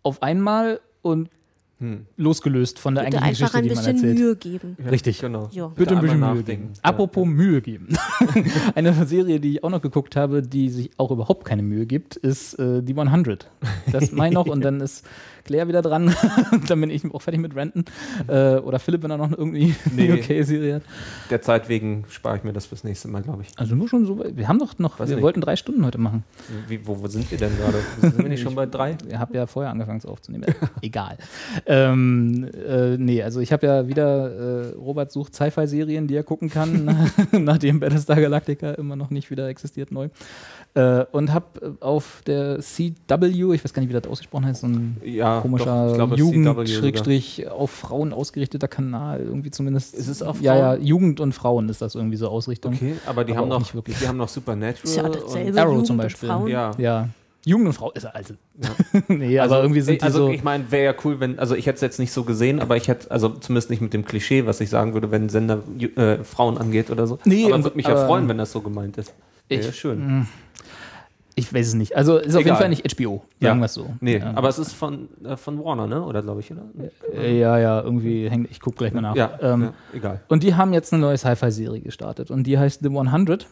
auf einmal und Hm. losgelöst von der Bitte eigentlichen einfach ein Geschichte, die man bisschen erzählt. Mühe geben. Richtig. Genau. Ja. Bitte ein bisschen einmal Mühe nachdenken. geben. Ja. Apropos Mühe geben. Eine Serie, die ich auch noch geguckt habe, die sich auch überhaupt keine Mühe gibt, ist äh, die hundert. Das meine ich noch und dann ist Claire wieder dran. Dann bin ich auch fertig mit Renten. Äh, oder Philipp, wenn er noch irgendwie Nee. eine okay Serie hat. Der Zeit wegen spare ich mir das fürs nächste Mal, glaube ich. Also nur schon so, wir haben doch noch, Weiß wir nicht. wollten drei Stunden heute machen. Wie, wo, wo sind wir denn gerade? Sind wir nicht schon bei drei? Ich habe ja vorher angefangen es aufzunehmen. Egal. Ähm, äh, nee, also ich habe ja wieder äh, Robert sucht Sci-Fi-Serien, die er gucken kann, nachdem Battlestar Galactica immer noch nicht wieder existiert neu. Äh, und habe auf der C W, ich weiß gar nicht, wie das ausgesprochen heißt, so ein Ja, komischer doch, ich glaube, Jugend, C W sogar. Schrägstrich auf Frauen ausgerichteter Kanal, irgendwie zumindest. Ist es auf Ja, ja, Frauen? Jugend und Frauen ist das irgendwie so Ausrichtung. Okay, aber die Aber haben auch noch, nicht wirklich. die haben noch Supernatural. Ist ja und, dasselbe. Arrow Jugend zum und Beispiel. Frauen. ja. Ja, Jugend und Frau ist also. nee, aber irgendwie sind die also so. ich meine, wäre ja cool, wenn, also ich hätte es jetzt nicht so gesehen, aber ich hätte, also zumindest nicht mit dem Klischee, was ich sagen würde, wenn ein Sender ju- äh, Frauen angeht oder so. Nee, aber und- würde mich aber- ja freuen, wenn das so gemeint ist. Wäre Ich- ja schön. Ich weiß es nicht. Also ist auf jeden Egal. Fall nicht H B O, sagen wir es so. Nee, ja. aber es ist von, äh, von Warner, ne? Oder glaube ich, oder? Äh, ja, ja, irgendwie hängt. Ich gucke gleich mal nach. Ja, ähm, ja, egal. Und die haben jetzt eine neue Sci-Fi-Serie gestartet und die heißt The hundert.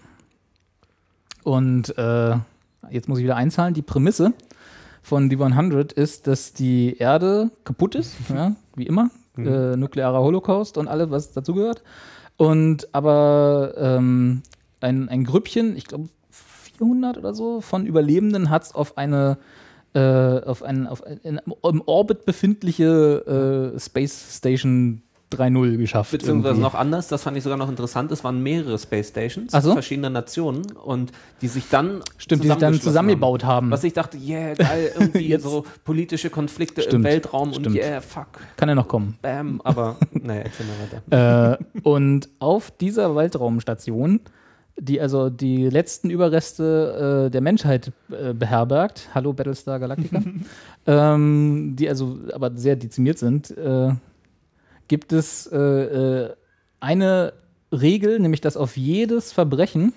Und äh, jetzt muss ich wieder einzahlen. Die Prämisse von The hundert ist, dass die Erde kaputt ist, ja, wie immer. Mhm. Äh, nuklearer Holocaust und alles, was dazugehört. Und aber ähm, ein, ein Grüppchen, ich glaube vierhundert oder so, von Überlebenden hat es auf eine äh, auf ein, auf ein, in, im Orbit befindliche äh, Space Station drei null geschafft. Beziehungsweise irgendwie. noch anders, das fand ich sogar noch interessant, es waren mehrere Space Stations Ach so? verschiedener Nationen und die sich dann Stimmt, die sich dann zusammengeschlossen zusammengebaut haben. Was ich dachte, yeah, geil, irgendwie Jetzt- so politische Konflikte Stimmt, im Weltraum und stimmt. yeah, fuck, Kann ja noch kommen. bam, aber naja, erzähl mal weiter. äh, und auf dieser Weltraumstation, die also die letzten Überreste äh, der Menschheit äh, beherbergt, hallo Battlestar Galactica, ähm, die also aber sehr dezimiert sind, äh, gibt es äh, äh, eine Regel, nämlich dass auf jedes Verbrechen,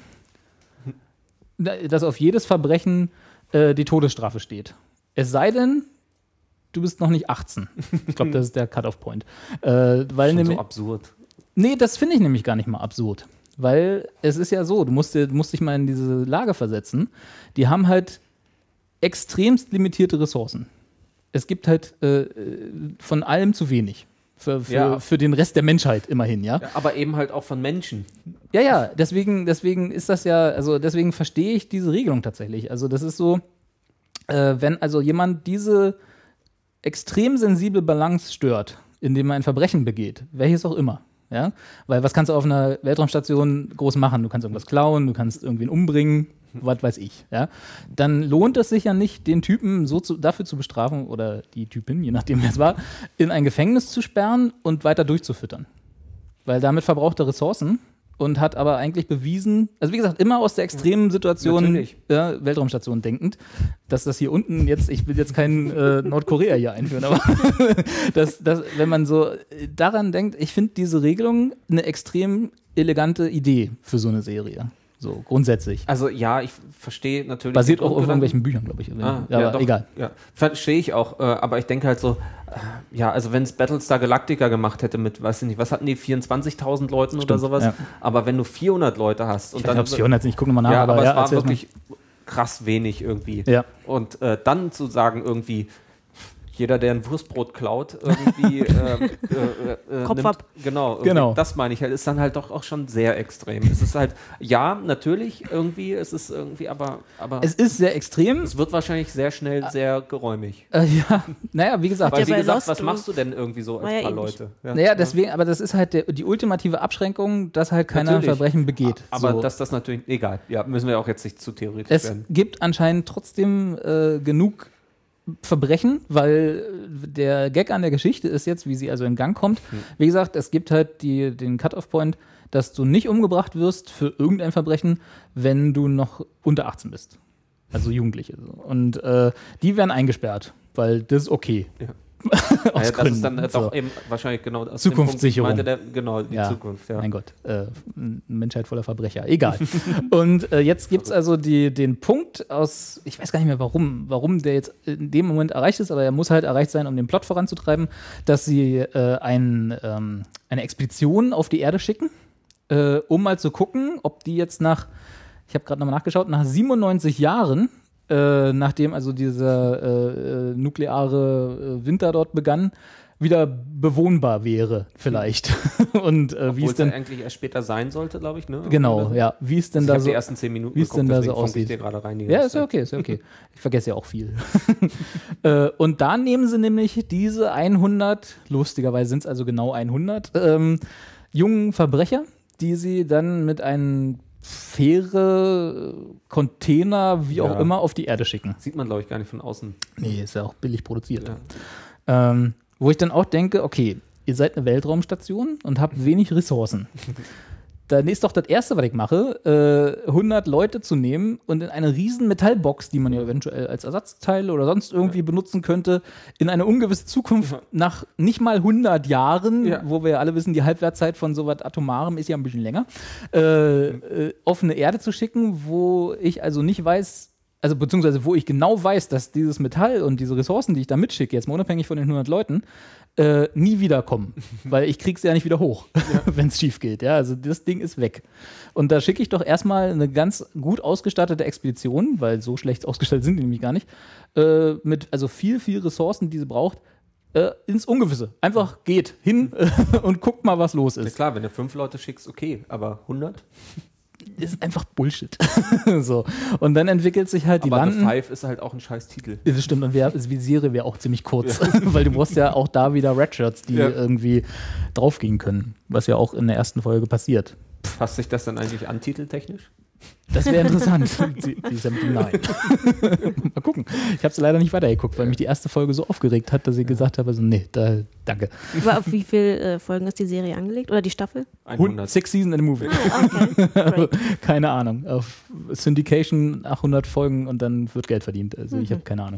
dass auf jedes Verbrechen äh, die Todesstrafe steht. Es sei denn, du bist noch nicht achtzehn. Ich glaube, das ist der Cut-off-Point. Äh, weil Schon nämlich, so absurd. Nee, das finde ich nämlich gar nicht mal absurd. Weil es ist ja so, du musst, dir, du musst dich mal in diese Lage versetzen. Die haben halt extremst limitierte Ressourcen. Es gibt halt äh, von allem zu wenig. Für, für, Ja. für den Rest der Menschheit immerhin, ja? Ja, aber eben halt auch von Menschen. Ja, ja, deswegen, deswegen ist das ja, also deswegen verstehe ich diese Regelung tatsächlich. Also das ist so, äh, wenn also jemand diese extrem sensible Balance stört, indem er ein Verbrechen begeht, welches auch immer, ja, weil was kannst du auf einer Weltraumstation groß machen? Du kannst irgendwas klauen, du kannst irgendwen umbringen, was weiß ich, ja, dann lohnt es sich ja nicht, den Typen so zu, dafür zu bestrafen oder die Typin, je nachdem wer es war, in ein Gefängnis zu sperren und weiter durchzufüttern, weil damit verbraucht er Ressourcen und hat aber eigentlich bewiesen, also wie gesagt, immer aus der extremen Situation Natürlich. ja, Weltraumstation denkend, dass das hier unten jetzt, ich will jetzt keinen äh, Nordkorea hier einführen, aber dass, dass, wenn man so daran denkt, ich finde diese Regelung eine extrem elegante Idee für so eine Serie. So, grundsätzlich. Also ja, ich verstehe natürlich. Basiert den auch auf Grundgedanken. irgendwelchen Büchern, glaube ich. Ah, ja, ja, aber doch, egal. Ja. Verstehe ich auch, äh, aber ich denke halt so, äh, ja, also wenn es Battlestar Galactica gemacht hätte mit, weiß ich nicht, was hatten die, vierundzwanzigtausend Leuten oder Stimmt, sowas, ja. aber wenn du vierhundert Leute hast und Ich dann... habe es vierhundert, ich gucke nochmal nach, ja, aber, aber, es ja, war erzähl's mal. wirklich krass wenig irgendwie. Ja. Und äh, dann zu sagen irgendwie, jeder, der ein Wurstbrot klaut, irgendwie äh, äh, äh, Kopf nimmt, ab. Genau, irgendwie, Genau. das meine ich halt, ist dann halt doch auch schon sehr extrem. Es ist halt, ja, natürlich irgendwie, es ist irgendwie, aber, aber Es ist sehr extrem. es wird wahrscheinlich sehr schnell sehr geräumig. Äh, ja, naja, wie gesagt, Weil, ja wie bei gesagt, Lost was und- machst du denn irgendwie so als war ja paar ähnlich. Leute? Ja. naja, deswegen, aber das ist halt der, die ultimative Abschränkung, dass halt keiner Natürlich. Verbrechen begeht. Aber so. dass das natürlich, egal, ja, müssen wir auch jetzt nicht zu theoretisch Es werden. gibt anscheinend trotzdem äh, genug Verbrechen, weil der Gag an der Geschichte ist jetzt, wie sie also in Gang kommt. Hm. Wie gesagt, es gibt halt die, den Cut-Off-Point, dass du nicht umgebracht wirst für irgendein Verbrechen, wenn du noch unter achtzehn bist. Also Jugendliche. So. Und äh, die werden eingesperrt, weil das ist okay. Ja. aus ja, das Gründen. ist dann äh, So. doch eben wahrscheinlich genau aus Zukunftssicherung. Dem Punkt, meinte der, genau, die Ja, Zukunft. Ja. Mein Gott, äh, eine Menschheit voller Verbrecher. Egal. Und äh, jetzt gibt es also die, den Punkt aus, ich weiß gar nicht mehr warum, warum der jetzt in dem Moment erreicht ist, aber er muss halt erreicht sein, um den Plot voranzutreiben, dass sie äh, ein, ähm, eine Expedition auf die Erde schicken, äh, um mal zu gucken, ob die jetzt nach, ich habe gerade nochmal nachgeschaut, nach siebenundneunzig Jahren, äh, nachdem also dieser äh, äh, nukleare äh, Winter dort begann, wieder bewohnbar wäre, vielleicht. Und äh, wie es Obwohl denn eigentlich erst später sein sollte, glaube ich. Ne? genau, ja, wie es denn Ich da habe so die ersten zehn Minuten wie es denn da so deswegen funke ich aussieht. dir gerade rein. die Ja, ganze ist ja Zeit. okay, ist ja okay. Ich vergesse ja auch viel. äh, und da nehmen sie nämlich diese hundert, lustigerweise sind es also genau hundert, ähm, jungen Verbrecher, die sie dann mit einem Fähre, Container, wie auch Ja. immer, auf die Erde schicken. Sieht man, glaube ich, gar nicht von außen. Nee, ist ja auch billig produziert. Ja. Ähm, wo ich dann auch denke, okay, ihr seid eine Weltraumstation und habt wenig Ressourcen. Dann ist doch das Erste, was ich mache, äh, hundert Leute zu nehmen und in eine riesen Metallbox, die man ja eventuell als Ersatzteil oder sonst irgendwie ja. benutzen könnte, in eine ungewisse Zukunft ja. nach nicht mal hundert Jahren, ja. wo wir ja alle wissen, die Halbwertzeit von so was Atomarem ist ja ein bisschen länger, äh, äh, auf eine Erde zu schicken, wo ich also nicht weiß, also beziehungsweise wo ich genau weiß, dass dieses Metall und diese Ressourcen, die ich da mitschicke, jetzt mal unabhängig von den hundert Leuten, äh, nie wiederkommen. Weil ich krieg's ja nicht wieder hoch, ja. wenn es schief geht. Ja, also das Ding ist weg. Und da schicke ich doch erstmal eine ganz gut ausgestattete Expedition, weil so schlecht ausgestattet sind die nämlich gar nicht, äh, mit also viel, viel Ressourcen, die sie braucht, äh, ins Ungewisse. Einfach geht hin und guckt mal, was los ist. Ja, klar, wenn du fünf Leute schickst, okay, aber hundert? Ist einfach Bullshit. So. Und dann entwickelt sich halt die Aber Landen. The Five ist halt auch ein scheiß Titel. Das stimmt, und wär, die Serie wäre auch ziemlich kurz, ja. weil du brauchst ja auch da wieder Redshirts, die ja. irgendwie draufgehen können, was ja auch in der ersten Folge passiert. Passt sich das dann eigentlich an, titeltechnisch? Das wäre interessant. Die, die ist ja mit dem Nein. Mal gucken. Ich habe es leider nicht weitergeguckt, weil mich die erste Folge so aufgeregt hat, dass ich gesagt habe, also nee, da, danke. Aber auf wie viele äh, Folgen ist die Serie angelegt? Oder die Staffel? hundert. Six Season in a Movie. Ah, okay. Keine Ahnung. Auf Syndication achthundert Folgen und dann wird Geld verdient. Also mhm. ich habe keine Ahnung.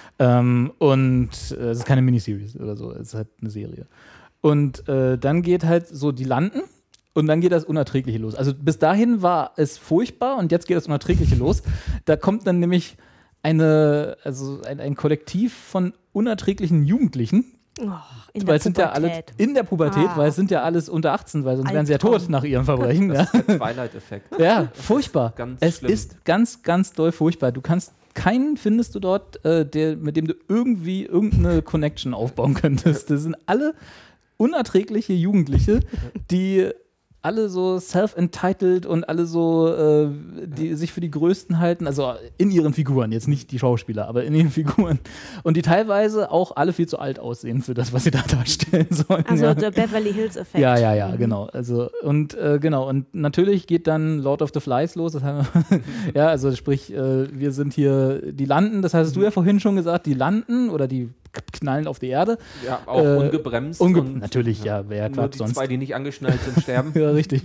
Ähm, und äh, es ist keine Miniseries oder so, es ist halt eine Serie. Und äh, dann geht halt so die Landen. Und dann geht das Unerträgliche los. Also bis dahin war es furchtbar und jetzt geht das Unerträgliche los. Da kommt dann nämlich eine, also ein, ein Kollektiv von unerträglichen Jugendlichen. Oh, in weil der es sind ja alle in der Pubertät, ah. weil es sind ja alles unter achtzehn, weil sonst Albtraum. wären sie ja tot nach ihrem Verbrechen. Das ja. ist der Twilight-Effekt. Ja, furchtbar. Ganz es schlimm. ist ganz, ganz doll furchtbar. Du kannst keinen findest du dort, äh, der, mit dem du irgendwie irgendeine Connection aufbauen könntest. Das sind alle unerträgliche Jugendliche, die alle so self-entitled und alle so, äh, die sich für die Größten halten, also in ihren Figuren, jetzt nicht die Schauspieler, aber in ihren Figuren. Und die teilweise auch alle viel zu alt aussehen für das, was sie da darstellen sollen. Also ja. der Beverly Hills-Effekt. Ja, ja, ja, mhm. genau. Also, und äh, genau, und natürlich geht dann Lord of the Flies los. Das haben wir ja, also sprich, äh, wir sind hier, die landen, das hast du ja vorhin schon gesagt, die landen oder die knallen auf die Erde. Ja, auch äh, ungebremst. Unge und, natürlich, ja, wer nur Quatsch die sonst. zwei, die nicht angeschnallt sind, sterben. Ja, richtig.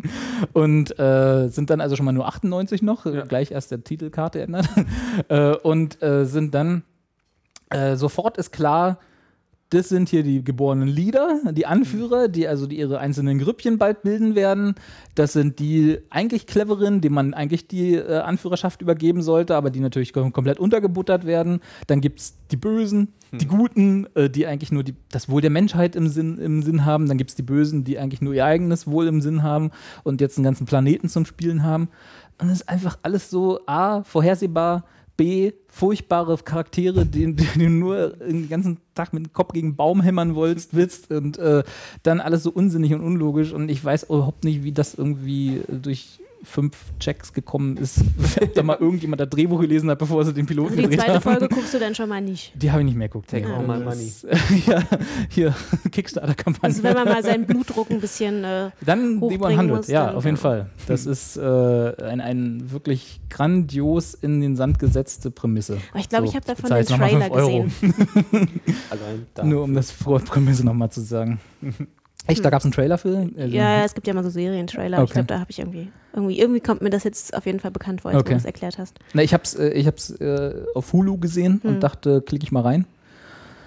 Und äh, sind dann also schon mal nur achtundneunzig noch, Ja. gleich erst der Titelkarte ändert. äh, und äh, sind dann, äh, sofort ist klar, das sind hier die geborenen Leader, die Anführer, die also die ihre einzelnen Grüppchen bald bilden werden. Das sind die eigentlich Cleveren, denen man eigentlich die äh, Anführerschaft übergeben sollte, aber die natürlich kom komplett untergebuttert werden. Dann gibt es die Bösen, die Guten, äh, die eigentlich nur die, das Wohl der Menschheit im Sinn, im Sinn haben. Dann gibt es die Bösen, die eigentlich nur ihr eigenes Wohl im Sinn haben und jetzt einen ganzen Planeten zum Spielen haben. Und es ist einfach alles so A, vorhersehbar, B, furchtbare Charaktere, die, die du nur den ganzen Tag mit dem Kopf gegen den Baum hämmern willst, willst und äh, dann alles so unsinnig und unlogisch und ich weiß überhaupt nicht, wie das irgendwie durch fünf Checks gekommen ist, ob da mal irgendjemand das Drehbuch gelesen hat, bevor sie den Piloten Also die gedreht zweite haben. Folge guckst du dann schon mal nicht. Die habe ich nicht mehr geguckt. Take nee. all my Das- ja, hier, Kickstarter-Kampagne. Also wenn man mal seinen Blutdruck ein bisschen äh, Dann die hochbringen hundert, muss, ja, dann, auf jeden ja. Fall. Das ist äh, ein, ein wirklich grandios in den Sand gesetzte Prämisse. Aber ich glaube, So, ich habe davon bezahle den jetzt nochmal Trailer fünf Euro. gesehen. Allein da. Nur um das frohe Prämisse nochmal zu sagen. Echt, da gab es einen Trailer für? Also, Ja, ja, es gibt ja mal so Serientrailer. aber Ich Okay. glaube, da habe ich irgendwie, irgendwie, irgendwie kommt mir das jetzt auf jeden Fall bekannt vor, als Okay. du das erklärt hast. Na, ich hab's, äh, ich hab's äh, auf Hulu gesehen Hm. und dachte, klicke ich mal rein.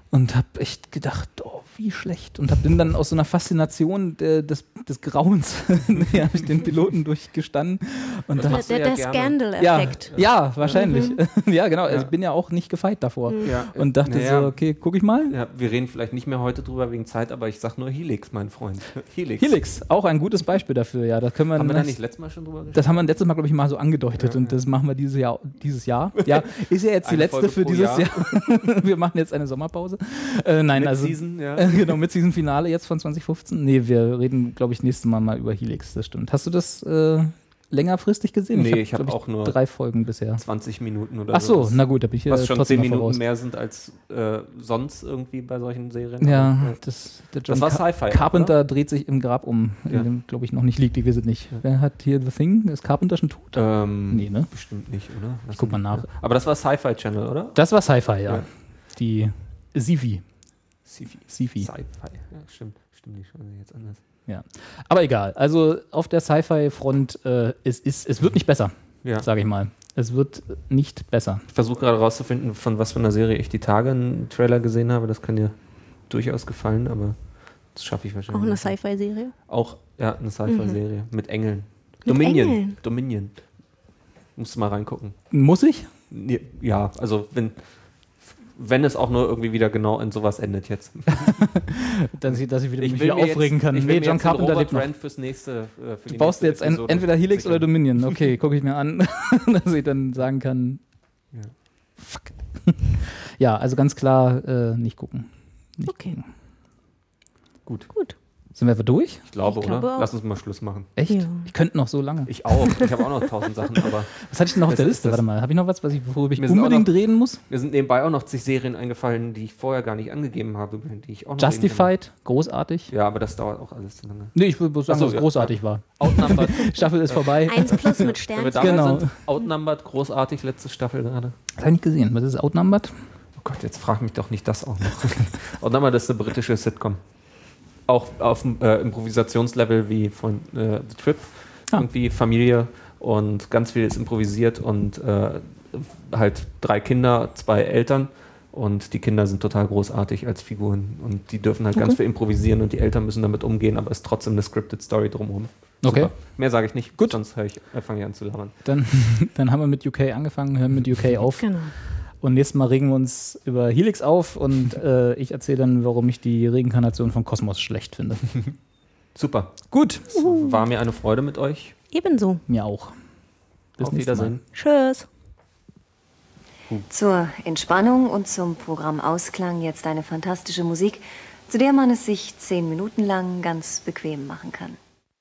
Und habe echt gedacht, oh, wie schlecht. Und hab, bin dann aus so einer Faszination äh, des, des Grauens ja, hab ich den Piloten durchgestanden. Und Der, da, der, der ja Scandal-Effekt. ja, ja, wahrscheinlich. Mhm. ja, genau. Also Ja. ich bin ja auch nicht gefeit davor. Ja. Und dachte Naja. so, okay, guck ich mal. Ja, wir reden vielleicht nicht mehr heute drüber wegen Zeit, aber ich sag nur Helix, mein Freund. Helix. Helix, auch ein gutes Beispiel dafür. Ja, das können wir, Haben wir da das- nicht letztes Mal schon drüber gesprochen? Das haben wir letztes Mal, glaube ich, mal so angedeutet Ja, und das machen wir dieses Jahr. Dieses Jahr. Ja, ist ja jetzt die Eine letzte Folge für pro dieses Jahr. Jahr. Wir machen jetzt eine Sommerpause. Äh, nein, Mit also Season, ja. äh, genau mit diesem Finale jetzt von zwanzig fünfzehn. Nee, wir reden, glaube ich, nächstes Mal mal über Helix. Das stimmt. Hast du das äh, längerfristig gesehen? Nee, hab, ich habe glaub auch nur drei Folgen bisher. zwanzig Minuten oder Ach so, sowas. na gut, da bin ich ja Was schon trotzdem zehn mal Minuten voraus. mehr sind als äh, sonst irgendwie bei solchen Serien. Ja, Aber, das, der Das John war Car- Sci-Fi, Carpenter oder? dreht sich im Grab um, in Ja. dem, glaube ich, noch nicht liegt. Wir sind nicht. Wer hat hier The Thing? Ist Carpenter schon tot? Ähm, Nee, ne? Bestimmt nicht, oder? Ich guck mal nach. Aber das war Sci-Fi Channel, oder? Das war Sci-Fi, ja. Ja. Die Sifi. Sci-Fi. Sci-Fi. Sci-Fi. Ja, stimmt. Stimmt, die schon jetzt anders. Ja. Aber egal. Also auf der Sci-Fi-Front, äh, es, ist, es wird nicht besser, Ja. sage ich mal. Es wird nicht besser. Ich versuche gerade rauszufinden, von was für einer Serie ich die Tage einen Trailer gesehen habe. Das kann dir durchaus gefallen, aber das schaffe ich wahrscheinlich Auch eine nicht. Sci-Fi-Serie. Auch, ja, eine Sci-Fi-Serie mit Engeln. Mit Dominion. Engeln? Dominion. Musst du mal reingucken. Muss ich? Nee, Ja, also wenn, wenn es auch nur irgendwie wieder genau in sowas endet jetzt. Dass ich, dass ich wieder, mich will wieder mir aufregen jetzt, kann. Ich will Nee, mir John jetzt den Carpenter Robert lebt noch. Grant fürs nächste, äh, für Du die baust nächste jetzt en Episode entweder Helix sichern. oder Dominion. Okay, gucke ich mir an, dass ich dann sagen kann, Ja. fuck. Ja, also ganz klar äh, nicht gucken. Nicht Okay. gucken. Gut, Gut. Sind wir einfach durch? ich glaube, Ich glaube oder? auch. Lass uns mal Schluss machen. Echt? Ja. Ich könnte noch so lange. Ich auch. Ich habe auch noch tausend Sachen, aber Was hatte ich denn noch auf Das der ist Liste? das- Warte mal, habe ich noch was, was ich, worüber ich Mir sind auch unbedingt noch- reden muss? mir sind nebenbei auch noch zig Serien eingefallen, die ich vorher gar nicht angegeben habe, die ich auch noch reden Justified, großartig. kann. Ja, aber das dauert auch alles zu lange. Nee, ich will bloß sagen, Ach so, dass es ja. großartig war. Outnumbered. Staffel ist vorbei. Eins plus mit Wenn wir Sternchen. dabei Genau. sind, Outnumbered, großartig, letzte Staffel gerade. Das habe ich nicht gesehen. Was ist Outnumbered? Oh Gott, jetzt frag mich doch nicht das auch noch. Outnumbered ist eine britische Sitcom. Auch auf dem äh, Improvisationslevel wie von äh, The Trip. Ah. Irgendwie Familie und ganz viel ist improvisiert und äh, halt drei Kinder, zwei Eltern und die Kinder sind total großartig als Figuren und die dürfen halt ganz Okay. viel improvisieren und die Eltern müssen damit umgehen, aber es ist trotzdem eine scripted Story drumherum. Okay. Super. Mehr sage ich nicht, Gut. sonst höre ich, äh, fange ich an zu labern. Dann, dann haben wir mit U K angefangen, hören mit U K auf. Genau. Und nächstes Mal regen wir uns über Helix auf und äh, ich erzähle dann, warum ich die Reinkarnation von Kosmos schlecht finde. Super. Gut. Es war mir eine Freude mit euch. Ebenso. Mir auch. Bis Auf nächstes Mal. Wiedersehen. Tschüss. Zur Entspannung und zum Programmausklang jetzt eine fantastische Musik, zu der man es sich zehn Minuten lang ganz bequem machen kann.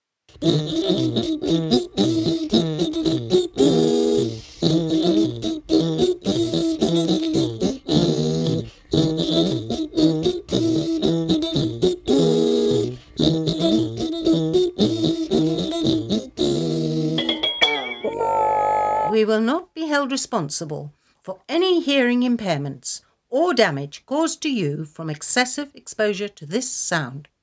We will not be held responsible for any hearing impairments or damage caused to you from excessive exposure to this sound.